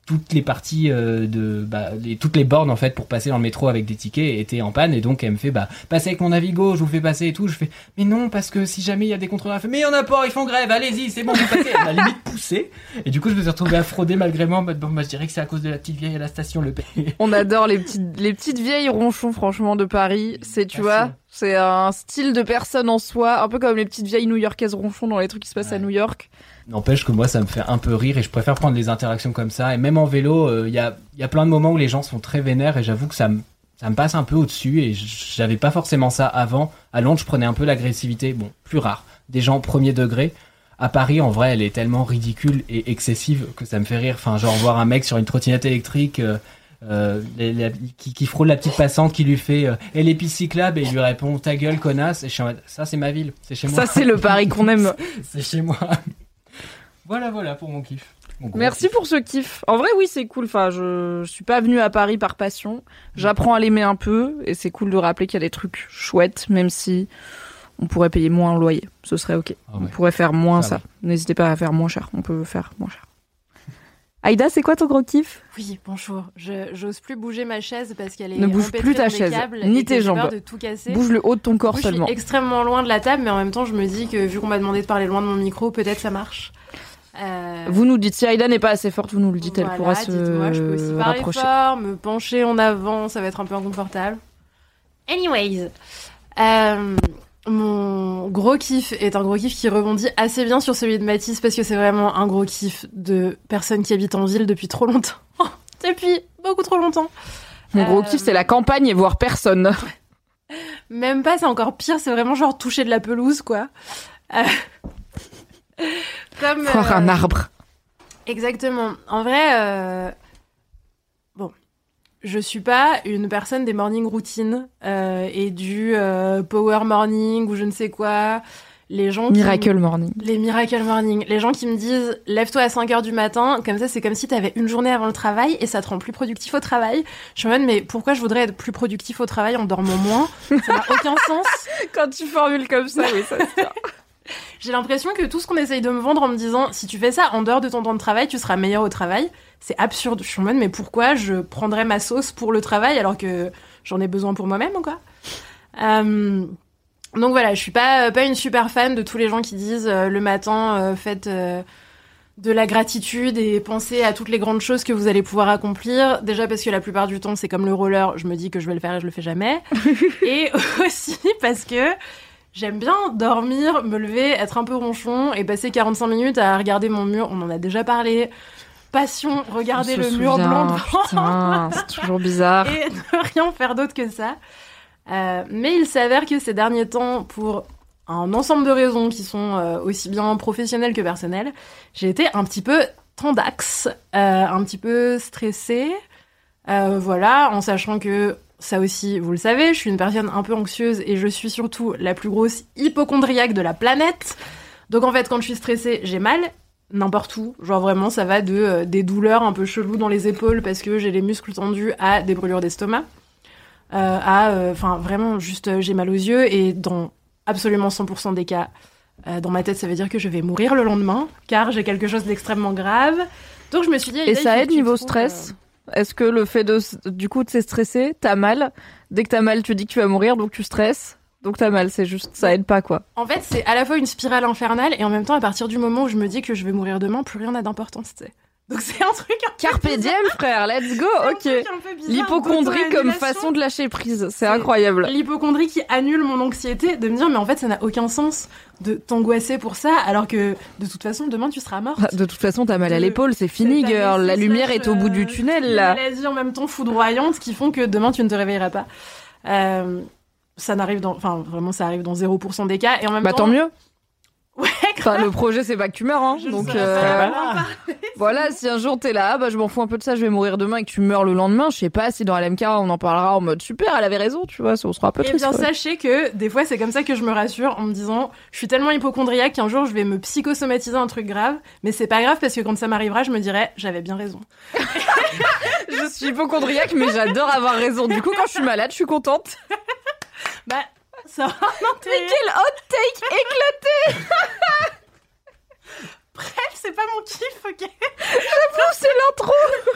S6: toutes les parties euh, de bah, les, toutes les bornes en fait pour passer dans le métro avec des tickets étaient en panne et donc elle me fait bah passez avec mon Navigo, je vous fais passer et tout. Je fais mais non parce que si jamais il y a des contrôleurs, elle fait mais il y en a pas, ils font grève, allez-y c'est bon vous passez. Elle m'a limite poussé et du coup je me suis retrouvé à frauder malgré moi. Bon bah je dirais que c'est à cause de la petite vieille à la station le paye.
S2: On adore les petites les petites vieilles ronchons franchement de Paris. C'est tu vois c'est un style de personne en soi, un peu comme les petites vieilles new-yorkaises ronchons dans les trucs qui se passent ouais. à New York.
S6: N'empêche que moi ça me fait un peu rire et je préfère prendre des interactions comme ça et même en vélo il euh, y a il y a plein de moments où les gens sont très vénères et j'avoue que ça me ça me passe un peu au-dessus et j'avais pas forcément ça avant. À Londres je prenais un peu l'agressivité, bon plus rare, des gens premier degré. À Paris en vrai elle est tellement ridicule et excessive que ça me fait rire. Enfin genre voir un mec sur une trottinette électrique euh, euh, les, les, qui, qui frôle la petite passante qui lui fait euh, et les pistes cyclables et il lui répond ta gueule connasse et je suis en mode ça c'est ma ville, c'est chez moi.
S2: Ça c'est le Paris qu'on aime.
S6: C'est chez moi. Voilà, voilà pour mon kiff. Mon
S2: Merci
S6: kiff.
S2: pour ce kiff. En vrai, oui, c'est cool. Enfin, je, je suis pas venue à Paris par passion. J'apprends à l'aimer un peu et c'est cool de rappeler qu'il y a des trucs chouettes, même si on pourrait payer moins un loyer. Ce serait ok. Ah ouais. On pourrait faire moins ça. ça. N'hésitez pas à faire moins cher. On peut faire moins cher. Aïda, c'est quoi ton gros kiff ?
S3: Oui, bonjour. Je j'ose plus bouger ma chaise parce qu'elle est
S2: ne bouge plus ta chaise, ni tes jambes.
S3: De tout casser.
S2: Bouge le haut de ton corps
S3: coup,
S2: seulement.
S3: Je suis extrêmement loin de la table, mais en même temps, je me dis que vu qu'on m'a demandé de parler loin de mon micro, peut-être ça marche.
S2: Euh... Vous nous dites si Aïda n'est pas assez forte, vous nous le dites, voilà, elle pourra se
S3: moi, je peux aussi parler
S2: rapprocher.
S3: Fort, me pencher en avant, ça va être un peu inconfortable. Anyways, euh, mon gros kiff est un gros kiff qui rebondit assez bien sur celui de Mathis parce que c'est vraiment un gros kiff de personne qui habite en ville depuis trop longtemps. Depuis beaucoup trop longtemps.
S2: Mon gros euh... kiff, c'est la campagne et voir personne.
S3: Même pas, c'est encore pire, c'est vraiment genre toucher de la pelouse, quoi. Euh... Comme,
S2: voir euh, un arbre.
S3: Exactement. En vrai, euh... bon, je suis pas une personne des morning routines euh, et du euh, power morning ou je ne sais quoi. Les gens
S2: Miracle
S3: qui...
S2: morning.
S3: Les miracle morning. Les gens qui me disent lève-toi à cinq heures du matin, comme ça c'est comme si t'avais une journée avant le travail et ça te rend plus productif au travail. Je suis en mode mais pourquoi je voudrais être plus productif au travail en dormant moins ? Ça n'a aucun sens.
S2: Quand tu formules comme ça, oui, ça se tient.
S3: J'ai l'impression que tout ce qu'on essaye de me vendre en me disant si tu fais ça en dehors de ton temps de travail, tu seras meilleur au travail, c'est absurde. Je suis en mode mais pourquoi je prendrais ma sauce pour le travail alors que j'en ai besoin pour moi-même quoi. Euh, donc voilà, je suis pas pas une super fan de tous les gens qui disent euh, le matin euh, faites euh, de la gratitude et pensez à toutes les grandes choses que vous allez pouvoir accomplir. Déjà parce que la plupart du temps c'est comme le roller, je me dis que je vais le faire et je le fais jamais. Et aussi parce que j'aime bien dormir, me lever, être un peu ronchon et passer quarante-cinq minutes à regarder mon mur. On en a déjà parlé. Passion, regarder le mur blanc devant.
S2: C'est toujours bizarre.
S3: Et ne rien faire d'autre que ça. Euh, mais il s'avère que ces derniers temps, pour un ensemble de raisons qui sont euh, aussi bien professionnelles que personnelles, j'ai été un petit peu tendax, euh, un petit peu stressée. Euh, voilà, en sachant que ça aussi, vous le savez, je suis une personne un peu anxieuse et je suis surtout la plus grosse hypocondriaque de la planète. Donc en fait, quand je suis stressée, j'ai mal n'importe où. Genre vraiment, ça va de euh, des douleurs un peu cheloues dans les épaules parce que j'ai les muscles tendus à des brûlures d'estomac. Euh, à, enfin, euh, vraiment, juste, euh, j'ai mal aux yeux et dans absolument cent pour cent des cas, euh, dans ma tête, ça veut dire que je vais mourir le lendemain car j'ai quelque chose d'extrêmement grave. Donc je me suis dit...
S2: Et ça aide niveau stress euh... Est-ce que le fait de, du coup, de se stresser, t'as mal. Dès que t'as mal, tu dis que tu vas mourir, donc tu stresses. Donc t'as mal, c'est juste, ça aide pas, quoi.
S3: En fait, c'est à la fois une spirale infernale, et en même temps, à partir du moment où je me dis que je vais mourir demain, plus rien n'a d'importance, tu sais. Donc c'est un truc un peu
S2: Carpe diem, frère, let's go, ok. L'hypocondrie comme façon de lâcher prise, c'est, c'est incroyable.
S3: L'hypocondrie qui annule mon anxiété, de me dire, mais en fait, ça n'a aucun sens de t'angoisser pour ça, alors que de toute façon, demain, tu seras morte.
S2: De toute façon, t'as mal à l'épaule, c'est fini, girl. La lumière est au bout du tunnel, là.
S3: Des maladies en même temps foudroyantes qui font que demain, tu ne te réveilleras pas. Euh, ça n'arrive dans, enfin, vraiment, ça arrive dans zéro pour cent des cas, et en même
S2: bah,
S3: temps...
S2: Bah, tant mieux.
S3: Ouais,
S2: enfin, le projet, c'est pas que tu meurs, hein.
S3: Je
S2: donc, euh, voilà, si un jour t'es là, bah, je m'en fous un peu de ça, je vais mourir demain et que tu meurs le lendemain, je sais pas si dans L M K on en parlera en mode super, elle avait raison, tu vois, on sera un peu triste.
S3: Eh bien,
S2: ouais.
S3: Sachez que des fois, c'est comme ça que je me rassure en me disant, je suis tellement hypocondriaque qu'un jour je vais me psychosomatiser un truc grave, mais c'est pas grave parce que quand ça m'arrivera, je me dirai, j'avais bien raison.
S2: Je suis hypocondriaque, mais j'adore avoir raison. Du coup, quand je suis malade, je suis contente.
S3: Bah, ça va.
S2: Mais quel hot take éclaté.
S3: Bref, c'est pas mon kiff, ok.
S2: J'avoue, c'est l'intro.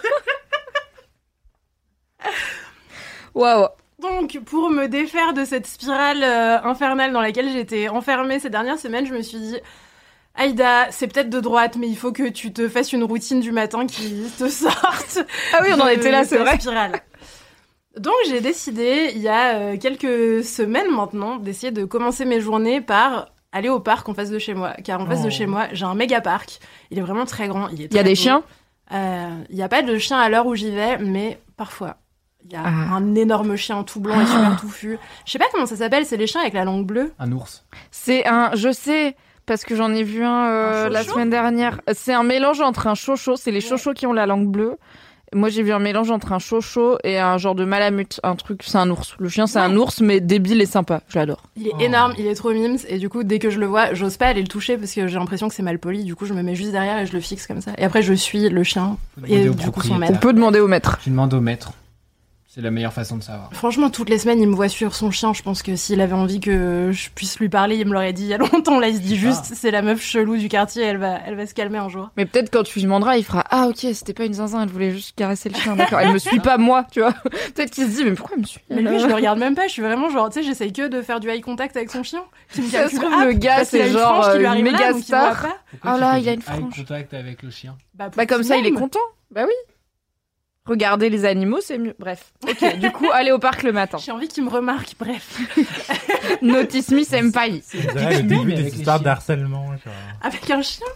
S2: Waouh.
S3: Donc, pour me défaire de cette spirale euh, infernale dans laquelle j'étais enfermée ces dernières semaines, je me suis dit, Aïda, c'est peut-être de droite, mais il faut que tu te fasses une routine du matin qui te sorte.
S2: Ah oui, on en était là, c'est vrai.
S3: Spirale. Donc, j'ai décidé, il y a euh, quelques semaines maintenant, d'essayer de commencer mes journées par aller au parc en face de chez moi. Car en face
S2: oh.
S3: de chez moi, j'ai un méga parc. Il est vraiment très grand. Il, est
S2: il y a des
S3: beau.
S2: chiens
S3: euh, Il n'y a pas de chiens à l'heure où j'y vais, mais parfois. Il y a
S2: ah.
S3: un énorme chien tout blanc et super touffu. Je sais pas comment ça s'appelle, c'est les chiens avec la langue bleue.
S6: Un ours.
S2: C'est un, je sais, parce que j'en ai vu un, euh,
S3: un
S2: la semaine dernière. C'est un mélange entre un chocho, c'est les ouais. chochos qui ont la langue bleue. Moi, j'ai vu un mélange entre un chocho et un genre de malamute. Un truc, c'est un ours. Le chien, c'est ouais. un ours, mais débile et sympa. Je l'adore.
S3: Il est
S6: oh.
S3: énorme, il est trop mimes. Et du coup, dès que je le vois, j'ose pas aller le toucher parce que j'ai l'impression que c'est mal poli. Du coup, je me mets juste derrière et je le fixe comme ça. Et après, je suis le chien. Et du coup, son maître.
S2: On peut demander au maître.
S6: Tu demandes au maître. C'est la meilleure façon de savoir.
S3: Franchement, toutes les semaines, il me voit suivre son chien. Je pense que s'il avait envie que je puisse lui parler, il me l'aurait dit il y a longtemps. Là, il se dit juste, ah. c'est la meuf chelou du quartier, elle va, elle va se calmer un jour.
S2: Mais peut-être quand tu lui demanderas, il fera ah ok, c'était pas une zinzin, elle voulait juste caresser le chien, d'accord. Elle me suit pas moi, tu vois. Peut-être qu'il se dit mais pourquoi elle me suit?
S3: Mais lui, je le regarde même pas. Je suis vraiment genre, tu sais, j'essaye que de faire du eye contact avec son chien.
S2: Qui me ça se trouve le gars, c'est genre une méga star.
S3: Ah
S2: là, il a une frange.
S6: Eye contact avec le chien.
S3: Bah,
S2: bah comme ça, il est content. Bah oui. Regarder les animaux, c'est mieux. Bref. Ok, du coup, aller au parc le matin.
S3: J'ai envie qu'il me remarque, bref.
S2: Notice me senpai.
S8: C'est vrai, le début des histoires d'harcèlement. Genre.
S3: Avec un chien.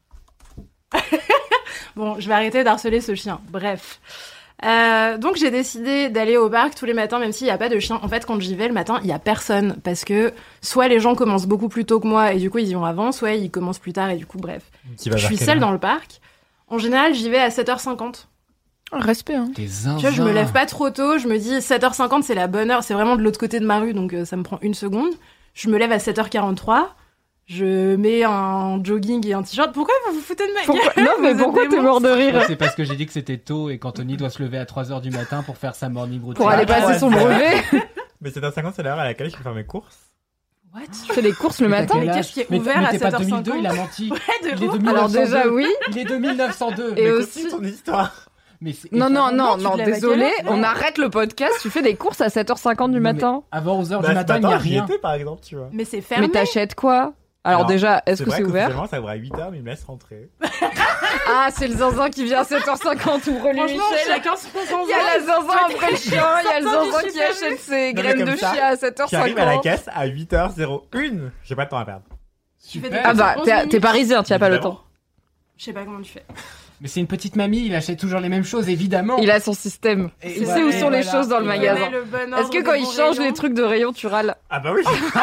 S3: Bon, je vais arrêter d'harceler ce chien. Bref. Euh, donc, j'ai décidé d'aller au parc tous les matins, même s'il n'y a pas de chien. En fait, quand j'y vais le matin, il n'y a personne. Parce que soit les gens commencent beaucoup plus tôt que moi et du coup, ils y vont avant, soit ils commencent plus tard et du coup, bref. Je suis seule dans le parc. En général, j'y vais à sept heures cinquante.
S2: Respect, hein.
S6: T'es zinzin.
S3: Tu vois, je me lève pas trop tôt, je me dis sept heures cinquante, c'est la bonne heure, c'est vraiment de l'autre côté de ma rue, donc euh, ça me prend une seconde. Je me lève à sept heures quarante-trois, je mets un jogging et un t-shirt. Pourquoi vous vous foutez de ma
S2: pourquoi...
S3: gueule?
S2: Non, mais pourquoi t'es mort de rire?
S6: C'est parce que j'ai dit que c'était tôt et qu'Anthony doit se lever à trois heures du matin pour faire sa morning routine.
S2: Pour aller passer
S8: ouais,
S2: son brevet.
S8: Mais sept heures cinquante, c'est l'heure à laquelle je peux faire mes courses.
S3: What?
S2: Tu fais les courses le matin?
S3: Mais qu'est-ce qui est
S6: mais
S3: ouvert
S6: mais
S3: à
S6: sept heures cinquante?
S3: sept heures cinquante?
S6: deux mille deux, il a menti.
S3: Ouais, de
S6: il est
S3: ouf.
S6: de
S2: Alors déjà, oui.
S6: Il est de mille neuf cent deux.
S2: Et
S8: mais
S2: aussi...
S8: ton histoire.
S6: Mais c'est...
S2: Non, non, non, non, désolé,
S3: non.
S2: on arrête le podcast, tu fais des courses à sept heures cinquante du
S6: non,
S2: matin.
S6: Avant onze heures
S8: bah,
S6: du matin, il n'y a
S8: j'y
S6: rien.
S8: étais, par exemple, tu vois.
S3: Mais c'est fermé.
S2: Mais t'achètes quoi? Alors, Alors déjà, est-ce que c'est ouvert?
S8: C'est ça ouvre à huit heures, mais il me laisse rentrer.
S2: Ah, c'est le zinzin qui vient à sept heures cinquante, ouvre-lui Michel.
S3: Chacun son zinzin.
S2: Il y a la zinzin après le chien, il y a le zinzin qui achète ses
S8: non,
S2: graines de
S8: ça,
S2: chien à sept heures cinquante.
S8: J'arrive à la caisse à huit heures zéro un. J'ai pas de temps à perdre.
S6: Super.
S2: Ah bah, t'es, t'es parisien, tu as pas le temps.
S3: Je sais pas comment tu fais.
S6: Mais c'est une petite mamie, il achète toujours les mêmes choses, évidemment.
S2: Il a son système.
S6: Et
S2: il
S6: voilà,
S2: sait où sont
S6: voilà,
S2: les choses dans le magasin.
S3: Le bon
S2: Est-ce que quand il change
S3: rayons.
S2: les trucs de rayon, tu râles?
S8: Ah bah oui.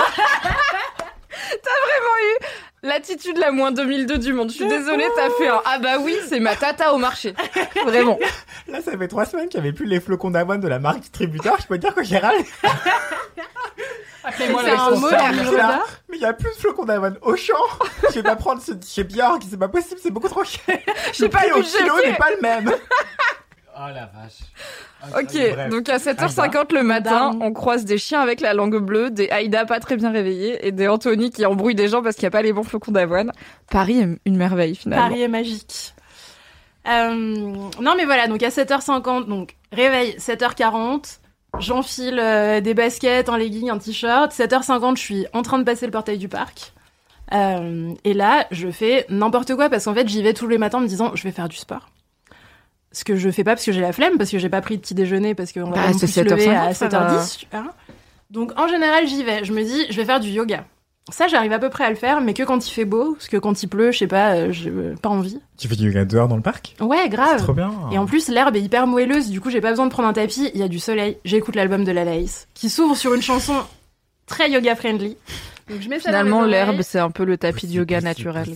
S2: T'as vraiment eu l'attitude la moins deux mille deux du monde. Je suis désolée, t'as fait un ah bah oui, c'est ma tata au marché. Vraiment.
S8: Là, ça fait trois semaines qu'il n'y avait plus les flocons d'avoine de la marque distributeur. Je peux te dire que j'ai râlé.
S6: Appelez-moi
S3: c'est un mot
S8: là. Mais il y a plus de flocons d'avoine au champ. Je vais pas prendre ce chez Björk, c'est pas possible, c'est beaucoup trop cher.
S2: J'ai pas
S8: le kilo n'est pas le même.
S6: Oh la vache.
S2: Ok, okay, donc à sept heures cinquante le matin, on croise des chiens avec la langue bleue, des Aïda pas très bien réveillés et des Anthony qui embrouillent des gens parce qu'il n'y a pas les bons flocons d'avoine. Paris est une merveille finalement.
S3: Paris est magique. Euh, non mais voilà, donc à sept heures cinquante, donc réveil sept heures quarante, j'enfile euh, des baskets, un legging, un t-shirt. sept heures cinquante, je suis en train de passer le portail du parc. Euh, et là, je fais n'importe quoi parce qu'en fait, j'y vais tous les matins en me disant je vais faire du sport. Ce que je fais pas parce que j'ai la flemme, parce que j'ai pas pris de petit déjeuner, parce qu'on va
S2: bah,
S3: pas se lever à sept heures dix. Hein. Donc en général, j'y vais. Je me dis, je vais faire du yoga. Ça, j'arrive à peu près à le faire, mais que quand il fait beau, parce que quand il pleut, je sais pas, j'ai pas envie.
S8: Tu fais du yoga dehors dans le parc?
S3: Ouais, grave.
S8: C'est trop bien.
S3: Et en plus, l'herbe est hyper moelleuse, du coup, j'ai pas besoin de prendre un tapis, il y a du soleil. J'écoute l'album de la Laïs, qui s'ouvre sur une chanson très yoga friendly. Donc je mets ça
S2: Finalement,
S3: dans
S2: l'herbe, c'est un peu le tapis de yoga naturel.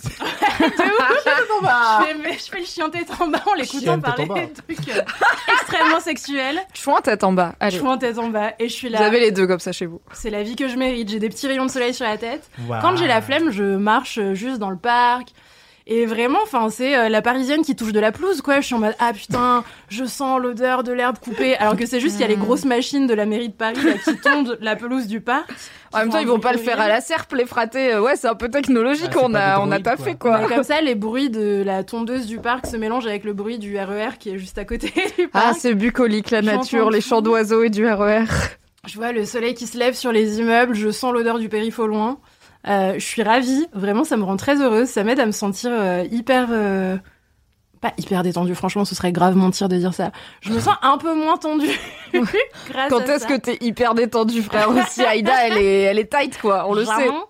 S3: Je fais, je fais le chien tête en bas en l'écoutant parler de trucs euh, extrêmement sexuels.
S2: Chouin tête en bas, allez.
S3: Chouin tête en bas, et je suis là.
S2: Vous avez les deux comme ça chez vous.
S3: C'est la vie que je mérite, j'ai des petits rayons de soleil sur la tête.
S8: Wow.
S3: Quand j'ai la flemme, je marche juste dans le parc. Et vraiment, enfin, c'est euh, la Parisienne qui touche de la pelouse, quoi. Je suis en mode, ah putain, je sens l'odeur de l'herbe coupée. Alors que c'est juste qu'il y a les grosses machines de la mairie de Paris là, qui tondent la pelouse du parc.
S2: En même temps, ils vont pas le faire à la serpe, les fratés. Ouais, c'est un peu technologique.
S6: Ouais,
S2: on a,
S6: bruits,
S2: on a taffé, quoi.
S3: Mais comme ça, les bruits de la tondeuse du parc se mélangent avec le bruit du R E R qui est juste à côté du parc.
S2: Ah, c'est bucolique, la nature,
S3: J'entends
S2: les
S3: tout.
S2: chants d'oiseaux et du R E R.
S3: Je vois le soleil qui se lève sur les immeubles, je sens l'odeur du périph' au loin. Euh, je suis ravie, vraiment, ça me rend très heureuse. Ça m'aide à me sentir euh, hyper... Euh... Pas hyper détendue, franchement, ce serait grave mentir de dire ça. Je me sens un peu moins tendue. grâce
S2: Quand
S3: à
S2: est-ce
S3: ça.
S2: que t'es hyper détendue, frère, aussi? Aïda, elle est, elle est tight, quoi, on le sait.
S3: Vraiment.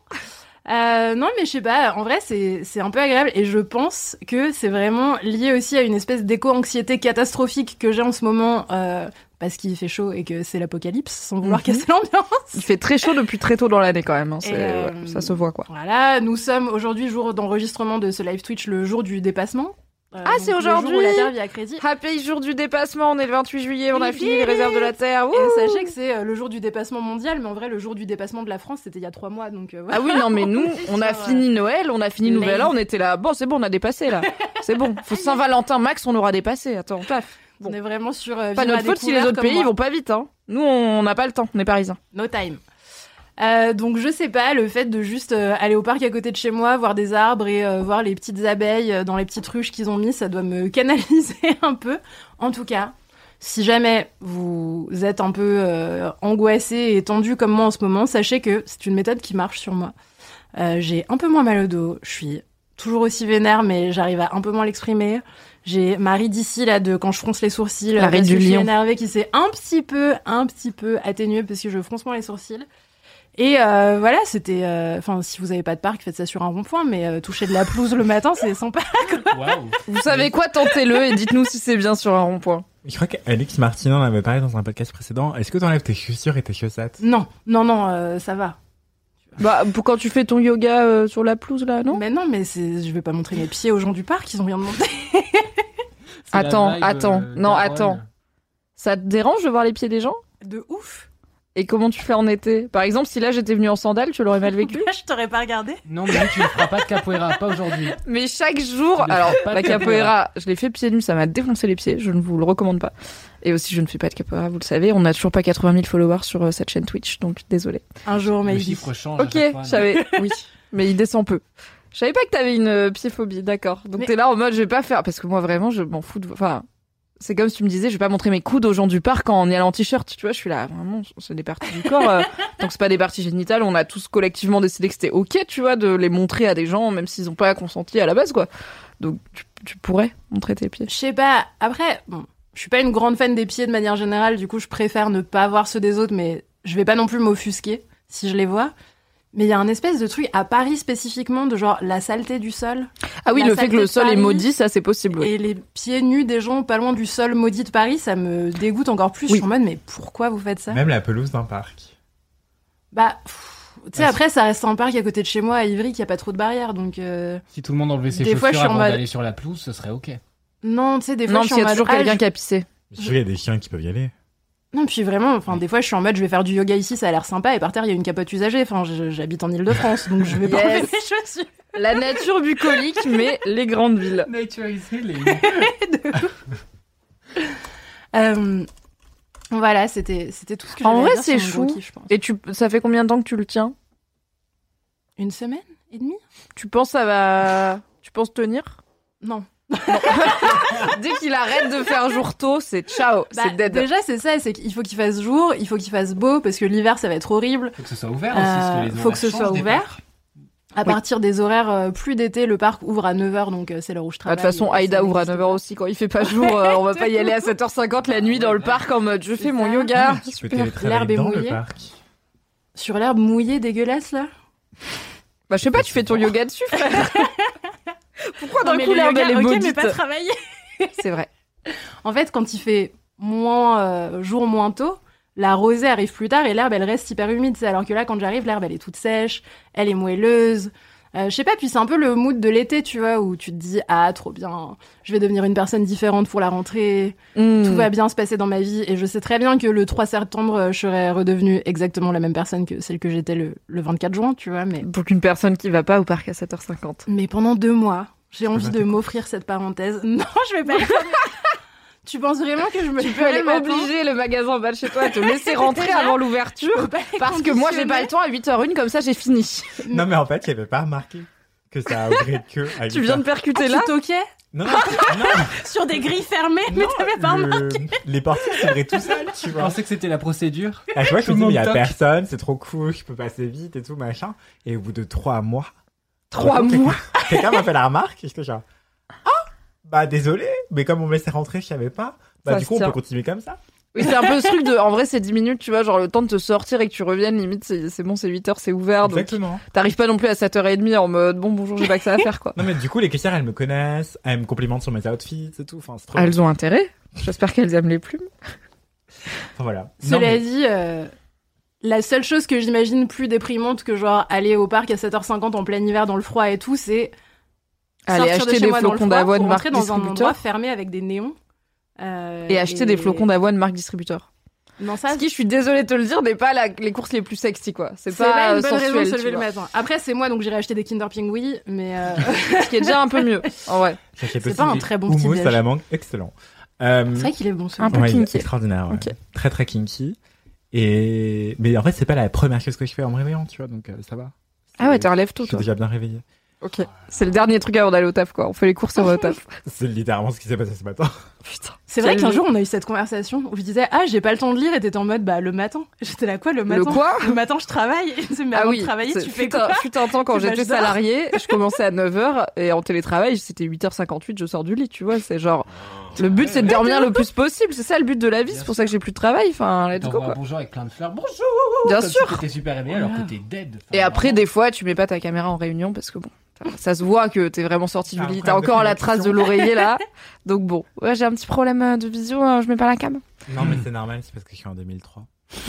S3: Euh, non, mais je sais pas, en vrai, c'est, c'est un peu agréable et je pense que c'est vraiment lié aussi à une espèce d'éco-anxiété catastrophique que j'ai en ce moment, euh, parce qu'il fait chaud et que c'est l'apocalypse, sans vouloir
S2: Mhm.
S3: casser l'ambiance.
S2: Il fait très chaud depuis très tôt dans l'année, quand même. Hein. C'est,
S3: Et, euh,
S2: ouais, ça se voit, quoi.
S3: Voilà, nous sommes aujourd'hui jour d'enregistrement de ce live Twitch, le jour du dépassement. Euh,
S2: Ah,
S3: donc
S2: c'est
S3: le
S2: aujourd'hui.
S3: jour où la Terre vit à crédit.
S2: Happy jour du dépassement, on est le vingt-huit juillet, on a
S3: Oui,
S2: fini les
S3: oui.
S2: réserves de la Terre.
S3: Et
S2: Wouh.
S3: sachez que c'est euh, le jour du dépassement mondial, mais en vrai, le jour du dépassement de la France, c'était il y a trois mois, donc euh, voilà.
S2: Ah oui, non, mais nous, on a
S3: Genre,
S2: fini Noël, on a fini Nouvel
S3: Lame.
S2: An, on était là. Bon, c'est bon, on a dépassé, là. C'est bon. Faut Saint-Valentin max, on aura dépassé. Attends, paf.
S3: On est vraiment sur euh,
S2: Pas
S3: vivre à
S2: notre faute si les
S3: découvert
S2: autres
S3: comme
S2: pays
S3: moi.
S2: ils vont pas vite, hein. Nous, on n'a pas le temps, on est parisiens.
S3: No time. Euh, donc je sais pas, le fait de juste euh, aller au parc à côté de chez moi, voir des arbres et euh, voir les petites abeilles euh, dans les petites ruches qu'ils ont mis, ça doit me canaliser un peu. En tout cas, si jamais vous êtes un peu euh, angoissé et tendu comme moi en ce moment, sachez que c'est une méthode qui marche sur moi. Euh, j'ai un peu moins mal au dos, je suis toujours aussi vénère, mais j'arrive à un peu moins l'exprimer. J'ai ma ride ici, là, de quand je fronce les sourcils,
S2: La
S3: parce
S2: ride
S3: que
S2: du
S3: je suis
S2: lion.
S3: énervée, qui s'est un petit peu, un petit peu atténuée parce que je fronce moins les sourcils. Et euh, voilà, c'était... Enfin, si vous avez pas de parc, faites ça sur un rond-point, mais euh, toucher de la pelouse le matin, c'est sympa.
S6: Waouh.
S2: Vous savez quoi, tentez-le et dites-nous si c'est bien sur un rond-point.
S8: Je crois qu'Alex Martineau en avait parlé dans un podcast précédent. Est-ce que t'enlèves tes chaussures et tes chaussettes?
S3: Non, non, non, euh, ça va.
S2: Bah, pour quand tu fais ton yoga euh, sur la pelouse, là, non?
S3: Mais non, mais c'est... je vais pas montrer mes pieds aux gens du parc, ils ont rien demandé.
S6: C'est la
S2: Attends,
S6: vibe,
S2: attends.
S6: euh,
S2: Non,
S6: daronne.
S2: attends. Ça te dérange de voir les pieds des gens?
S3: De ouf.
S2: Et comment tu fais en été? Par exemple, si là j'étais venue en sandales, tu l'aurais mal vécu?
S3: Je t'aurais pas regardé.
S6: Non, mais tu ne feras pas de capoeira, pas aujourd'hui.
S2: Mais chaque jour,
S6: Tu ne
S2: alors
S6: fais pas de
S2: la
S6: capoeira.
S2: capoeira, je l'ai fait pieds nus, ça m'a défoncé les pieds, je ne vous le recommande pas. Et aussi, je ne fais pas de capoeira, vous le savez, on n'a toujours pas quatre-vingt mille followers sur euh, cette chaîne Twitch, donc désolé.
S3: Un jour,
S6: Le
S3: maybe.
S6: chiffre change. à
S2: Ok,
S6: chaque fois,
S2: je savais, oui, mais il descend peu. Je savais pas que t'avais une euh, pied-phobie, d'accord. Donc
S3: Mais-
S2: t'es là en mode, je vais pas faire, parce que moi vraiment, je m'en fous de... Enfin, c'est comme si tu me disais, je vais pas montrer mes coudes aux gens du parc quand on y allait en t-shirt, tu vois, je suis là, vraiment, c'est des parties du corps, euh, donc c'est pas des parties génitales, on a tous collectivement décidé que c'était ok, tu vois, de les montrer à des gens, même s'ils ont pas consenti à la base, quoi. Donc tu, tu pourrais montrer tes pieds.
S3: Je sais pas. Après, bon, je suis pas une grande fan des pieds de manière générale. Du coup, je préfère ne pas voir ceux des autres, mais je vais pas non plus m'offusquer si je les vois. Mais il y a un espèce de truc à Paris spécifiquement de genre la saleté du sol.
S2: Ah oui,
S3: La
S2: le fait que
S3: saleté
S2: le
S3: de
S2: sol est
S3: Paris
S2: maudit, ça c'est possible, oui.
S3: Et les pieds nus des gens pas loin du sol maudit de Paris, ça me dégoûte encore plus.
S2: Oui.
S3: Je suis en mode, mais pourquoi vous faites ça?
S8: Même la pelouse d'un parc.
S3: Bah, pff, tu sais,
S6: Ah,
S3: après, ça reste un parc à côté de chez moi, à Ivry, qui a pas trop de barrières, donc... euh,
S6: Si tout le monde enlevait ses
S3: Des fois, je
S6: chaussures
S3: suis en
S6: avant
S3: mode-
S6: d'aller sur la pelouse, ce serait ok.
S3: Non, tu sais, des fois,
S2: Non,
S3: je
S2: parce
S3: suis
S2: qu'il y
S3: en
S2: a
S3: mode...
S2: toujours quelqu'un
S3: ah,
S2: qui a pissé.
S8: Je suis sûr, il y a des chiens qui peuvent y aller.
S3: Non, puis vraiment, enfin, des fois, je suis en mode, je vais faire du yoga ici, ça a l'air sympa, et par terre, il y a une capote usagée. Enfin, je- j'habite en Île-de-France, donc je vais pas
S2: Yes.
S3: enlever mes chaussures.
S2: La nature bucolique, mais les grandes villes.
S6: Naturiser les...
S3: Euh, voilà, c'était, c'était tout ce que
S2: En
S3: j'avais à
S2: vrai,
S3: dire
S2: c'est
S3: sur mon gros
S2: chou.
S3: kiff, je pense.
S2: Et tu, ça fait combien de temps que tu le tiens?
S3: Une semaine et demie?
S2: Tu penses ça va, tu penses tenir?
S3: Non.
S2: Dès qu'il arrête de faire jour tôt, c'est ciao,
S3: Bah,
S2: c'est dead.
S3: déjà, c'est ça, c'est qu'il faut qu'il fasse jour, il faut qu'il fasse beau, parce que l'hiver, ça va être horrible.
S6: Faut que ce soit ouvert aussi. parce
S3: Euh,
S6: que les
S3: faut
S6: horaires
S3: que ce
S6: changent
S3: soit
S6: des
S3: ouvert.
S6: parcs.
S3: À
S2: Oui.
S3: partir des horaires euh, plus d'été, le parc ouvre à neuf heures, donc euh, c'est l'heure où je
S2: Bah, de
S3: travaille.
S2: toute façon,
S3: et
S2: Aïda
S3: ça
S2: ouvre à
S3: n'existe
S2: neuf heures
S3: pas.
S2: aussi quand il fait pas jour. euh, on va pas y aller à sept heures cinquante la nuit dans le parc en mode je fais mon
S3: ça.
S2: yoga.
S8: Tu peux
S2: Super.
S8: télétravailler
S3: L'herbe est
S8: dans le
S3: mouillée.
S8: parc.
S3: Sur l'herbe mouillée dégueulasse, là.
S2: Bah, je sais pas, tu fais ton yoga dessus, frère. Pourquoi d'un
S3: Non, mais
S2: coup
S3: le
S2: l'herbe
S3: yoga,
S2: elle est
S3: ok, mais
S2: maudite?
S3: pas travailler.
S2: C'est vrai.
S3: En fait, quand il fait moins euh, jour moins tôt, la rosée arrive plus tard et l'herbe elle reste hyper humide. C'est alors que là, quand j'arrive, l'herbe elle est toute sèche, elle est moelleuse. Euh, je sais pas, puis c'est un peu le mood de l'été, tu vois, où tu te dis ah trop bien, je vais devenir une personne différente pour la rentrée,
S2: Mm.
S3: tout va bien se passer dans ma vie et je sais très bien que le trois septembre euh, je serai redevenue exactement la même personne que celle que j'étais le, le vingt-quatre juin, tu vois, mais
S2: Pour qu'une personne qui va pas au parc à sept heures cinquante.
S3: mais pendant deux mois, J'ai envie de m'offrir cette parenthèse. Non, je vais pas le faire. Tu penses vraiment que je me
S2: Tu peux aller obliger le magasin en bas de chez toi à te laisser rentrer avant l'ouverture parce que moi j'ai pas le temps à huit heures une, comme ça j'ai fini.
S8: Non mais en fait, j'avais pas remarqué que ça a ouvert que à
S2: Tu viens de percuter
S3: ah,
S2: là
S3: tu toquais
S8: Non, non, non.
S3: Sur des grilles fermées, non, mais t'avais pas
S8: le...
S3: remarqué.
S8: Les portières s'ouvraient tout seuls, tu vois.
S6: Je pensais que c'était la procédure.
S8: À chaque fois, je me
S6: Tout
S8: dis,
S6: le
S8: mais il y a
S6: monde toque.
S8: personne, c'est trop cool, je peux passer vite et tout, machin. Et au bout de trois mois...
S2: Trois mois
S8: Quelqu'un, quelqu'un m'a fait la remarque et j'étais genre... Ah, bah désolé, mais comme on me laissait rentrer, je savais pas. Bah
S2: Ça
S8: du
S2: se
S8: coup, on
S2: tient.
S8: peut continuer comme ça.
S2: Oui, c'est un peu ce truc de, en vrai, c'est dix minutes, tu vois, genre le temps de te sortir et que tu reviennes, limite, c'est, c'est bon, c'est huit heures, c'est ouvert, donc
S8: Exactement.
S2: t'arrives pas non plus à sept heures trente en mode, bon, bonjour, j'ai pas que ça à faire, quoi.
S8: Non mais du coup, les caissières, elles me connaissent, elles me complimentent sur mes outfits et tout, enfin c'est trop...
S2: Ah, elles ont intérêt. J'espère qu'elles aiment les plumes.
S8: Enfin voilà. Non,
S3: Cela
S8: mais-
S3: dit, euh, la seule chose que j'imagine plus déprimante que genre aller au parc à sept heures cinquante en plein hiver dans le froid et tout, c'est
S2: Aller
S3: sortir de
S2: acheter
S3: chez
S2: des
S3: moi dans le
S2: flocons
S3: froid
S2: d'avoine
S3: pour
S2: marque
S3: rentrer dans un endroit
S2: distributeur
S3: fermé avec des néons. Euh,
S2: et acheter des flocons d'avoine marque distributeur.
S3: Non, ça,
S2: Ce qui, je suis désolée de te le dire, n'est pas la- les courses les plus sexy, quoi. C'est
S3: c'est
S2: pas,
S3: pas
S2: euh,
S3: une bonne raison de
S2: sensuel,
S3: se
S2: tu
S3: lever le
S2: vois.
S3: matin. Après, c'est moi, donc j'irai acheter des Kinder Pingui, mais euh,
S2: Ce qui est déjà un peu mieux, en vrai.
S8: J'achète
S3: c'est
S8: aussi
S3: pas un
S8: des
S3: très bon petit
S8: houmous
S3: déj.
S8: à la mangue, excellent. Euh,
S3: C'est vrai qu'il est bon, ce
S2: Un peu
S8: ouais,
S2: kinky.
S8: extraordinaire, ouais.
S2: Ok.
S8: Très très kinky. Et mais en fait, c'est pas la première chose que je fais en me réveillant, tu vois, donc euh, ça va.
S2: Ah ouais, t'es un lève tôt,
S8: Je suis
S2: toi.
S8: déjà bien réveillé.
S2: Ok. C'est le dernier truc avant d'aller au taf, quoi. On fait les courses avant au taf.
S8: C'est littéralement ce qui s'est passé ce matin.
S2: Putain.
S3: C'est vrai
S2: Quel
S3: qu'un
S2: jeu.
S3: jour, on a eu cette conversation où je disais, ah, j'ai pas le temps de lire, et t'étais en mode, bah, le matin. J'étais là, quoi, le matin?
S2: Le quoi?
S3: Le matin, je travaille. Et c'est, mais
S2: Ah
S3: avant
S2: oui,
S3: de travailler,
S2: c'est-
S3: tu fais
S2: fut
S3: quoi?
S2: un, fut un temps quand
S3: Bah,
S2: j'étais
S3: je dors.
S2: salariée, je commençais à neuf heures et en télétravail, c'était huit heures cinquante-huit, je sors du lit, tu vois, c'est genre le but c'est de dormir le plus possible, c'est ça le but de la vie, c'est pour ça que j'ai plus de travail, enfin let's go
S6: T'envoies
S2: quoi.
S6: un bonjour avec plein de fleurs. Bonjour.
S2: Bien
S6: Comme
S2: sûr.
S6: si t'étais super aimé alors que t'es dead. Enfin,
S2: Et après
S6: vraiment.
S2: des fois, tu mets pas ta caméra en réunion parce que bon, ça- ça se voit que t'es vraiment sorti du
S8: Ah,
S2: lit, t'as
S8: problème de
S2: encore la trace de
S8: connexion.
S2: l'oreiller là. Donc bon, ouais, j'ai un petit problème euh, de visio, euh, je mets pas la cam.
S8: Non, mais c'est normal, c'est parce que je suis en deux mille trois.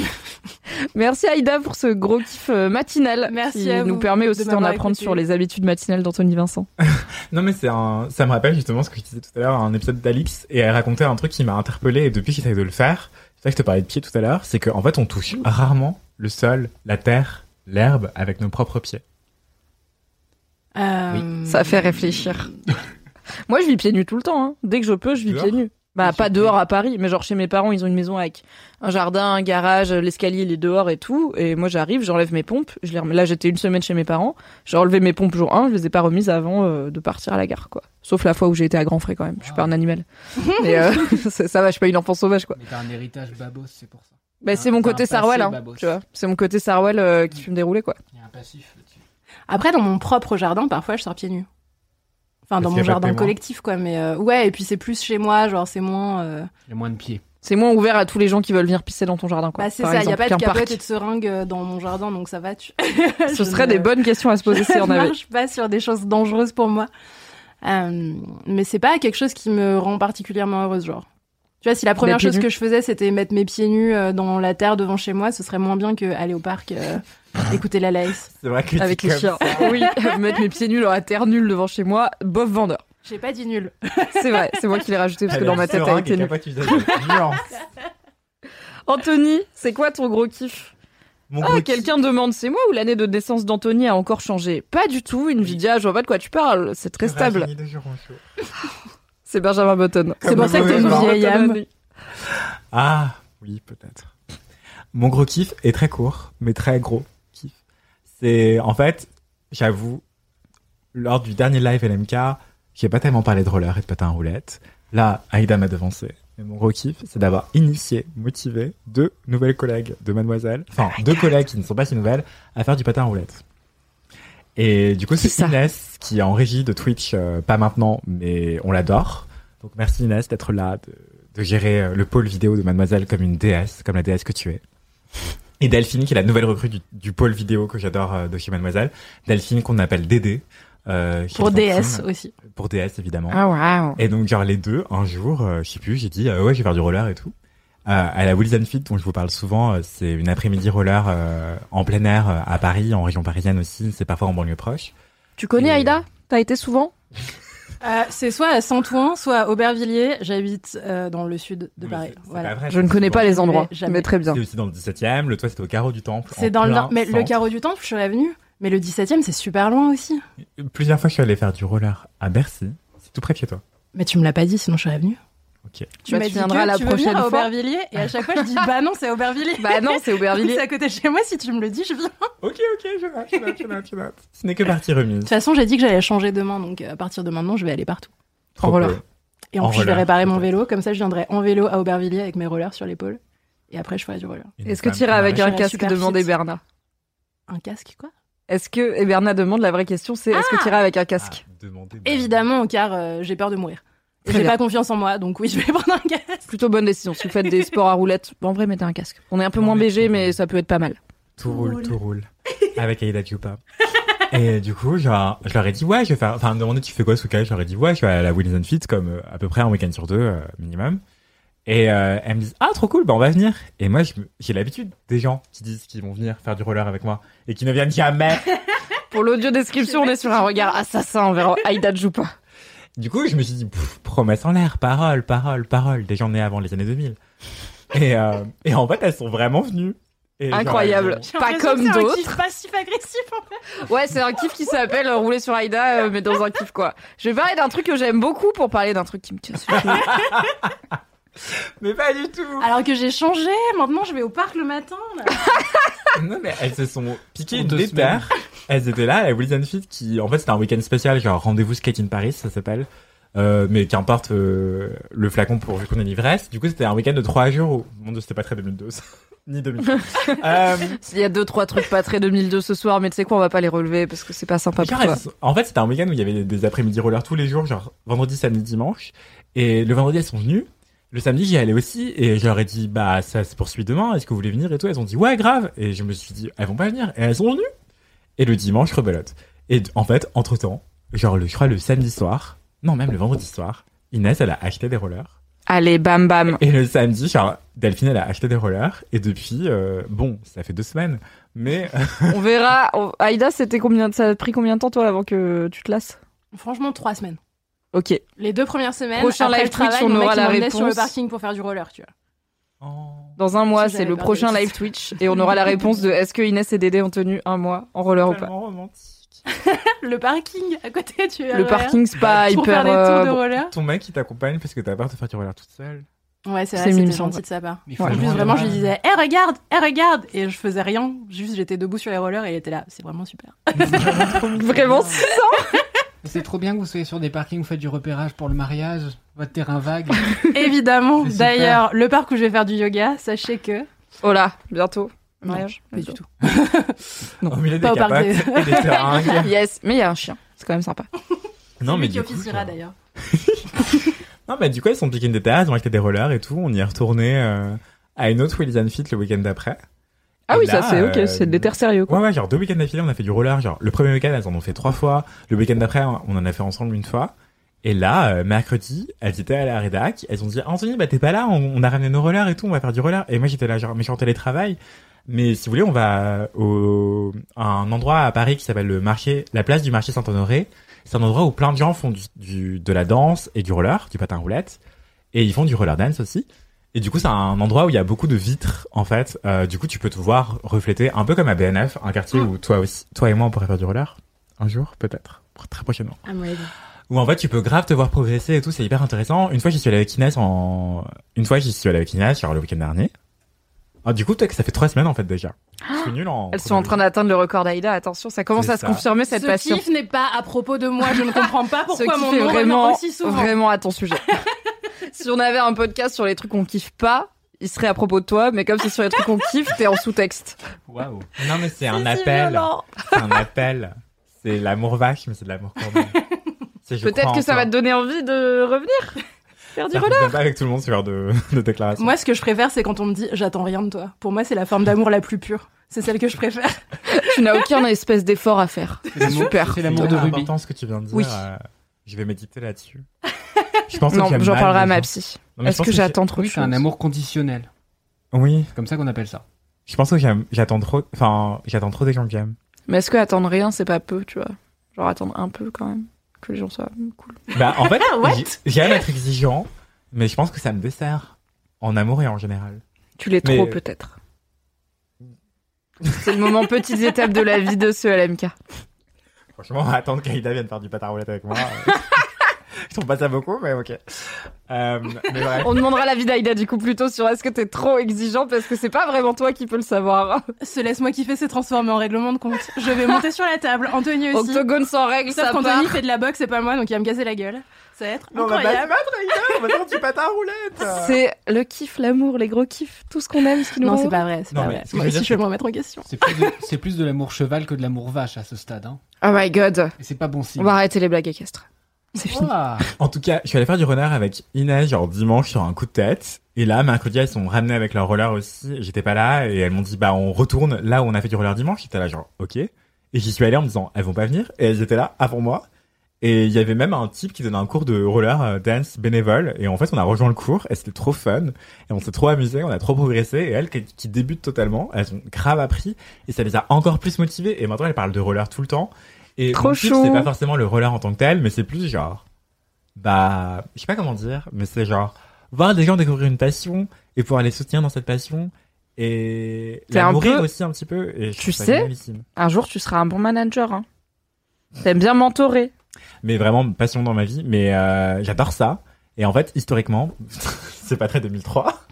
S2: Merci Aïda pour ce gros kiff euh, matinal
S3: Merci
S2: qui
S3: à
S2: nous
S3: vous
S2: permet
S3: de
S2: aussi d'en
S3: m'avoir
S2: apprendre
S3: écouté.
S2: sur les habitudes matinales d'Anthony Vincent.
S8: Non, mais c'est un, ça me rappelle justement ce que je disais tout à l'heure, un épisode d'Alix, et elle racontait un truc qui m'a interpellé, et depuis j'essaie de le faire, c'est ça que je te parlais de pied tout à l'heure, c'est qu'en fait on touche rarement le sol, la terre, l'herbe avec nos propres pieds.
S3: Euh,
S2: Ça fait réfléchir. Moi, je vis pieds nus tout le temps. Hein. Dès que je peux, je vis
S8: Dehors
S2: pieds nus. Bah,
S8: Oui,
S2: pas
S8: sur
S2: dehors à Paris, mais genre chez mes parents, ils ont une maison avec un jardin, un garage, l'escalier, il est dehors et tout. Et moi, j'arrive, j'enlève mes pompes. Je les remets... Là, j'étais une semaine chez mes parents. J'ai enlevé mes pompes jour un, je les ai pas remises avant euh, de partir à la gare, quoi. Sauf la fois où j'ai été à Grand Frais quand même. Je suis pas un animal. Mais euh, ça, ça va, je suis pas une enfant sauvage, quoi.
S6: Mais t'as un héritage babos, c'est pour ça.
S2: Bah, c'est
S6: Un-
S2: mon
S6: t'as
S2: côté
S6: un
S2: Sarwell,
S6: passé
S2: hein,
S6: babos.
S2: tu vois. C'est mon côté Sarwell euh, qui fait me dérouler, quoi.
S6: Il y a un passif là-dessus.
S3: Après, dans mon propre jardin, parfois, je sors pieds nus. Enfin, dans
S8: Parce
S3: mon
S8: qu'il y a pas de
S3: jardin
S8: témoins.
S3: collectif, quoi. Mais euh, ouais, et puis c'est plus chez moi, genre c'est moins. euh,
S6: Il y a moins de pieds.
S2: C'est moins ouvert à tous les gens qui veulent venir pisser dans ton jardin, quoi.
S3: Bah, c'est
S2: Par
S3: ça, il y a
S2: exemple,
S3: pas de
S2: qu'un
S3: capote
S2: parc.
S3: et de seringue euh, dans mon jardin, donc ça va. Tu...
S2: Ce
S3: Je
S2: serait
S3: ne-
S2: des bonnes questions à se poser si
S3: Ça
S2: on avait.
S3: marche pas sur des choses dangereuses pour moi. Euh, mais c'est pas quelque chose qui me rend particulièrement heureuse, genre. Tu vois, si la première
S2: D'être pieds
S3: chose
S2: nus.
S3: que je faisais, c'était mettre mes pieds nus euh, dans la terre devant chez moi, ce serait moins bien que aller au parc, euh, écouter la laisse.
S8: C'est vrai que tu
S2: Avec les
S8: comme
S2: chiens.
S8: ça.
S2: Oui, mettre mes pieds nuls dans la terre nulle devant chez moi, bof vendeur.
S3: J'ai pas dit nul.
S2: C'est vrai, c'est moi qui l'ai rajouté parce que
S8: Elle
S2: dans
S8: a
S2: ma
S8: une
S2: tête elle
S8: seringue
S2: était
S8: et
S2: nulle.
S8: capote usage de nuance.
S2: Anthony, c'est quoi ton gros kiff?
S8: Mon
S2: Ah,
S8: gros
S2: quelqu'un demande, c'est moi ou l'année de naissance d'Anthony a encore changé? Pas du tout, Nvidia, je vois pas de quoi tu parles, c'est très
S8: kiff,
S2: stable.
S8: Rajeuni de Jurançon.
S2: C'est Benjamin Button.
S3: C'est pour ça que t'es une
S8: Comme
S3: vieille âme.
S8: Ah, oui, peut-être. Mon gros kiff est très court, mais très gros kiff. C'est, en fait, j'avoue, lors du dernier live L M K, j'ai pas tellement parlé de roller et de patin à roulettes. Là, Aïda m'a devancé. Et mon gros kiff, c'est d'avoir initié, motivé deux nouvelles collègues de Mademoiselle, enfin, deux collègues qui ne sont pas si nouvelles, à faire du patin à roulettes. Et du coup, c'est
S2: ça
S8: Inès qui est en régie de Twitch, euh, pas maintenant, mais on l'adore. Donc merci Inès d'être là, de, de gérer euh, le pôle vidéo de Mademoiselle comme une déesse, comme la déesse que tu es. Et Delphine, qui est la nouvelle recrue du, du pôle vidéo que j'adore euh, de chez Mademoiselle. Delphine, qu'on appelle Dédé. Euh, qui
S3: Pour
S8: est
S3: D S
S8: Samsung.
S3: aussi.
S8: Pour D S, évidemment.
S2: Ah waouh.
S8: Et donc, genre, les deux, un jour, euh, je sais plus, j'ai dit, euh, ouais, je vais faire du roller et tout. Euh, à la Wheels and Fit, dont je vous parle souvent, euh, c'est une après-midi roller euh, en plein air euh, à Paris, en région parisienne aussi, c'est parfois en banlieue proche.
S2: Tu connais
S8: Et-
S2: Aïda? T'as été souvent?
S3: Euh, c'est soit à Saint-Ouen, soit à Aubervilliers. J'habite euh, dans le sud de
S8: Mais
S3: Paris.
S8: c'est- c'est
S3: Voilà.
S8: pas vrai,
S2: Je ne
S8: c'est
S2: connais
S8: souvent-
S2: pas les endroits,
S3: Jamais.
S2: mais très bien.
S8: C'est aussi dans le dix-septième, le toit c'était au carreau du Temple.
S3: C'est
S8: en
S3: dans le
S8: plein
S3: nord. Mais le
S8: centre.
S3: carreau du Temple, je serais venue. Mais le dix-septième, c'est super loin aussi.
S8: Plusieurs fois, je suis allé faire du roller à Bercy. C'est tout près de chez toi.
S3: Mais tu me l'as pas dit, sinon je serais venue.
S8: Ok.
S3: Tu
S2: Bah,
S3: m'as
S2: tu
S3: dit
S2: viendras
S3: que
S2: la
S3: tu veux
S2: prochaine
S3: venir à
S2: fois.
S3: Aubervilliers, et à chaque fois je dis bah non, c'est à Aubervilliers.
S2: Bah non, c'est Aubervilliers.
S3: C'est à côté de chez moi, si tu me le dis, je viens.
S8: Ok, ok, je note, je note, je note, je note. Ce n'est que partie remise.
S3: De toute façon, j'ai dit que j'allais changer demain, donc à partir de maintenant, je vais aller partout.
S8: Trop
S3: en roller.
S8: cool.
S3: Et en,
S8: En
S3: plus, je vais
S8: roller,
S3: réparer mon
S8: peut-être.
S3: vélo, comme ça je viendrai en vélo à Aubervilliers avec mes rollers sur l'épaule. Et après, je ferai du roller.
S8: Une
S2: Est-ce que
S8: femme
S2: tu iras
S8: qui
S2: avec
S8: marche.
S2: un
S3: J'irai
S2: casque
S3: super
S2: demandé
S3: fit.
S2: Bernard?
S3: Un casque, quoi?
S2: Est-ce que, et Bernard demande, la vraie question c'est, est-ce que tu iras avec un casque?
S8: Ah, demandez-
S3: Évidemment, car euh, j'ai peur de mourir. Et
S2: Très
S3: j'ai
S2: bien.
S3: pas confiance en moi, donc oui, je vais prendre un casque.
S2: Plutôt bonne décision. Si vous faites des sports à roulettes, en vrai, mettez un casque. On est un peu
S8: Non,
S2: moins
S8: mais
S2: B G,
S8: tout
S2: mais
S8: roule.
S2: ça peut être pas mal.
S8: Tout roule, tout roule. Avec Aïda Djoupa. Et du coup, genre, je leur ai dit, ouais, je vais faire, enfin, demandez, tu fais quoi ce week-end? Je leur ai dit, ouais, je vais à la Wilson Fit, comme, euh, à peu près un week-end sur deux, euh, minimum. Et, euh, elles me disent, ah, trop cool, bah, on va venir. Et moi, je me- j'ai l'habitude des gens qui disent qu'ils vont venir faire du roller avec moi et qui ne viennent jamais.
S2: Pour l'audio description, on est sur un regard assassin envers Aïda Djoupa.
S8: Du coup, je me suis dit, pff, promesse en l'air, parole, parole, parole, des gens nés avant les années deux mille. Et, euh, et en fait, elles sont vraiment venues. Et genre,
S2: Incroyable.
S8: elles
S3: J'ai
S2: Pas
S3: l'impression
S2: comme
S3: que c'est un
S2: d'autres.
S3: kiff passif-agressif, en fait.
S2: Ouais, c'est un kiff qui s'appelle euh, rouler sur Aïda, euh, mais dans un kiff quoi. Je vais parler d'un truc que j'aime beaucoup pour parler d'un truc qui me casse le cul.
S8: ont- Mais pas du tout.
S3: Alors que j'ai changé, maintenant je vais au parc le matin, là.
S8: Non, mais elles se sont piquées
S6: Pour
S8: une
S6: deux
S8: déterre. Elles étaient là, à la Wilson Fit, qui, en fait, c'était un week-end spécial, genre rendez-vous skate in Paris, ça s'appelle. Euh, mais qu'importe euh, le flacon pour vu qu'on est l'ivresse. Du coup, c'était un week-end de trois jours où, mon dieu, c'était pas très deux mille deux, ça. Ni deux mille. euh,
S2: Il y a deux, trois trucs pas très deux mille deux ce soir, mais tu sais quoi, on va pas les relever parce que c'est pas sympa pour
S8: genre,
S2: toi.
S8: elles sont- en fait, c'était un week-end où il y avait des, des après-midi rollers tous les jours, genre vendredi, samedi, dimanche. Et le vendredi, elles sont venues. Le samedi, j'y allais aussi. Et je leur ai dit, bah, ça se poursuit demain. Est-ce que vous voulez venir et tout? Elles ont dit, ouais, grave. Et je me suis dit, elles vont pas venir. Et elles sont venues. Et le dimanche, rebelote. Et en fait, entre temps, genre, le, je crois, le samedi soir, non, même le vendredi soir, Inès, elle a acheté des rollers.
S2: Allez, bam bam.
S8: Et le samedi, genre, Delphine, elle a acheté des rollers. Et depuis, euh, bon, ça fait deux semaines. Mais,
S2: On verra. On- Aïda, c'était combien, ça a pris combien de temps toi avant que tu te lasses?
S3: Franchement, trois semaines.
S2: Ok.
S3: Les deux premières semaines,
S2: Prochain
S3: après
S2: live
S3: le travail,
S2: Twitch, on
S3: mon mec,
S2: aura
S3: il
S2: la
S3: m'emmenait sur le
S2: réponse.
S3: parking pour faire du roller, tu vois.
S2: Dans un mois,
S3: Si
S2: c'est
S3: j'avais
S2: le
S3: peur
S2: prochain
S3: de
S2: live Twitch et on aura la réponse de est-ce que Inès et Dédé ont tenu un mois en roller ou pas.
S8: tellement romantique.
S3: Le parking, à côté, tu as
S2: Le parking, c'est pas
S3: Pour
S2: hyper.
S3: faire des tours
S2: euh,
S3: de
S2: bon.
S3: roller.
S8: Ton mec, il t'accompagne parce que t'as peur de faire du roller toute seule.
S3: Ouais, c'est
S2: C'est
S3: vrai, c'était
S2: mignon,
S3: gentil
S2: ouais.
S3: de sa part.
S6: Il faut
S3: En
S6: le
S3: plus,
S6: rendre
S3: vraiment, je lui
S6: hommage.
S3: disais, hé, regarde, hé, regarde! Et je faisais rien, juste j'étais debout sur les rollers et il était là. C'est vraiment super.
S2: Vraiment ça.
S6: C'est trop bien que vous soyez sur des parkings, vous faites du repérage pour le mariage, votre terrain vague.
S3: Évidemment.
S6: C'est super.
S3: D'ailleurs, le parc où je vais faire du yoga, sachez que.
S2: Oh là, bientôt.
S3: Non,
S2: Mariage.
S3: pas du tout.
S2: Non.
S8: Au milieu des
S3: Pas au parc
S8: capotes
S3: des-
S8: et des seringues.
S2: Yes, mais il y a un chien. C'est quand même sympa.
S8: Non, mais
S3: qui
S8: du coup,
S3: officiera
S8: genre-
S3: d'ailleurs.
S8: Non, mais du coup, elles sont piquées une des terres, elles ont acheté des rollers et tout. On y est retourné euh, à une autre Wilson Fit le week-end d'après.
S2: Ah
S8: Et
S2: oui,
S8: là,
S2: ça c'est ok,
S8: euh,
S2: c'est des terres sérieux quoi.
S8: Ouais, ouais, genre deux week-ends d'affilée, on a fait du roller. Genre, le premier week-end, elles en ont fait trois fois. Le week-end d'après, on en a fait ensemble une fois. Et là, euh, mercredi, elles étaient à la rédac. Elles ont dit, Anthony, bah, t'es pas là, on, on a ramené nos rollers et tout, on va faire du roller. Et moi, j'étais là, genre, mais je suis en télétravail. Mais si vous voulez, on va au, à un endroit à Paris qui s'appelle le marché, la place du marché Saint-Honoré. C'est un endroit où plein de gens font du, du, de la danse et du roller, du patin roulette. Et ils font du roller dance aussi. Et du coup, c'est un endroit où il y a beaucoup de vitres, en fait. Euh, du coup, tu peux te voir refléter, un peu comme à B N F, un quartier où toi aussi, toi et moi, on pourrait faire du roller. Un jour, peut-être. Très prochainement.
S3: I'm ready.
S8: Où en fait, tu peux grave te voir progresser et tout, c'est hyper intéressant. Une fois, j'y suis allé avec Inès en, une fois, j'y suis allé avec Inès, genre le week-end dernier. Ah, du coup, peut-être que ça fait trois semaines, en fait, déjà. Je suis nul en...
S2: Elles sont en train d'atteindre le record d'Aïda. Attention, ça commence
S8: C'est
S2: à se
S8: ça.
S2: confirmer cette
S3: Ce
S2: passion.
S3: kiff n'est pas à propos de moi, je ne comprends pas
S2: Ce
S3: pourquoi
S2: kiff
S3: mon
S2: est
S3: nom revient
S2: vraiment,
S3: aussi souvent.
S2: vraiment à ton sujet. Si on avait un podcast sur les trucs qu'on kiffe pas, il serait à propos de toi, mais comme c'est sur les trucs qu'on kiffe, t'es en sous-texte.
S6: Waouh.
S8: Non, mais c'est un
S2: si
S8: appel.
S2: violent.
S8: C'est un appel. C'est l'amour vache, mais c'est de l'amour quand même. C'est je
S2: Peut-être
S8: crois
S2: que
S8: en
S2: ça
S8: toi.
S2: va te donner envie de revenir faire du
S8: Ça
S2: roller.
S8: fonctionne pas avec tout le monde, ce genre de, de déclaration.
S3: Moi, ce que je préfère, c'est quand on me dit j'attends rien de toi. Pour moi, c'est la forme d'amour la plus pure. C'est celle que je préfère.
S2: Tu n'as aucun espèce d'effort à faire.
S6: C'est l'amour-
S2: Super.
S6: C'est l'amour de
S8: C'est
S6: Ruby.
S8: important ce que tu viens de dire.
S2: Oui.
S8: euh, je vais méditer là-dessus. Je pense
S2: Non,
S8: que j'aime
S2: j'en
S8: mal
S2: parlerai à
S8: les
S2: ma
S8: gens.
S2: psy.
S8: Non, mais je
S2: Est-ce
S8: pense
S2: que
S8: que
S2: j'attends trop de
S6: Oui, c'est un
S2: choses
S6: amour conditionnel.
S8: Oui.
S6: C'est comme ça qu'on appelle ça.
S8: Je pense que j'aime, j'attends trop, enfin, j'attends trop des gens que j'aime.
S2: Mais est-ce que attendre rien, c'est pas peu, tu vois? Genre attendre un peu quand même. Que les gens soient cool.
S8: Bah, en fait,
S3: What
S8: j'ai- j'aime être exigeant, mais je pense que ça me dessert. En amour et en général.
S2: Tu l'es
S8: Mais-
S2: trop peut-être. C'est le moment petites étapes de la vie de ce L M K.
S8: Franchement, on va attendre qu'Aïda vienne faire du patin à roulette avec moi. Je trouve pas ça beaucoup, mais ok. Euh, mais bref.
S2: On demandera l'avis d'Aïda du coup plutôt sur est-ce que t'es trop exigeant parce que c'est pas vraiment toi qui peux le savoir.
S3: Ce laisse-moi kiffer s'est transformé en règlement de compte. Je vais monter sur la table. Anthony aussi.
S2: Octogone sans règles,
S3: Sauf
S2: ça
S3: qu'Anthony
S2: part.
S3: fait de la boxe, c'est pas moi, donc il va me casser la gueule. Ça va être
S8: Non, on va pas se
S3: incroyable.
S8: battre, Aïda. On va faire du patin à roulette.
S2: C'est le kiff, l'amour, les gros kiffs, tout ce qu'on aime, ce qui nous
S3: Non,
S2: rend
S3: c'est
S2: heureux.
S3: pas vrai, c'est
S8: Non,
S3: pas
S8: mais
S3: vrai.
S8: ce que
S3: Moi
S8: je veux
S3: aussi,
S8: dire,
S3: je vais me remettre en question.
S6: C'est plus, de, c'est plus de l'amour cheval que de l'amour vache à ce stade. Hein.
S2: Oh my god.
S6: Et c'est pas bon signe.
S2: On va arrêter les blagues équestres. C'est fini.
S6: Ah.
S8: En tout cas, je suis allé faire du runner avec Inès, genre dimanche, sur un coup de tête. Et là, mercredi, elles sont ramenées avec leur roller aussi. J'étais pas là et elles m'ont dit, bah, on retourne là où on a fait du roller dimanche. J'étais là, genre, ok. Et j'y suis allé en me disant, elles vont pas venir. Et elles étaient là avant moi. Et il y avait même un type qui donnait un cours de roller euh, dance bénévole. Et en fait, on a rejoint le cours et c'était trop fun. Et on s'est trop amusé, on a trop progressé. Et elles, qui, qui débutent totalement, elles ont grave appris. Et ça les a encore plus motivées. Et maintenant, elles parlent de roller tout le temps. Et
S2: Trop
S8: mon kiff,
S2: chou.
S8: c'est pas forcément le roller en tant que tel, mais c'est plus genre, bah, je sais pas comment dire, mais c'est genre, voir des gens découvrir une passion et pouvoir les soutenir dans cette passion et
S2: T'es
S8: la
S2: un
S8: nourrir
S2: peu-
S8: aussi un petit peu. Et je
S2: Tu
S8: trouve ça
S2: sais
S8: génialissime.
S2: Un jour, tu seras un bon manager. Hein. T'aimes bien mentorer.
S8: Mais vraiment, passion dans ma vie, mais euh, j'adore ça. Et en fait, historiquement, c'est pas très deux mille trois,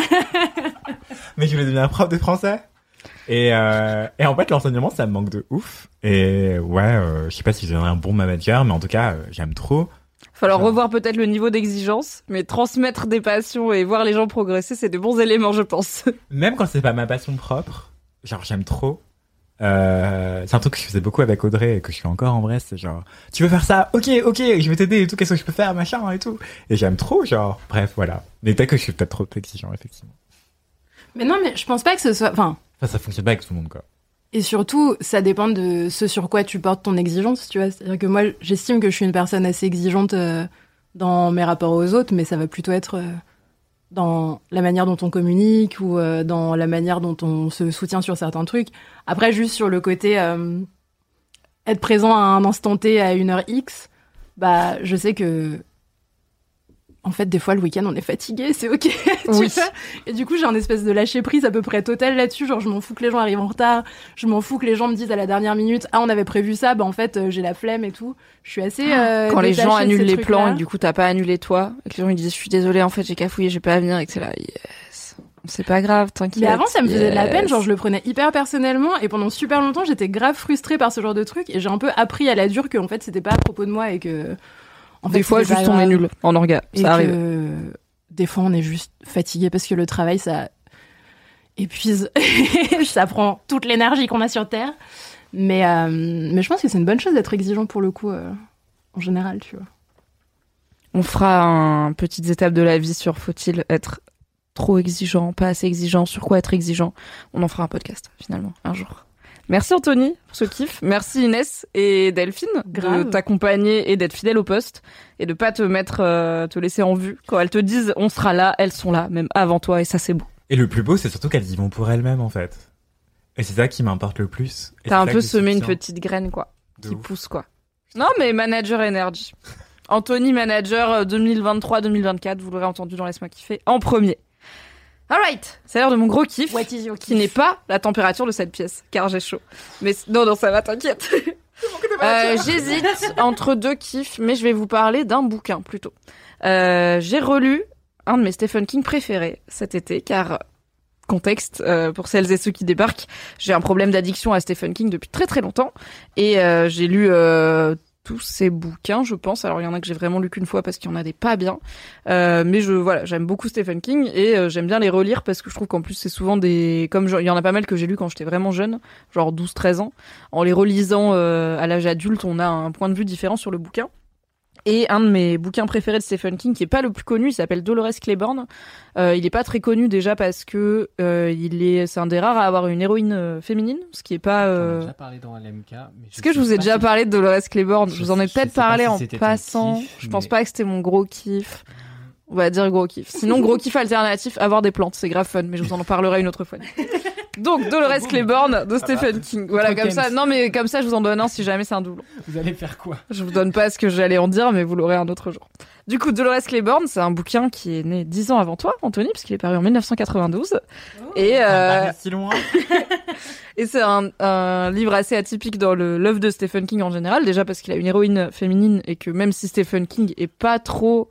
S8: mais je voulais devenir prof de français. Et, euh, et en fait, l'enseignement, ça me manque de ouf. Et ouais, euh, je sais pas si je deviendrai un bon manager, mais en tout cas, euh, j'aime trop.
S2: Falloir
S8: Genre.
S2: revoir peut-être le niveau d'exigence, mais transmettre des passions et voir les gens progresser, c'est des bons éléments, je pense.
S8: Même quand c'est pas ma passion propre, genre j'aime trop. Euh, c'est un truc que je faisais beaucoup avec Audrey et que je fais encore en vrai, c'est genre, tu veux faire ça? Ok, ok, je vais t'aider et tout, qu'est-ce que je peux faire, machin et tout. Et j'aime trop, genre, bref, voilà. Mais peut-être que je suis peut-être trop exigeant, effectivement.
S3: Mais non, mais je pense pas que ce soit. Enfin,
S8: Enfin, ça fonctionne pas avec tout le monde, quoi.
S3: et surtout, ça dépend de ce sur quoi tu portes ton exigence, tu vois. C'est-à-dire que moi, j'estime que je suis une personne assez exigeante euh, dans mes rapports aux autres, mais ça va plutôt être euh, dans la manière dont on communique ou euh, dans la manière dont on se soutient sur certains trucs. Après, juste sur le côté euh, être présent à un instant T à une heure X, bah, je sais que. En fait, des fois, le week-end, on est fatigué, c'est ok. tu
S2: Oui.
S3: vois. Et du coup, j'ai un espèce de lâcher prise à peu près total là-dessus. Genre, je m'en fous que les gens arrivent en retard. Je m'en fous que les gens me disent à la dernière minute, ah, on avait prévu ça, bah en fait, euh, j'ai la flemme et tout. Je suis assez. Euh,
S2: Quand les
S3: détachée
S2: gens
S3: de
S2: annulent
S3: ces
S2: les
S3: trucs-là.
S2: plans et du coup t'as pas annulé toi, et que les gens ils disent je suis désolée en fait j'ai cafouillé, j'ai pas à venir et que c'est là yes. C'est pas grave, t'inquiète.
S3: Mais avant, ça me faisait de la
S2: yes.
S3: peine. Genre, je le prenais hyper personnellement et pendant super longtemps, j'étais grave frustrée par ce genre de truc et j'ai un peu appris à la dure que en fait, c'était pas à propos de moi et que. En fait,
S2: Des fois
S3: c'était pas
S2: juste on est
S3: grave.
S2: nul en orga,
S3: Et
S2: ça
S3: que
S2: arrive.
S3: des fois, on est juste fatigué parce que le travail, ça épuise. Ça prend toute l'énergie qu'on a sur Terre. Mais, euh, mais je pense que c'est une bonne chose d'être exigeant pour le coup, euh, en général, tu vois.
S2: On fera un petites étapes de la vie sur faut-il être trop exigeant, pas assez exigeant, sur quoi être exigeant. On en fera un podcast finalement un jour. Merci Anthony pour ce kiff. Merci Inès et Delphine
S3: Grave.
S2: de t'accompagner et d'être fidèle au poste et de pas te mettre, euh, te laisser en vue. Quand elles te disent on sera là, elles sont là, même avant toi et ça c'est beau.
S8: Et le plus beau, c'est surtout qu'elles y vont pour elles-mêmes, en fait. Et c'est ça qui m'importe le plus. Et
S2: T'as
S8: c'est
S2: un
S8: ça
S2: peu
S8: que je
S2: semé une
S8: soutiens.
S2: petite graine quoi,
S8: De
S2: qui
S8: ouf.
S2: pousse quoi. Non mais manager energy. Anthony manager deux mille vingt-trois deux mille vingt-quatre, vous l'aurez entendu dans Laisse-moi kiffer en premier. Alright, c'est l'heure de mon gros kiff,
S3: What is your
S2: qui
S3: kiff
S2: n'est pas la température de cette pièce, car j'ai chaud. Mais c- non, non, ça va, t'inquiète. Euh, J'hésite entre deux kiffs, mais je vais vous parler d'un bouquin plutôt. Euh, j'ai relu un de mes Stephen King préférés cet été, car contexte euh, pour celles et ceux qui débarquent, j'ai un problème d'addiction à Stephen King depuis très très longtemps, et euh, j'ai lu euh, tous ces bouquins, je pense. Alors il y en a que j'ai vraiment lu qu'une fois parce qu'il y en a des pas bien, euh, mais je voilà, j'aime beaucoup Stephen King et euh, j'aime bien les relire parce que je trouve qu'en plus c'est souvent des comme genre, il y en a pas mal que j'ai lu quand j'étais vraiment jeune, genre douze treize ans. En les relisant euh, à l'âge adulte, on a un point de vue différent sur le bouquin. Et un de mes bouquins préférés de Stephen King, qui est pas le plus connu, il s'appelle Dolores Claiborne. Euh, il est pas très connu déjà parce que euh, il est, c'est un des rares à avoir une héroïne euh, féminine, ce qui est pas.
S6: On
S2: Euh...
S6: a déjà parlé dans L M K. Mais
S2: Est-ce que je vous ai déjà parlé de Dolores Claiborne? Je,
S6: Je
S2: vous en ai
S6: sais-
S2: peut-être
S6: je sais pas
S2: parlé
S6: si
S2: en
S6: c'était ton
S2: passant.
S6: kiff,
S2: Je pense
S6: mais-
S2: pas que c'était mon gros kiff. On va dire gros kiff. Sinon, gros kiff alternatif, avoir des plantes, c'est grave fun, mais je vous en parlerai une autre fois. Donc Dolores Claiborne de Stephen King. Voilà, comme ça. Non, mais comme ça, je vous en donne un si jamais c'est un doublon.
S6: Vous allez faire quoi?
S2: Je vous donne pas ce que j'allais en dire, mais vous l'aurez un autre jour. Du coup, Dolores Claiborne, c'est un bouquin qui est né dix ans avant toi, Anthony, parce qu'il est paru en dix-neuf cent quatre-vingt-douze. Oh, et euh...
S8: si loin.
S2: Et c'est un, un livre assez atypique dans le l'œuvre de Stephen King en général, déjà parce qu'il a une héroïne féminine et que même si Stephen King est pas trop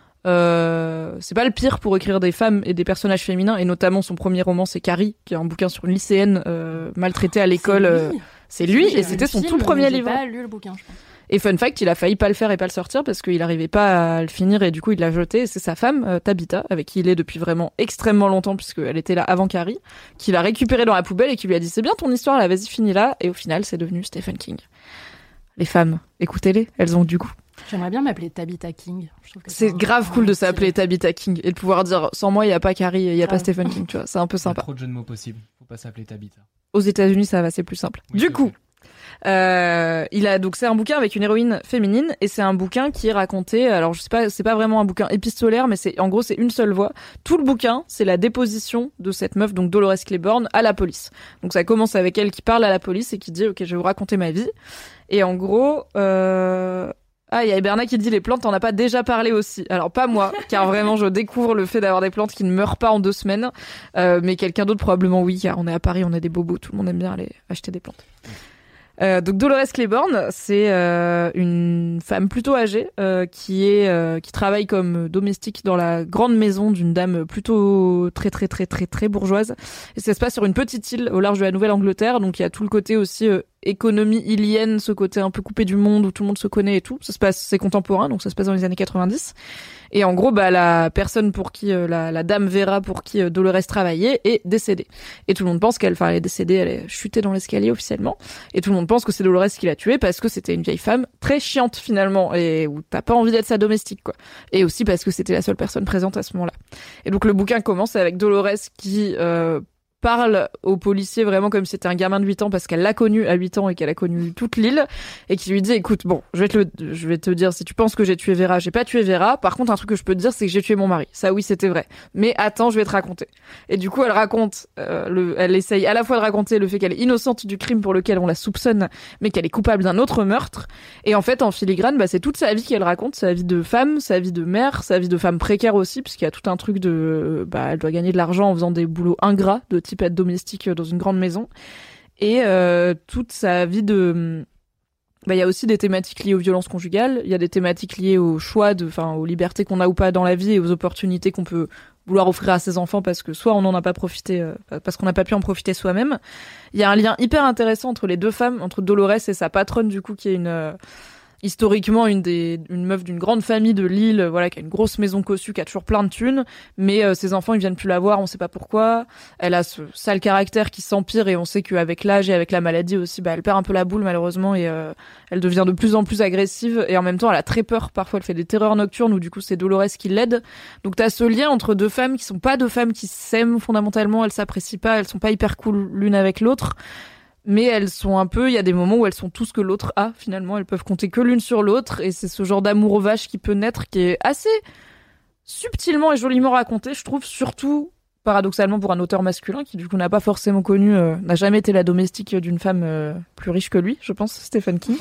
S2: Euh, c'est pas le pire pour écrire des femmes et des personnages féminins, et notamment son premier roman c'est Carrie, qui est un bouquin sur une lycéenne euh, maltraitée à l'école. C'est lui, euh, c'est lui et c'était son film, tout premier livre.
S3: J'ai pas lu le bouquin, je pense.
S2: Et fun fact, il a failli pas le faire et pas le sortir parce qu'il arrivait pas à le finir et du coup il l'a jeté. Et c'est sa femme, euh, Tabitha, avec qui il est depuis vraiment extrêmement longtemps puisqu'elle était là avant Carrie, qui l'a récupéré dans la poubelle et qui lui a dit c'est bien ton histoire là, vas-y finis là. Et au final c'est devenu Stephen King. Les femmes, écoutez-les, elles ont du goût.
S3: J'aimerais bien m'appeler Tabitha King.
S2: C'est grave cool de s'appeler Tabitha King et de pouvoir dire sans moi il y a pas Carrie, il y a pas Stephen King, tu vois, c'est un peu sympa.
S6: Il y a trop de jeux de mots possibles, faut pas s'appeler Tabitha.
S2: Aux États-Unis ça va, c'est plus simple.
S6: Oui,
S2: du
S6: c'est
S2: coup,
S6: vrai.
S2: Euh, il a donc c'est un bouquin avec une héroïne féminine et c'est un bouquin qui est raconté. Alors je sais pas, c'est pas vraiment un bouquin épistolaire, mais c'est en gros c'est une seule voix. Tout le bouquin c'est la déposition de cette meuf, donc Dolores Claiborne, à la police. Donc ça commence avec elle qui parle à la police et qui dit ok je vais vous raconter ma vie. Et en gros, euh... ah il y a Berna qui dit les plantes t'en as pas déjà parlé aussi. Alors pas moi, car vraiment je découvre le fait d'avoir des plantes qui ne meurent pas en deux semaines, euh, mais quelqu'un d'autre probablement oui, car on est à Paris, on est des bobos, tout le monde aime bien aller acheter des plantes. Euh, donc Dolores Claiborne, c'est euh, une femme plutôt âgée euh, qui est euh, qui travaille comme domestique dans la grande maison d'une dame plutôt très très très très très bourgeoise. Et ça se passe sur une petite île au large de la Nouvelle-Angleterre, donc il y a tout le côté aussi euh, économie ilienne, ce côté un peu coupé du monde où tout le monde se connaît et tout. Ça se passe, c'est contemporain, donc ça se passe dans les années quatre-vingt-dix. Et en gros, bah la personne pour qui euh, la, la dame Vera pour qui euh, Dolores travaillait est décédée. Et tout le monde pense qu'elle, enfin, elle est décédée, elle est chutée dans l'escalier officiellement. Et tout le monde pense que c'est Dolores qui l'a tuée parce que c'était une vieille femme très chiante finalement et où t'as pas envie d'être sa domestique quoi. Et aussi parce que c'était la seule personne présente à ce moment-là. Et donc le bouquin commence avec Dolores qui euh, parle au policier vraiment comme si c'était un gamin de huit ans parce qu'elle l'a connu à huit ans et qu'elle a connu toute l'île et qui lui dit écoute bon je vais te le, je vais te dire si tu penses que j'ai tué Vera, j'ai pas tué Vera, par contre un truc que je peux te dire c'est que j'ai tué mon mari, ça oui c'était vrai, mais attends je vais te raconter. Et du coup elle raconte euh, le, elle essaye à la fois de raconter le fait qu'elle est innocente du crime pour lequel on la soupçonne mais qu'elle est coupable d'un autre meurtre, et en fait en filigrane bah c'est toute sa vie qu'elle raconte, sa vie de femme, sa vie de mère, sa vie de femme précaire aussi puisqu'il y a tout un truc de bah elle doit gagner de l'argent en faisant des boulots ingrats de type être domestique dans une grande maison, et euh, toute sa vie de bah il y a aussi des thématiques liées aux violences conjugales, il y a des thématiques liées au choix de enfin aux libertés qu'on a ou pas dans la vie et aux opportunités qu'on peut vouloir offrir à ses enfants parce que soit on n'en a pas profité euh, parce qu'on n'a pas pu en profiter soi-même. Il y a un lien hyper intéressant entre les deux femmes, entre Dolores et sa patronne du coup qui est une euh, historiquement une des une meuf d'une grande famille de Lille, voilà, qui a une grosse maison cossue, qui a toujours plein de thunes, mais euh, ses enfants ils viennent plus la voir, on sait pas pourquoi. Elle a ce sale caractère qui s'empire et on sait qu'avec l'âge et avec la maladie aussi, bah elle perd un peu la boule malheureusement et euh, elle devient de plus en plus agressive et en même temps elle a très peur. Parfois elle fait des terreurs nocturnes où du coup c'est Dolores qui l'aide. Donc t'as ce lien entre deux femmes qui sont pas deux femmes qui s'aiment fondamentalement, elles s'apprécient pas, elles sont pas hyper cool l'une avec l'autre. Mais elles sont un peu, il y a des moments où elles sont tout ce que l'autre a, finalement, elles peuvent compter que l'une sur l'autre, et c'est ce genre d'amour vache qui peut naître, qui est assez subtilement et joliment raconté, je trouve, surtout, paradoxalement, pour un auteur masculin, qui du coup n'a pas forcément connu, euh, n'a jamais été la domestique d'une femme euh, plus riche que lui, je pense, Stephen King.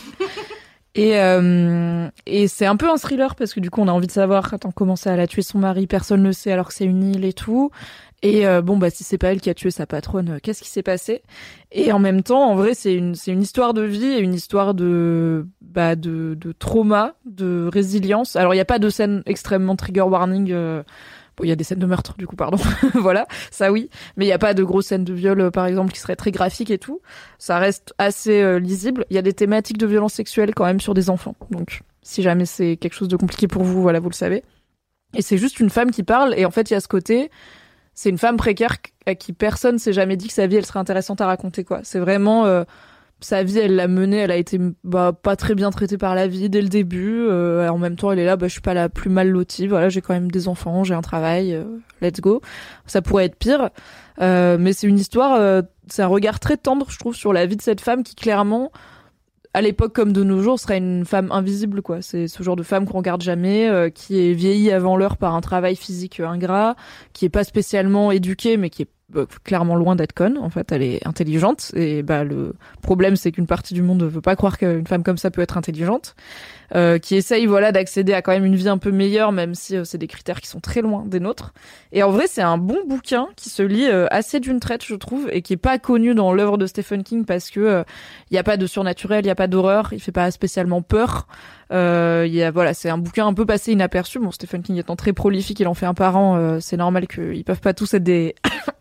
S2: Et, euh, et c'est un peu un thriller, parce que du coup on a envie de savoir, attends, comment ça, elle a tué son mari, personne ne le sait alors que c'est une île et tout. Et euh, bon bah si c'est pas elle qui a tué sa patronne, euh, qu'est-ce qui s'est passé? Et en même temps, en vrai, c'est une c'est une histoire de vie et une histoire de bah de de trauma, de résilience. Alors il y a pas de scène extrêmement trigger warning. Euh, bon, il y a des scènes de meurtre du coup, pardon. Voilà, ça oui, mais il y a pas de grosses scènes de viol euh, par exemple qui seraient très graphiques et tout. Ça reste assez euh, lisible. Il y a des thématiques de violence sexuelle quand même sur des enfants. Donc si jamais c'est quelque chose de compliqué pour vous, voilà, vous le savez. Et c'est juste une femme qui parle et en fait il y a ce côté. C'est une femme précaire à qui personne s'est jamais dit que sa vie elle serait intéressante à raconter quoi. C'est vraiment euh, sa vie elle l'a menée, elle a été bah pas très bien traitée par la vie dès le début. Euh, en même temps elle est là, bah je suis pas la plus mal lotie. Voilà, j'ai quand même des enfants, j'ai un travail, euh, let's go. Ça pourrait être pire, euh, mais c'est une histoire, euh, c'est un regard très tendre je trouve sur la vie de cette femme qui clairement à l'époque comme de nos jours serait une femme invisible quoi. C'est ce genre de femme qu'on regarde jamais, euh, qui est vieillie avant l'heure par un travail physique ingrat, qui est pas spécialement éduquée mais qui est bah, clairement loin d'être conne. En fait, elle est intelligente. Et bah le problème, c'est qu'une partie du monde ne veut pas croire qu'une femme comme ça peut être intelligente. Euh, qui essaye voilà d'accéder à quand même une vie un peu meilleure, même si euh, c'est des critères qui sont très loin des nôtres. Et en vrai, c'est un bon bouquin qui se lit euh, assez d'une traite, je trouve, et qui est pas connu dans l'œuvre de Stephen King parce que euh, il y a pas de surnaturel, il y a pas d'horreur, il fait pas spécialement peur. Euh, il y a voilà, c'est un bouquin un peu passé inaperçu. Bon, Stephen King étant très prolifique, il en fait un par an, euh, c'est normal qu'ils peuvent pas tous être des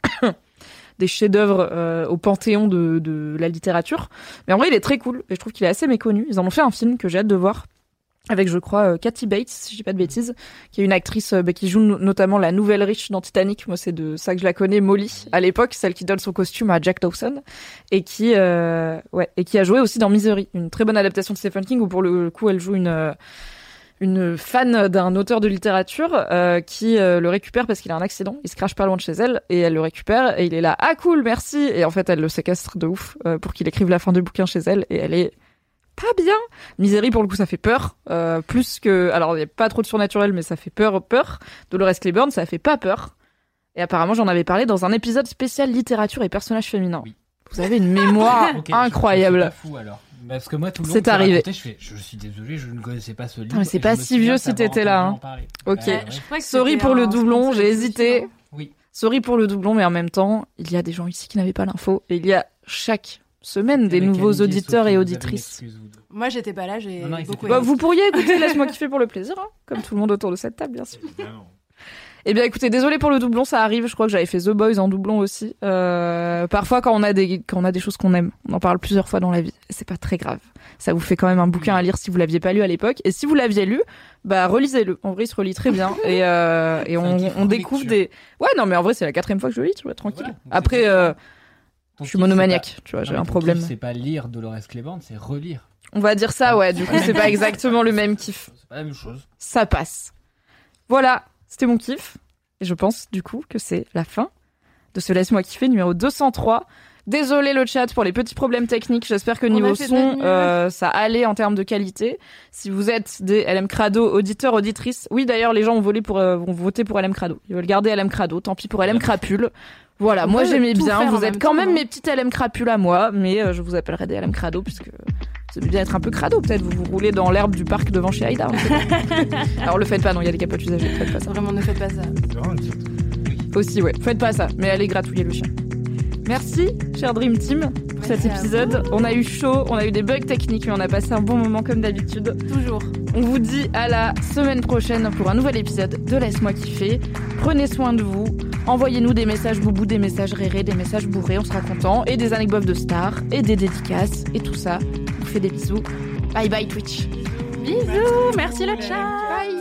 S2: des chefs-d'œuvre euh, au panthéon de, de la littérature. Mais en vrai, il est très cool et je trouve qu'il est assez méconnu. Ils en ont fait un film que j'ai hâte de voir. Avec, je crois, euh, Kathy Bates, si je dis pas de bêtises, qui est une actrice euh, bah, qui joue no- notamment la nouvelle riche dans Titanic. Moi, c'est de ça que je la connais, Molly, à l'époque, celle qui donne son costume à Jack Dawson, et qui, euh, ouais, et qui a joué aussi dans Misery, une très bonne adaptation de Stephen King où pour le coup, elle joue une euh, une fan d'un auteur de littérature euh, qui euh, le récupère parce qu'il a un accident. Il se crache pas loin de chez elle et elle le récupère et il est là, ah cool, merci. Et en fait, elle le séquestre de ouf euh, pour qu'il écrive la fin du bouquin chez elle et elle est pas bien. Misery, pour le coup, ça fait peur. Euh, plus que... Alors, il n'y a pas trop de surnaturel, mais ça fait peur, peur. Dolores Claiborne, ça fait pas peur. Et apparemment, j'en avais parlé dans un épisode spécial littérature et personnages féminins. Oui. Vous avez une mémoire okay, incroyable.
S6: Je, je suis pas fou, alors. Parce que moi, tout le long,
S2: c'est arrivé.
S6: Raconté, je, fais, je suis désolé, je ne connaissais pas ce livre.
S2: Non, mais c'est pas si vieux si t'étais là. Hein. Ok. Bah, ouais. Sorry pour le doublon, j'ai hésité.
S6: Oui.
S2: Sorry pour le doublon, mais en même temps, il y a des gens ici qui n'avaient pas l'info. Et il y a chaque semaine des nouveaux auditeurs et auditrices.
S3: Moi, j'étais pas là, j'ai non, non, beaucoup
S2: bah, vous pourriez écouter Laisse-moi kiffer pour le plaisir, hein, comme tout le monde autour de cette table, bien sûr. Eh bien, écoutez, désolé pour le doublon, ça arrive. Je crois que j'avais fait The Boys en doublon aussi. Euh, parfois, quand on a des quand on a des choses qu'on aime, on en parle plusieurs fois dans la vie. C'est pas très grave. Ça vous fait quand même un bouquin à lire si vous l'aviez pas lu à l'époque. Et si vous l'aviez lu, bah relisez-le. En vrai, il se relit très bien. Et euh, et on, on découvre des. Ouais, non, mais en vrai, c'est la quatrième fois que je le lis. Tu vois, tranquille. Voilà, après. Euh, Je suis monomaniaque, pas... tu vois, non, j'ai un problème.
S6: Kiff, c'est pas lire Dolores Claiborne, c'est relire.
S2: On va dire ça, ouais. Du coup, c'est pas exactement le même kiff.
S6: C'est pas la même chose.
S2: Ça passe. Voilà, c'était mon kiff. Et je pense, du coup, que c'est la fin de ce Laisse-moi kiffer numéro deux cent trois. Désolé le chat pour les petits problèmes techniques. J'espère que niveau son, euh, ça allait en termes de qualité. Si vous êtes des L M Crado auditeurs, auditrices, oui d'ailleurs les gens ont, volé pour, euh, vont voter pour L M Crado. Ils veulent garder L M Crado. Tant pis pour L M Crapule. Voilà, moi j'aimais bien. Vous êtes quand même, même mes petites L M Crapule à moi, mais euh, je vous appellerai des L M Crado puisque vous aimez bien être un peu crado peut-être. Vous vous roulez dans l'herbe du parc devant chez Aïda. Alors le faites pas, non, il y a des capotes usagées. Faites pas ça.
S3: Vraiment, ne faites pas ça.
S2: Aussi, ouais. Faites pas ça, mais allez gratouiller le chien. Merci, cher Dream Team, pour cet épisode. On a eu chaud, on a eu des bugs techniques, mais on a passé un bon moment comme d'habitude.
S3: Toujours.
S2: On vous dit à la semaine prochaine pour un nouvel épisode de Laisse-moi kiffer. Prenez soin de vous. Envoyez-nous des messages boubou, des messages rérés, des messages bourrés, on sera content. Et des anecdotes de stars, et des dédicaces, et tout ça. On vous fait des bisous. Bye bye Twitch.
S3: Bisous, merci le chat.
S2: Bye.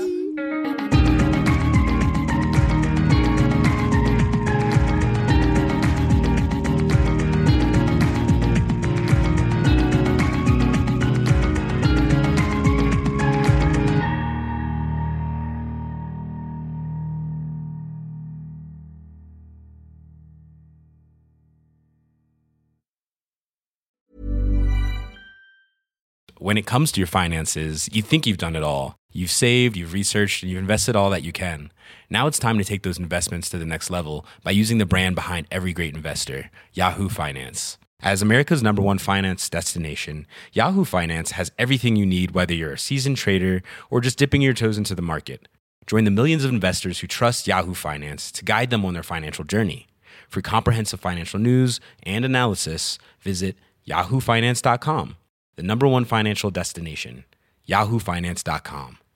S1: When it comes to your finances, you think you've done it all. You've saved, you've researched, and you've invested all that you can. Now it's time to take those investments to the next level by using the brand behind every great investor, Yahoo Finance. As America's number one finance destination, Yahoo Finance has everything you need, whether you're a seasoned trader or just dipping your toes into the market. Join the millions of investors who trust Yahoo Finance to guide them on their financial journey. For comprehensive financial news and analysis, visit yahoo finance dot com. The number one financial destination, yahoo finance dot com.